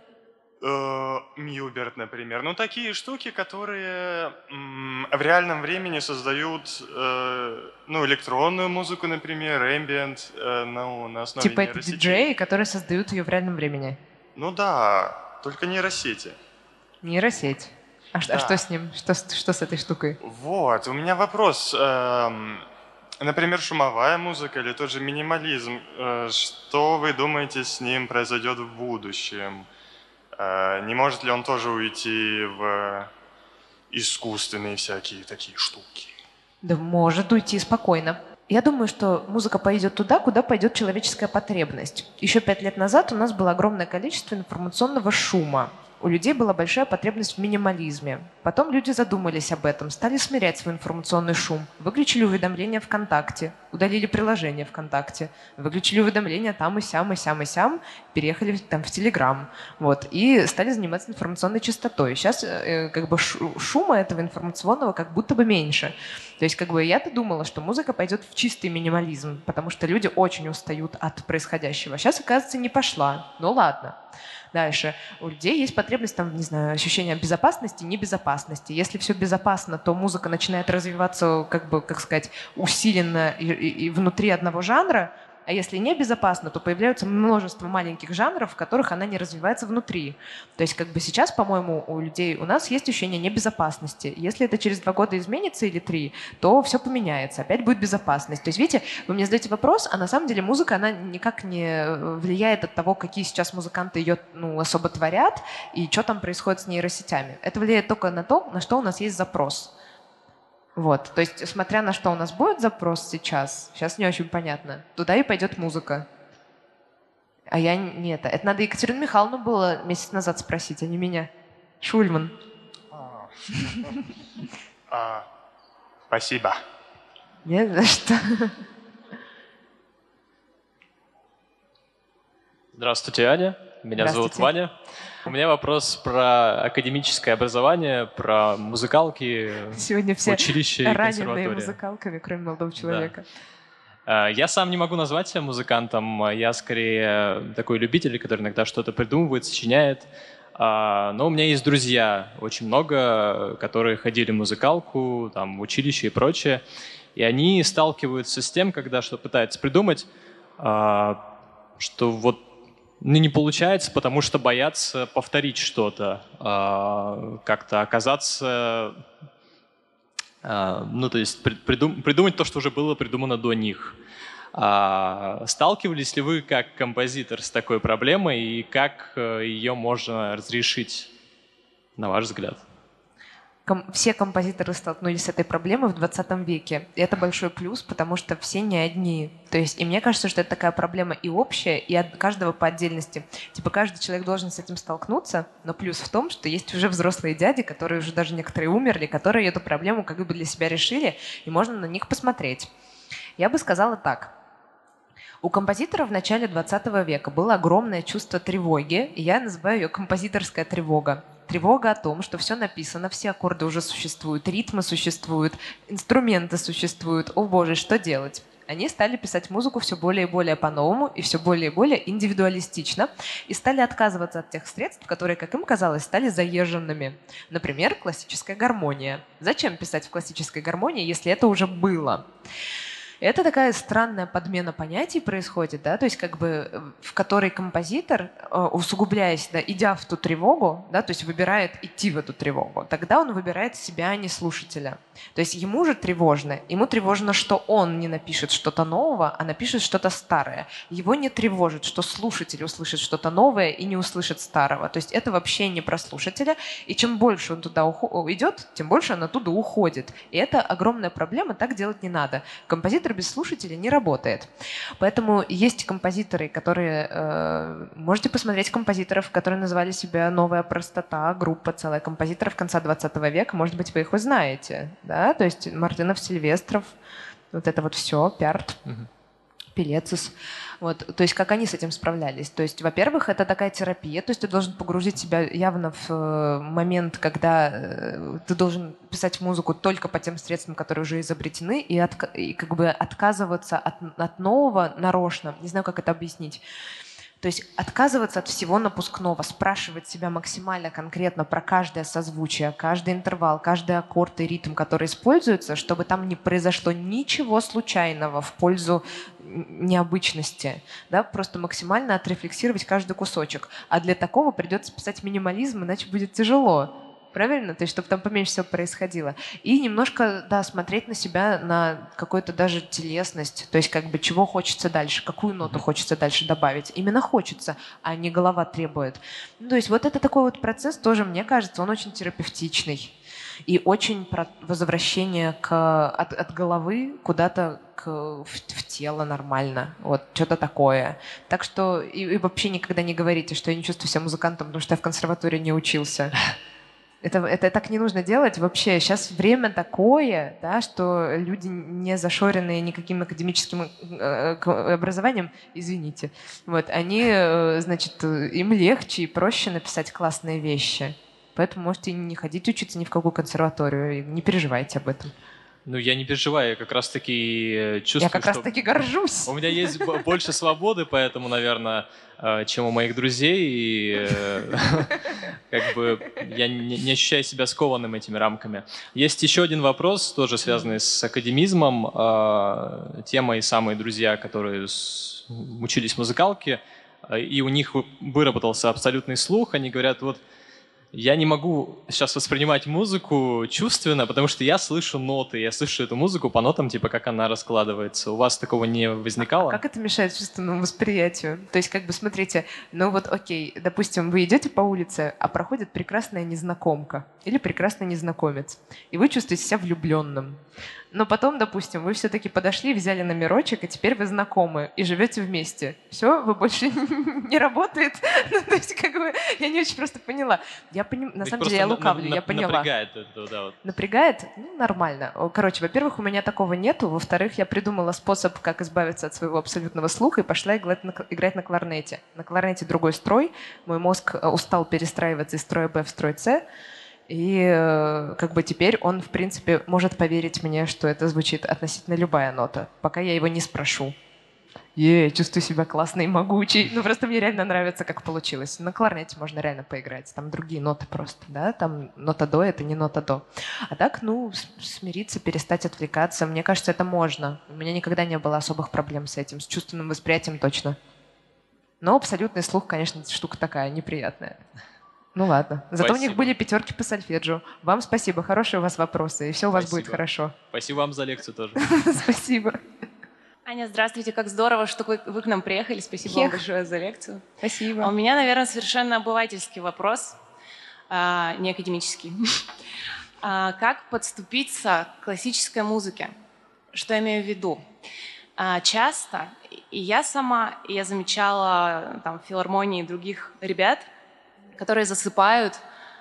Мьюберт, например. Ну, такие штуки, которые в реальном времени создают, электронную музыку, например, ambient, на основе Типа это нейросетей. диджеи, которые создают ее в реальном времени. Ну да, только нейросети. Нейросеть. А Да. что с ним? Что с этой штукой? Вот, у меня вопрос. Например, шумовая музыка или тот же минимализм. Что вы думаете, с ним произойдет в будущем? Не может ли он тоже уйти в искусственные всякие такие штуки? Да может уйти спокойно. Я думаю, что музыка пойдет туда, куда пойдет человеческая потребность. Еще 5 лет назад у нас было огромное количество информационного шума. У людей была большая потребность в минимализме. Потом люди задумались об этом, стали смирять свой информационный шум, выключили уведомления ВКонтакте, удалили приложение ВКонтакте, выключили уведомления там и сям, переехали там в Телеграм, вот, и стали заниматься информационной чистотой. Сейчас как бы шума этого информационного как будто бы меньше. То есть как бы я-то думала, что музыка пойдет в чистый минимализм, потому что люди очень устают от происходящего. Сейчас, оказывается, не пошла. Ну ладно. Дальше. У людей есть потребность, там, не знаю, ощущения безопасности, небезопасности. Если все безопасно, то музыка начинает развиваться, как бы, как сказать, усиленно и внутри одного жанра. А если небезопасно, то появляется множество маленьких жанров, в которых она не развивается внутри. То есть как бы сейчас, по-моему, у людей, у нас есть ощущение небезопасности. Если это через 2 года изменится или 3, то все поменяется, опять будет безопасность. То есть, видите, вы мне задаете вопрос, а на самом деле музыка, она никак не влияет от того, какие сейчас музыканты ее особо творят и что там происходит с нейросетями. Это влияет только на то, на что у нас есть запрос. Вот, то есть, смотря на что у нас будет запрос сейчас не очень понятно, туда и пойдет музыка. А я не это. Это надо Екатерину Михайловну было месяц назад спросить, а не меня. Шульман. Спасибо. Не за что. Здравствуйте, Аня. Меня зовут Ваня. У меня вопрос про академическое образование, про музыкалки, сегодня все училище и консерватория. раненые музыкалками, кроме молодого человека. Да. Я сам не могу назвать себя музыкантом, я скорее такой любитель, который иногда что-то придумывает, сочиняет. Но у меня есть друзья, очень много, которые ходили в музыкалку, там, в училище и прочее. И они сталкиваются с тем, когда что пытаются придумать, что вот не получается, потому что боятся повторить что-то, как-то оказаться, то есть придумать то, что уже было придумано до них. Сталкивались ли вы как композитор с такой проблемой и как ее можно разрешить, на ваш взгляд? Все композиторы столкнулись с этой проблемой в 20 веке. И это большой плюс, потому что все не одни. То есть, и мне кажется, что это такая проблема и общая, и от каждого по отдельности. Типа каждый человек должен с этим столкнуться, но плюс в том, что есть уже взрослые дяди, которые уже даже некоторые умерли, которые эту проблему как бы для себя решили, и можно на них посмотреть. Я бы сказала так. У композитора в начале 20 века было огромное чувство тревоги, и я называю ее композиторская тревога. Тревога о том, что все написано, все аккорды уже существуют, ритмы существуют, инструменты существуют. О боже, что делать? Они стали писать музыку все более и более по-новому и все более и более индивидуалистично и стали отказываться от тех средств, которые, как им казалось, стали заезженными. Например, классическая гармония. Зачем писать в классической гармонии, если это уже было? Это такая странная подмена понятий происходит, да, то есть как бы в которой композитор, усугубляясь, да, идя в ту тревогу, да, то есть выбирает идти в эту тревогу, тогда он выбирает себя, а не слушателя. То есть ему же тревожно, что он не напишет что-то нового, а напишет что-то старое. Его не тревожит, что слушатель услышит что-то новое и не услышит старого. То есть это вообще не про слушателя, и чем больше он туда идет, тем больше он оттуда уходит. И это огромная проблема, так делать не надо. Композитор без слушателя не работает. Поэтому есть композиторы, которые... можете посмотреть композиторов, которые называли себя «Новая простота», группа целая композиторов конца 20 века. Может быть, вы их узнаете. Да? То есть Мартынов, Сильвестров, вот это вот все, Пярт, Пелецис. Вот, то есть как они с этим справлялись. То есть, во-первых, это такая терапия, то есть ты должен погрузить себя явно в момент, когда ты должен писать музыку только по тем средствам, которые уже изобретены, и как бы отказываться от нового нарочно. Не знаю, как это объяснить. То есть отказываться от всего напускного, спрашивать себя максимально конкретно про каждое созвучие, каждый интервал, каждый аккорд и ритм, который используется, чтобы там не произошло ничего случайного в пользу необычности. Да? Просто максимально отрефлексировать каждый кусочек. А для такого придется писать минимализм, иначе будет тяжело. Правильно? То есть, чтобы там поменьше всего происходило. И немножко, да, смотреть на себя, на какую-то даже телесность. То есть, как бы, чего хочется дальше, какую ноту хочется дальше добавить. Именно хочется, а не голова требует. Ну, то есть, вот это такой вот процесс тоже, мне кажется, он очень терапевтичный. И очень про возвращение от головы куда-то в тело нормально. Вот, что-то такое. Так что и вообще никогда не говорите, что я не чувствую себя музыкантом, потому что я в консерватории не учился. Это так не нужно делать вообще. Сейчас время такое, да, что люди, не зашоренные никаким академическим образованием, извините, вот, они, значит, им легче и проще написать классные вещи. Поэтому можете не ходить учиться ни в какую консерваторию, и не переживайте об этом. Ну, я не переживаю, я как раз-таки чувствую, Я как раз-таки горжусь. У меня есть больше свободы, поэтому, наверное, чем у моих друзей, и как бы я не ощущаю себя скованным этими рамками. Есть еще один вопрос, тоже связанный с академизмом. Те мои самые друзья, которые учились в музыкалке, и у них выработался абсолютный слух, они говорят, вот я не могу сейчас воспринимать музыку чувственно, потому что я слышу ноты, я слышу эту музыку по нотам, типа как она раскладывается. У вас такого не возникало? Как это мешает чувственному восприятию? То есть, как бы, смотрите, ну вот окей, допустим, вы идете по улице, а проходит прекрасная незнакомка или прекрасный незнакомец, и вы чувствуете себя влюбленным. Но потом, допустим, вы все-таки подошли, взяли номерочек, и теперь вы знакомы и живете вместе. Все, вы больше не работает. Ну, то есть, как бы, я не очень просто поняла. На самом деле, я лукавлю, я поняла. Напрягает это, да. Вот. Напрягает? Ну, нормально. Короче, во-первых, у меня такого нету. Во-вторых, я придумала способ, как избавиться от своего абсолютного слуха, и пошла играть на кларнете. На кларнете другой строй. Мой мозг устал перестраиваться из строя Б в строй С. И как бы теперь он, в принципе, может поверить мне, что это звучит относительно любая нота, пока я его не спрошу. Чувствую себя классной и могучей. Ну, просто мне реально нравится, как получилось. На кларнете можно реально поиграть. Там другие ноты просто, да? Там нота до — это не нота до. А так, ну, смириться, перестать отвлекаться. Мне кажется, это можно. У меня никогда не было особых проблем с этим. С чувственным восприятием точно. Но абсолютный слух, конечно, штука такая неприятная. Ну ладно. Зато Спасибо. у них были 5 по сольфеджио. Вам спасибо. Хорошие у вас вопросы. И все у вас будет хорошо. Спасибо вам за лекцию тоже. Спасибо. Аня, здравствуйте. Как здорово, что вы к нам приехали. Спасибо вам большое за лекцию. Спасибо. А у меня, наверное, совершенно обывательский вопрос, не академический. Как подступиться к классической музыке? Что я имею в виду? Часто, и я сама, и я замечала там, в филармонии других ребят, которые засыпают,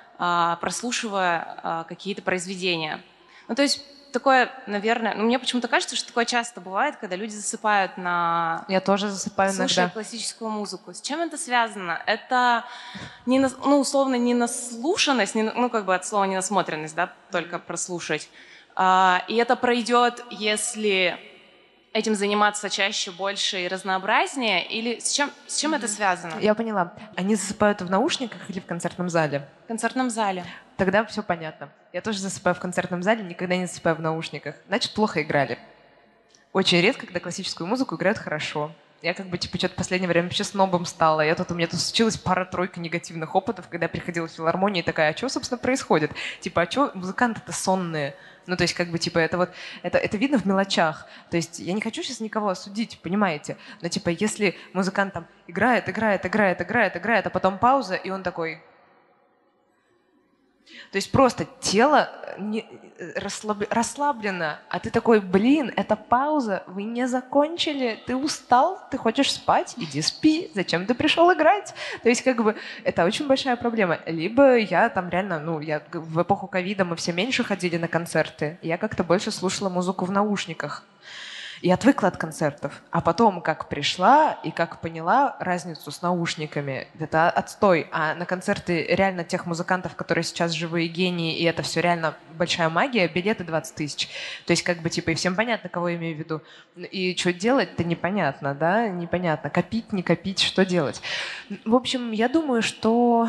прослушивая какие-то произведения. Ну, то есть такое, наверное, мне почему-то кажется, что такое часто бывает, когда люди засыпают на... Я тоже засыпаю иногда. Слушая классическую музыку. С чем это связано? Это, условно, не наслушанность, как бы от слова ненасмотренность, да, только прослушать. И это пройдет, если этим заниматься чаще, больше и разнообразнее? Или с чем это связано? Я поняла. Они засыпают в наушниках или в концертном зале? В концертном зале. Тогда все понятно. Я тоже засыпаю в концертном зале, никогда не засыпаю в наушниках. Значит, плохо играли. Очень редко, когда классическую музыку играют хорошо. Я как бы, что-то в последнее время вообще снобом стала. У меня тут случилось пара-тройка негативных опытов, когда я приходила в филармонию и такая, а что, собственно, происходит? А что музыканты-то сонные? Ну, то есть, как бы, это видно в мелочах. То есть, я не хочу сейчас никого осудить, понимаете? Но, если музыкант там играет, а потом пауза, и он такой... То есть просто тело расслаблено, а ты такой, это пауза, вы не закончили, ты устал, ты хочешь спать, иди спи, зачем ты пришел играть? То есть как бы это очень большая проблема. Либо я там реально, в эпоху ковида мы все меньше ходили на концерты, я как-то больше слушала музыку в наушниках. И отвыкла от концертов. А потом, как пришла и как поняла разницу с наушниками, это отстой. А на концерты реально тех музыкантов, которые сейчас живые гении, и это все реально большая магия, билеты 20 тысяч. То есть как бы и всем понятно, кого я имею в виду. И что делать-то непонятно, да? Непонятно. Копить, не копить, что делать? В общем, я думаю, что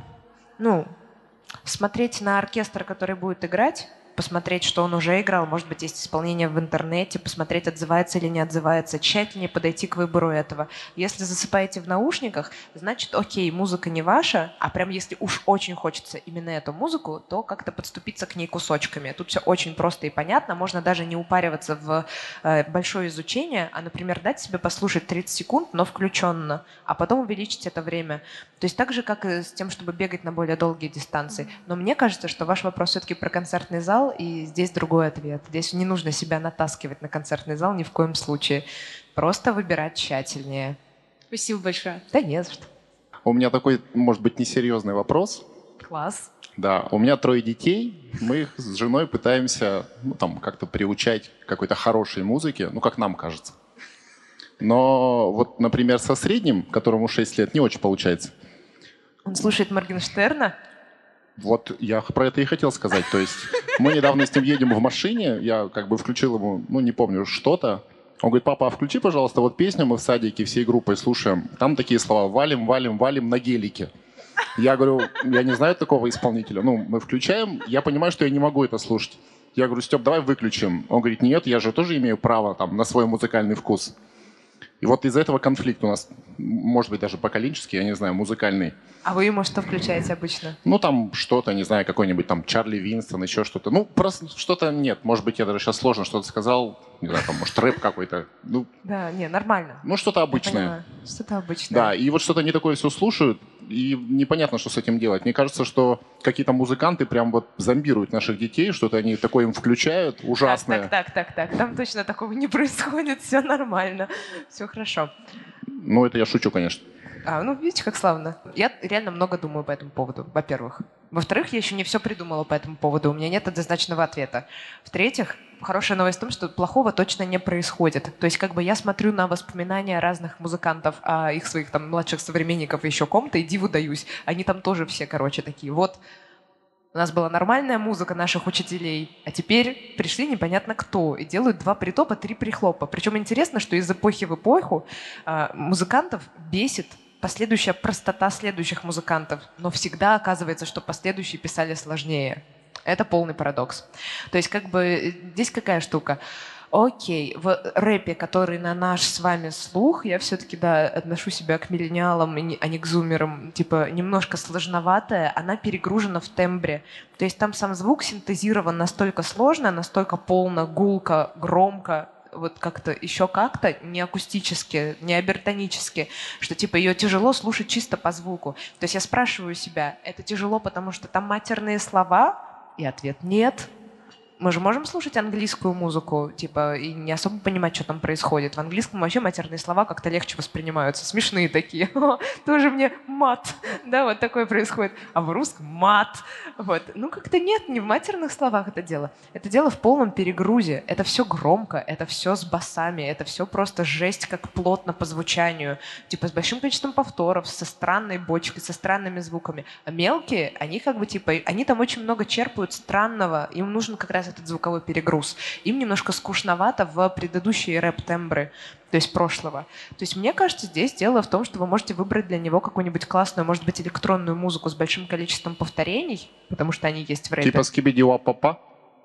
смотреть на оркестр, который будет играть, посмотреть, что он уже играл, может быть, есть исполнение в интернете, посмотреть, отзывается или не отзывается, тщательнее подойти к выбору этого. Если засыпаете в наушниках, значит, окей, музыка не ваша, а прям если уж очень хочется именно эту музыку, то как-то подступиться к ней кусочками. Тут все очень просто и понятно, можно даже не упариваться в большое изучение, а, например, дать себе послушать 30 секунд, но включенно, а потом увеличить это время. То есть так же, как и с тем, чтобы бегать на более долгие дистанции. Но мне кажется, что ваш вопрос все-таки про концертный зал, и здесь другой ответ. Здесь не нужно себя натаскивать на концертный зал ни в коем случае. Просто выбирать тщательнее. Спасибо большое. Да не за что. У меня такой, может быть, несерьезный вопрос. Класс. Да, у меня 3 детей. Мы их с женой пытаемся как-то приучать к какой-то хорошей музыке, как нам кажется. Но вот, например, со средним, которому 6 лет, не очень получается. Он слушает Моргенштерна? Вот я про это и хотел сказать. То есть мы недавно с ним едем в машине, я как бы включил ему, ну не помню, что-то. Он говорит: папа, а включи, пожалуйста, вот песню мы в садике всей группой слушаем. Там такие слова: валим, валим, валим на гелике. Я говорю: я не знаю такого исполнителя. Ну, мы включаем, я понимаю, что я не могу это слушать. Я говорю: Степ, давай выключим. Он говорит: нет, я же тоже имею право там на свой музыкальный вкус. И вот из-за этого конфликт у нас, может быть, даже поколенческий, я не знаю, музыкальный. А вы ему что включаете обычно? Ну, там что-то, не знаю, какой-нибудь там Чарли Винстон, еще что-то. Ну, просто что-то нет. Может быть, я даже сейчас сложно что-то сказал. Не знаю, там, может, рэп какой-то. Ну, да, не, нормально. Ну, что-то обычное. Что-то обычное. Да, и вот что-то не такое все слушают, и непонятно, что с этим делать. Мне кажется, что какие-то музыканты прям вот зомбируют наших детей, что-то они такое им включают, ужасное. Так. Там точно такого не происходит, все нормально, все хорошо. Ну, это я шучу, конечно. Ну, видите, как славно. Я реально много думаю по этому поводу, во-первых. Во-вторых, я еще не все придумала по этому поводу, у меня нет однозначного ответа. В-третьих, хорошая новость в том, что плохого точно не происходит. То есть как бы я смотрю на воспоминания разных музыкантов, их своих там младших современников еще ком-то, и диву даюсь. Они там тоже все, короче, такие. Вот у нас была нормальная музыка наших учителей, а теперь пришли непонятно кто и делают 2 притопа, 3 прихлопа. Причем интересно, что из эпохи в эпоху музыкантов бесит последующая простота следующих музыкантов, но всегда оказывается, что последующие писали сложнее. Это полный парадокс. То есть как бы здесь какая штука? Окей, в рэпе, который на наш с вами слух, я все-таки, да, отношу себя к миллениалам, а не к зумерам, типа, немножко сложноватая, она перегружена в тембре. То есть там сам звук синтезирован настолько сложно, настолько полно, гулко, громко, вот как-то еще как-то, не акустически, не обертонически, что типа ее тяжело слушать чисто по звуку. То есть я спрашиваю себя, это тяжело, потому что там матерные слова? И ответ нет. Мы же можем слушать английскую музыку, типа, и не особо понимать, что там происходит. В английском вообще матерные слова как-то легче воспринимаются, смешные такие. Тоже мне мат, да, вот такое происходит. А в русском мат. Вот. Ну, как-то нет, не в матерных словах это дело. Это дело в полном перегрузе. Это все громко, это все с басами, это все просто жесть, как плотно по звучанию. Типа с большим количеством повторов, со странной бочкой, со странными звуками. А мелкие, они как бы типа, они там очень много черпают странного, им нужен как раз этот звуковой перегруз. Им немножко скучновато в предыдущие рэп-тембры, то есть прошлого. То есть мне кажется, здесь дело в том, что вы можете выбрать для него какую-нибудь классную, может быть, электронную музыку с большим количеством повторений, потому что они есть в рэпе. Типа скибиди-уа-па-па?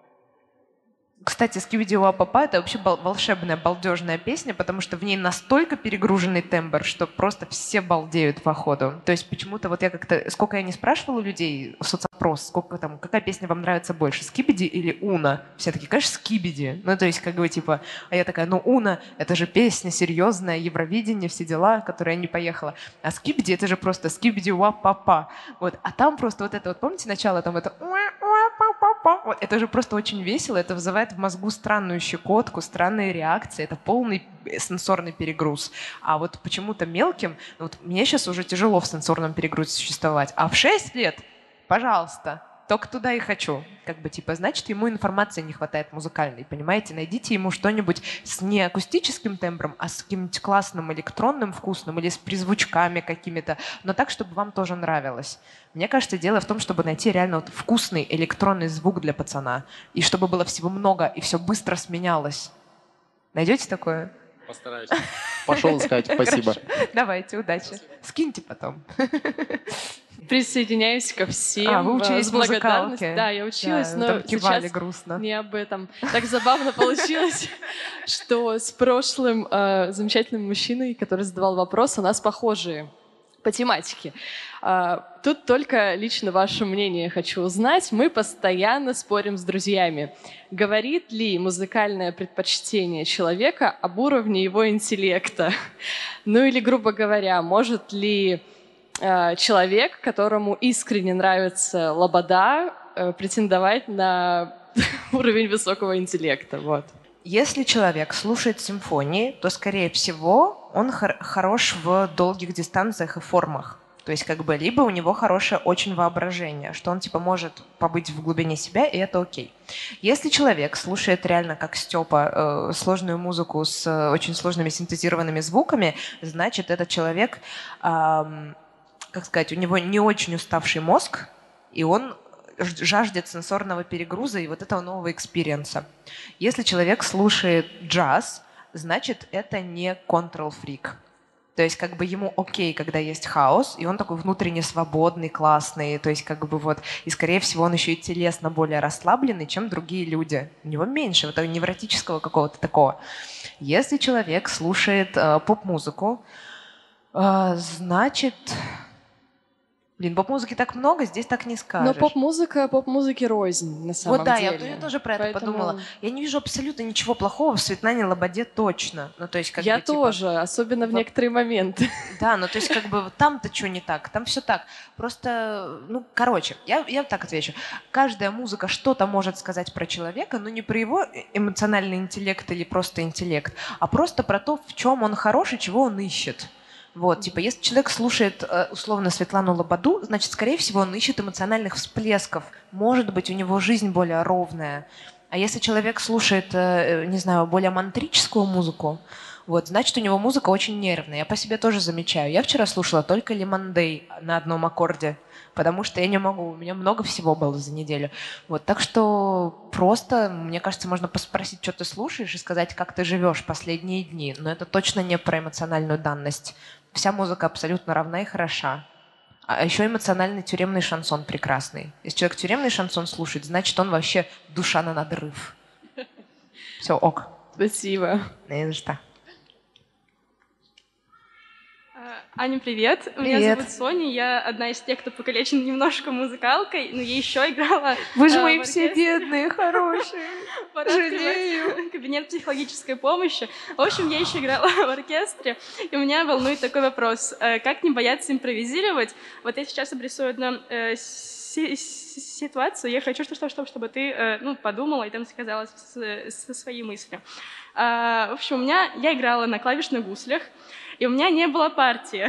Кстати, «Скибиди-уа-па-па» — это вообще волшебная, балдежная песня, потому что в ней настолько перегруженный тембр, что просто все балдеют по ходу. То есть почему-то вот я как-то... Сколько я не спрашивала у людей в соцопрос, сколько там, какая песня вам нравится больше, «Скибиди» или «Уна»? Все такие, конечно, «Скибиди». Ну, то есть как бы типа... А я такая, ну, «Уна» — это же песня серьезная, Евровидение, все дела, которые я не поехала. А «Скибиди» — это же просто «Скибиди-уа-па-па». Вот. А там просто вот это вот, помните, начало там это... Вот, это же просто очень весело, это вызывает в мозгу странную щекотку, странные реакции, это полный сенсорный перегруз. А вот почему-то мелким, вот мне сейчас уже тяжело в сенсорном перегрузе существовать, а в 6 лет, пожалуйста, только туда и хочу. Как бы, типа, значит, ему информации не хватает музыкальной, понимаете? Найдите ему что-нибудь с не акустическим тембром, а с каким-нибудь классным электронным вкусным или с призвучками какими-то, но так, чтобы вам тоже нравилось. Мне кажется, дело в том, чтобы найти реально вот вкусный электронный звук для пацана, и чтобы было всего много, и все быстро сменялось. Найдете такое? Постараюсь. Пошел искать, спасибо. Давайте, удачи. Скиньте потом. Присоединяюсь ко всем. Вы учились с в музыкалке? Да, я училась, но там кивали сейчас грустно. Не об этом. Так забавно получилось, что с прошлым замечательным мужчиной, который задавал вопрос, у нас похожие по тематике. Тут только лично ваше мнение хочу узнать. Мы постоянно спорим с друзьями. Говорит ли музыкальное предпочтение человека об уровне его интеллекта? Ну или, грубо говоря, может ли человек, которому искренне нравится лобода, претендовать на уровень высокого интеллекта? Вот. Если человек слушает симфонии, то, скорее всего, он хорош в долгих дистанциях и формах. То есть, как бы, либо у него хорошее очень воображение, что он, типа, может побыть в глубине себя, и это окей. Если человек слушает реально, как Степа, сложную музыку с очень сложными синтезированными звуками, значит, этот человек, как сказать, у него не очень уставший мозг, и он жаждет сенсорного перегруза и вот этого нового экспириенса. Если человек слушает джаз, значит, это не control-freak. То есть как бы ему окей, когда есть хаос, и он такой внутренне свободный, классный, то есть как бы вот, и скорее всего он еще и телесно более расслабленный, чем другие люди. У него меньше вот этого невротического какого-то такого. Если человек слушает поп-музыку, значит... Блин, поп-музыки так много, здесь так не скажешь. Но поп-музыке рознь, на самом деле. Вот да, я тоже про это подумала. Я не вижу абсолютно ничего плохого в Светлане Лободе точно. Ну, то есть, как я бы, типа, тоже, особенно в некоторые моменты. Да, ну то есть как бы там-то что не так, там все так. Просто, ну, короче, я так отвечу. Каждая музыка что-то может сказать про человека, но не про его эмоциональный интеллект или просто интеллект, а просто про то, в чем он хорош и чего он ищет. Вот, типа, если человек слушает, условно, Светлану Лободу, значит, скорее всего, он ищет эмоциональных всплесков. Может быть, у него жизнь более ровная. А если человек слушает, не знаю, более мантрическую музыку, вот, значит, у него музыка очень нервная. Я по себе тоже замечаю. Я вчера слушала только Lemon Day на одном аккорде, потому что я не могу, у меня много всего было за неделю. Вот, так что просто, мне кажется, можно спросить, что ты слушаешь, и сказать, как ты живешь последние дни. Но это точно не про эмоциональную данность. Вся музыка абсолютно равна и хороша. А еще эмоциональный тюремный шансон прекрасный. Если человек тюремный шансон слушает, значит, он вообще душа на надрыв. Все, ок. Спасибо. Не за что. Аня, привет. Меня зовут Соня. Я одна из тех, кто покалечен немножко музыкалкой, но я еще играла. Вы же мои все бедные, хорошие. Жалею. Кабинет психологической помощи. В общем, я еще играла в оркестре, и меня волнует такой вопрос. Как не бояться импровизировать? Вот я сейчас обрисую одну ситуацию. Я хочу, чтобы ты подумала и там сказала свои мысли. В общем, я играла на клавишных гуслях, и у меня не было партии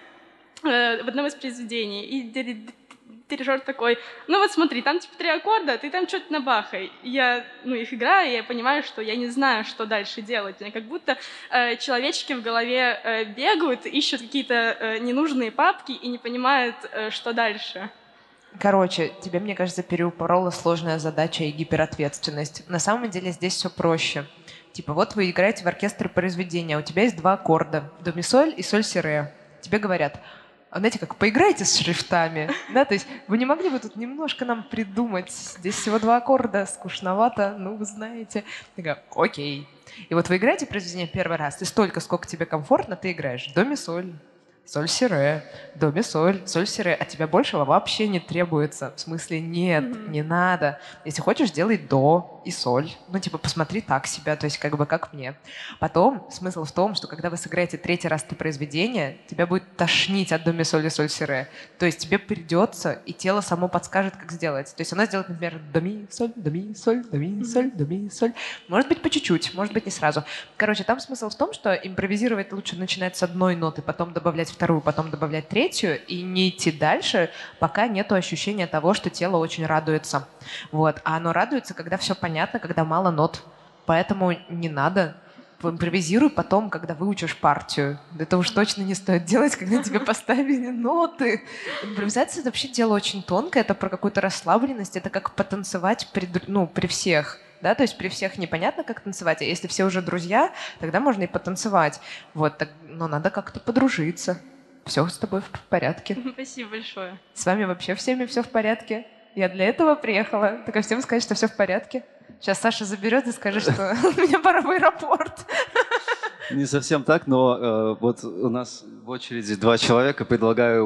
в одном из произведений. И дирижер такой, ну вот смотри, там типа 3 аккорда, ты там что-то набахай. И я их играю, и я понимаю, что я не знаю, что дальше делать. У меня как будто человечки в голове бегают, ищут какие-то ненужные папки и не понимают, что дальше. Короче, тебе, мне кажется, переупорола сложная задача и гиперответственность. На самом деле здесь все проще. Типа, вот вы играете в оркестре произведения, у тебя есть 2 аккорда, до ми соль и соль си ре. Тебе говорят, знаете, как поиграйте с шрифтами, да, то есть вы не могли бы тут немножко нам придумать, здесь всего 2 аккорда, скучновато, ну, вы знаете. Я говорю, окей. И вот вы играете произведение первый раз, и столько, сколько тебе комфортно, ты играешь до ми соль, соль си ре, до ми соль, соль си ре, а тебе большего вообще не требуется. В смысле, нет, не надо. Если хочешь, делай до и соль. Ну, типа, посмотри так себя, то есть как бы как мне. Потом смысл в том, что когда вы сыграете 3-й раз это произведение, тебя будет тошнить от до ми соль и соль си ре. То есть тебе придется, и тело само подскажет, как сделать. То есть оно сделает, например, до ми соль, до ми соль, до ми соль, до ми соль. Может быть, по чуть-чуть, может быть, не сразу. Короче, там смысл в том, что импровизировать лучше начинать с одной ноты, потом добавлять вторую, потом добавлять третью, и не идти дальше, пока нету ощущения того, что тело очень радуется. Вот. А оно радуется, когда все понятно, когда мало нот. Поэтому не надо. Импровизируй потом, когда выучишь партию. Это уж точно не стоит делать, когда тебе поставили ноты. Импровизация — это вообще дело очень тонкое, это про какую-то расслабленность, это как потанцевать при всех. Да, то есть при всех непонятно, как танцевать, а если все уже друзья, тогда можно и потанцевать. Вот, так, но надо как-то подружиться. Все с тобой в порядке. Спасибо большое. С вами вообще всеми все в порядке. Я для этого приехала. Только всем сказать, что все в порядке. Сейчас Саша заберет и скажет, что мне пора в аэропорт. Не совсем так, но вот у нас в очереди 2 человека. Предлагаю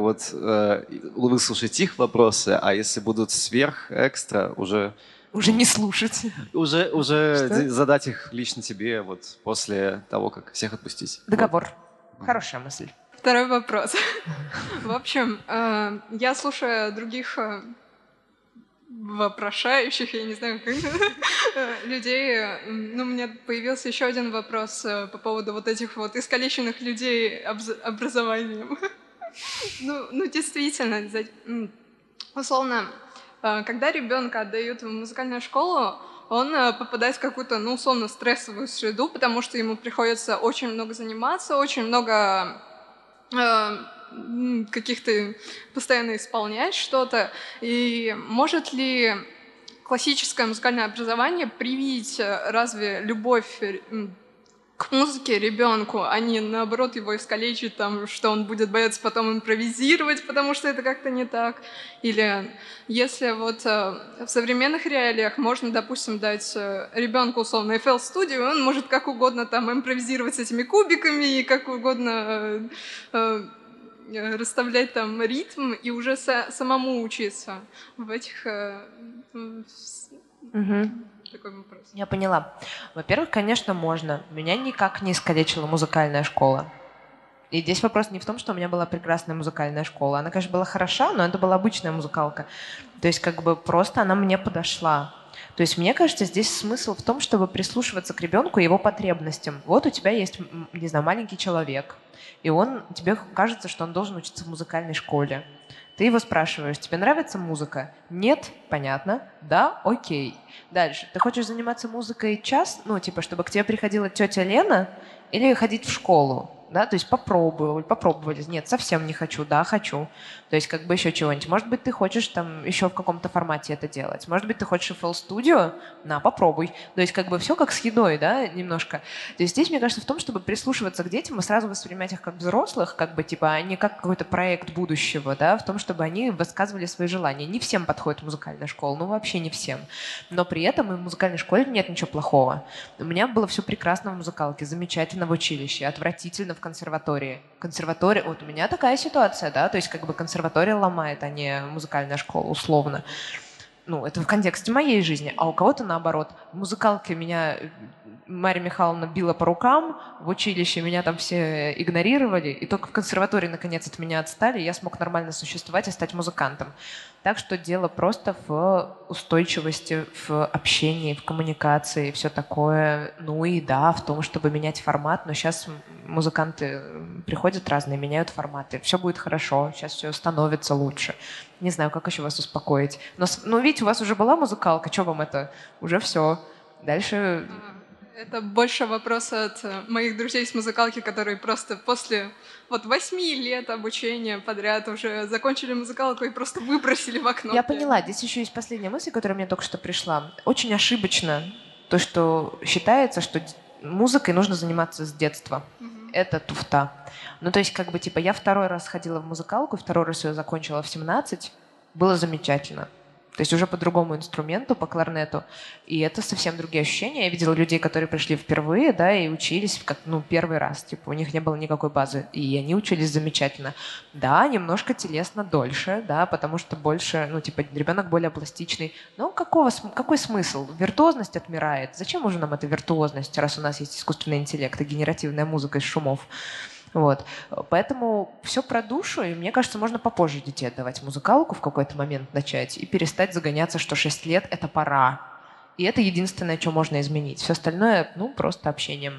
выслушать их вопросы, а если будут экстра, уже не слушать. Уже задать их лично тебе вот после того, как всех отпустить. Договор. Вот. Хорошая мысль. Второй вопрос. В общем, я слушаю других вопрошающих, я не знаю, как людей. Ну, у меня появился еще один вопрос по поводу вот этих вот искалеченных людей образованием. Ну, действительно, условно, когда ребенка отдают в музыкальную школу, он попадает в какую-то, ну, условно, стрессовую среду, потому что ему приходится очень много заниматься, очень много каких-то постоянно исполнять что-то. И может ли классическое музыкальное образование привить разве любовь к музыке ребенку, а не наоборот его искалечить, там, что он будет бояться потом импровизировать, потому что это как-то не так. Или если вот в современных реалиях можно, допустим, дать ребенку условно FL Studio, он может как угодно там импровизировать с этими кубиками и как угодно расставлять там ритм и уже самому учиться в этих... Такой вопрос. Я поняла. Во-первых, конечно, можно. Меня никак не искалечила музыкальная школа. И здесь вопрос не в том, что у меня была прекрасная музыкальная школа. Она, конечно, была хороша, но это была обычная музыкалка. То есть как бы просто она мне подошла. То есть мне кажется, здесь смысл в том, чтобы прислушиваться к ребенку и его потребностям. Вот у тебя есть, не знаю, маленький человек, и тебе кажется, что он должен учиться в музыкальной школе. Ты его спрашиваешь, тебе нравится музыка? Нет? Понятно. Да? Окей. Дальше. Ты хочешь заниматься музыкой час? Ну, типа, чтобы к тебе приходила тетя Лена или ходить в школу? Да, то есть попробовали. Нет, совсем не хочу. Да, хочу. То есть как бы еще чего-нибудь. Может быть, ты хочешь там еще в каком-то формате это делать. Может быть, ты хочешь FL Studio? На, попробуй. То есть как бы все как с едой, да, немножко. То есть здесь, мне кажется, в том, чтобы прислушиваться к детям и сразу воспринимать их как взрослых, как бы типа, а не как какой-то проект будущего, да, в том, чтобы они высказывали свои желания. Не всем подходит музыкальная школа, ну вообще не всем. Но при этом и в музыкальной школе нет ничего плохого. У меня было все прекрасно в музыкалке, замечательно в училище, отвратительно в консерватории. Консерватория, вот у меня такая ситуация, да, то есть как бы консерватория ломает, а не музыкальная школа, условно. Ну, это в контексте моей жизни. А у кого-то наоборот. В музыкалке меня Марья Михайловна била по рукам, в училище меня там все игнорировали, и только в консерватории наконец от меня отстали, и я смог нормально существовать и стать музыкантом. Так что дело просто в устойчивости, в общении, в коммуникации, все такое. Ну и да, в том, чтобы менять формат. Но сейчас музыканты приходят разные, меняют форматы. Все будет хорошо, сейчас все становится лучше. Не знаю, как еще вас успокоить. Но видите, у вас уже была музыкалка, что вам это? Уже все. Дальше... Это больше вопрос от моих друзей с музыкалки, которые просто после 8 лет обучения подряд уже закончили музыкалку и просто выбросили в окно. Я поняла. Здесь еще есть последняя мысль, которая мне только что пришла. Очень ошибочно то, что считается, что музыкой нужно заниматься с детства. Это туфта. Ну, то есть, как бы, типа, я второй раз ходила в музыкалку, второй раз ее закончила в 17. Было замечательно. То есть уже по другому инструменту, по кларнету. И это совсем другие ощущения. Я видела людей, которые пришли впервые, да, и учились первый раз. Типа у них не было никакой базы. И они учились замечательно. Да, немножко телесно дольше, да, потому что больше, ребенок более пластичный. Но какой смысл? Виртуозность отмирает. Зачем уже нам эта виртуозность, раз у нас есть искусственный интеллект и генеративная музыка из шумов? Вот. Поэтому все про душу, и мне кажется, можно попозже детей отдавать в музыкалку, в какой-то момент начать, и перестать загоняться, что 6 лет — это пора. И это единственное, что можно изменить. Все остальное, просто общением.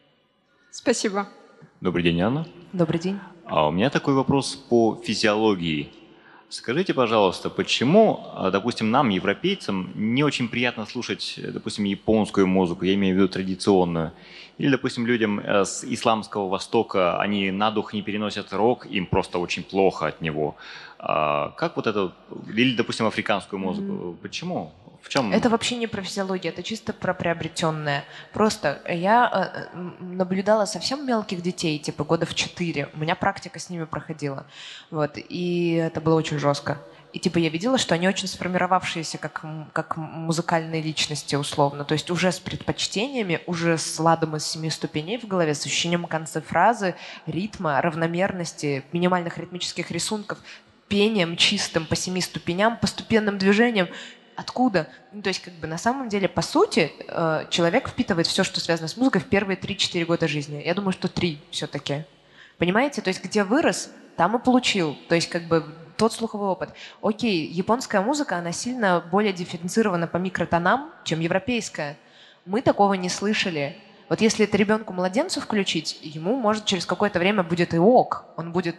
Спасибо. Добрый день, Анна. Добрый день. У меня такой вопрос по физиологии. Скажите, пожалуйста, почему, допустим, нам, европейцам, не очень приятно слушать, допустим, японскую музыку, я имею в виду традиционную, или, допустим, людям с исламского Востока, они на дух не переносят рок, им просто очень плохо от него. Как вот это, или, допустим, африканскую музыку, почему? В чем? Это вообще не про физиологию, это чисто про приобретенное. Просто я наблюдала совсем мелких детей, типа года в 4. У меня практика с ними проходила. Вот, и это было очень жестко. И типа я видела, что они очень сформировавшиеся как музыкальные личности, условно. То есть уже с предпочтениями, уже с ладом из 7 ступеней в голове, с ощущением конца фразы, ритма, равномерности, минимальных ритмических рисунков, пением чистым по 7 ступеням, постепенным движением. Откуда? То есть, на самом деле, по сути, человек впитывает все, что связано с музыкой в первые 3-4 года жизни. Я думаю, что 3 все-таки. Понимаете? То есть, где вырос, там и получил. То есть, тот слуховой опыт. Окей, японская музыка, она сильно более дифференцирована по микротонам, чем европейская. Мы такого не слышали. Вот если это ребенку-младенцу включить, ему, может, через какое-то время будет и ок. Он будет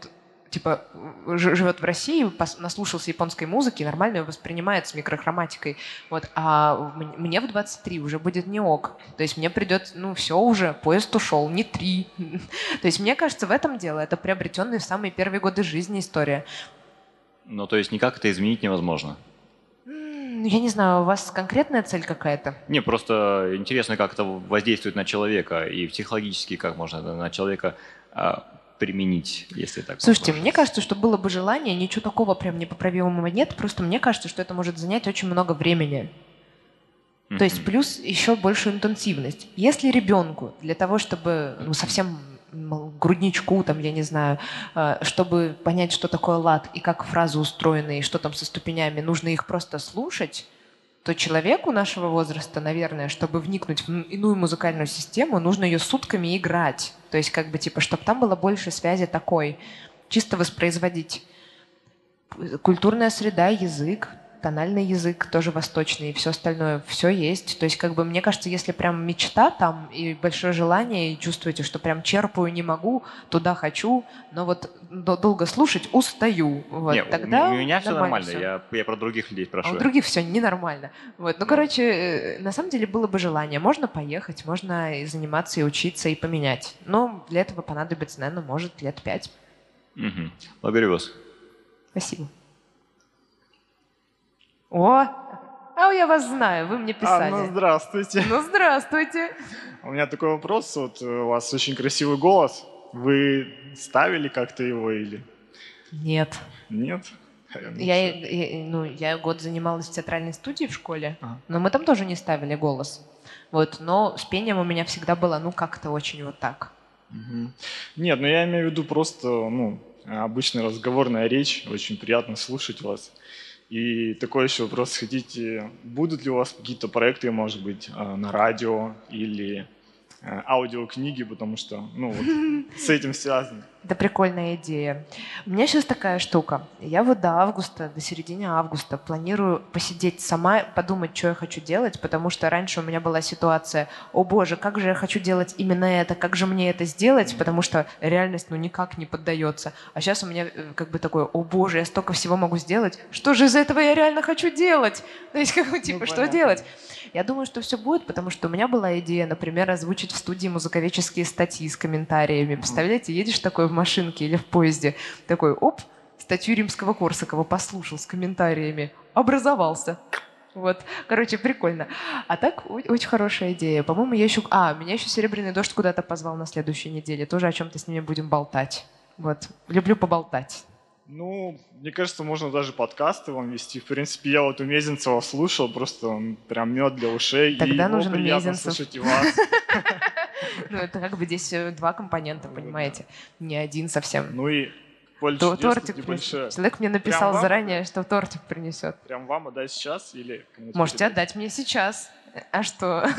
типа живет в России, наслушался японской музыки, нормально ее воспринимает с микрохроматикой. Вот. А мне в 23 уже будет не ок. То есть мне придет, все уже, поезд ушел, не 3. То есть мне кажется, в этом дело. Это приобретенная в самые первые годы жизни история. Ну, то есть никак это изменить невозможно? Я не знаю, у вас конкретная цель какая-то? Не, просто интересно, как это воздействует на человека и психологически, как можно это на человека применить, если так. Слушайте, мне кажется, что было бы желание, ничего такого прям непоправимого нет, просто мне кажется, что это может занять очень много времени. То есть плюс еще большую интенсивность. Если ребенку для того, чтобы совсем грудничку, там, я не знаю, чтобы понять, что такое лад и как фразы устроены, и что там со ступенями, нужно их просто слушать, то человеку нашего возраста, наверное, чтобы вникнуть в иную музыкальную систему, нужно ее сутками играть. То есть, чтобы там было больше связи такой, чисто воспроизводить. Культурная среда, язык, тональный язык тоже восточный, и все остальное, все есть. То есть, мне кажется, если прям мечта там, и большое желание, и чувствуете, что прям черпаю, не могу, туда хочу, но вот долго слушать устаю. Вот, нет, тогда у меня все нормально, всё. я про других людей спрашиваю. А у других все ненормально. Вот. На самом деле было бы желание. Можно поехать, можно и заниматься, и учиться, и поменять. Но для этого понадобится, наверное, может, лет 5. Угу. Благодарю вас. Спасибо. Я вас знаю, вы мне писали. Здравствуйте. Здравствуйте. У меня такой вопрос. Вот у вас очень красивый голос. Вы ставили как-то его или? Нет. Нет? Я год занималась в театральной студии в школе, но мы там тоже не ставили голос. Вот, но с пением у меня всегда было, как-то очень вот так. Угу. Нет, я имею в виду просто, обычная разговорная речь. Очень приятно слушать вас. И такой еще вопрос, хотите, будут ли у вас какие-то проекты, может быть, на радио или аудиокниги, потому что, с этим связано. Это прикольная идея. У меня сейчас такая штука. Я до середины августа планирую посидеть сама, подумать, что я хочу делать, потому что раньше у меня была ситуация, о боже, как же я хочу делать именно это, как же мне это сделать, потому что реальность, никак не поддается. А сейчас у меня такое, о боже, я столько всего могу сделать, что же из этого я реально хочу делать? То есть, что делать? Я думаю, что все будет, потому что у меня была идея, например, озвучить в студии музыковедческие статьи с комментариями. Представляете, едешь такой в машинке или в поезде, такой, статью Римского-Корсакова послушал с комментариями, образовался. Вот, прикольно. А так, очень хорошая идея. По-моему, меня еще «Серебряный дождь» куда-то позвал на следующей неделе. Тоже о чем-то с ними будем болтать. Вот, люблю поболтать. Мне кажется, можно даже подкасты вам вести. В принципе, я у Мезенцева слушал, просто он прям мед для ушей. Тогда и нужен приятно Мезенцев. слушать и вас. Это здесь два компонента, понимаете? Не один совсем. И поле чудес тортик небольшое. Человек мне написал заранее, что тортик принесет. Прям вам отдать сейчас или кому-то? Можете отдать мне сейчас. А что?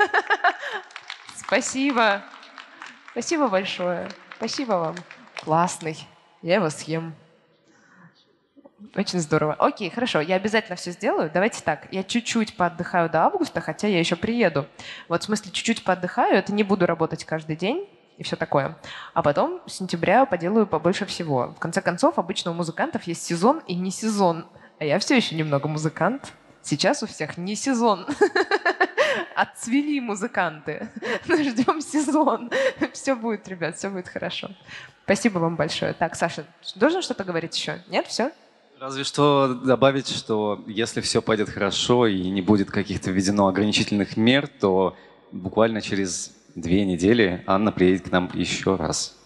Спасибо. Спасибо большое. Спасибо вам. Классный. Я его съем. Очень здорово. Окей, хорошо, я обязательно все сделаю. Давайте так, я чуть-чуть поотдыхаю до августа, хотя я еще приеду. Вот в смысле чуть-чуть поотдыхаю, это не буду работать каждый день и все такое. А потом с сентября поделаю побольше всего. В конце концов, обычно у музыкантов есть сезон и не сезон. А я все еще немного музыкант. Сейчас у всех не сезон. Отцвели музыканты. Ждем сезон. Все будет, ребят, все будет хорошо. Спасибо вам большое. Так, Саша, должен что-то говорить еще? Нет, все? Разве что добавить, что если все пойдет хорошо и не будет каких-то введено ограничительных мер, то буквально через 2 недели Анна приедет к нам еще раз.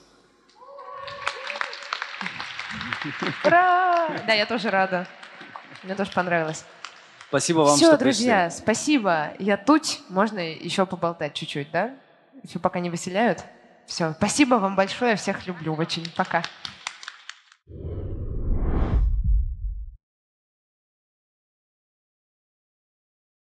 Ура! Да, я тоже рада. Мне тоже понравилось. Спасибо вам, все, что друзья, пришли. спасибо. Я тут. Можно еще поболтать чуть-чуть, да? Еще пока не выселяют. Все, спасибо вам большое. Всех люблю очень. Пока.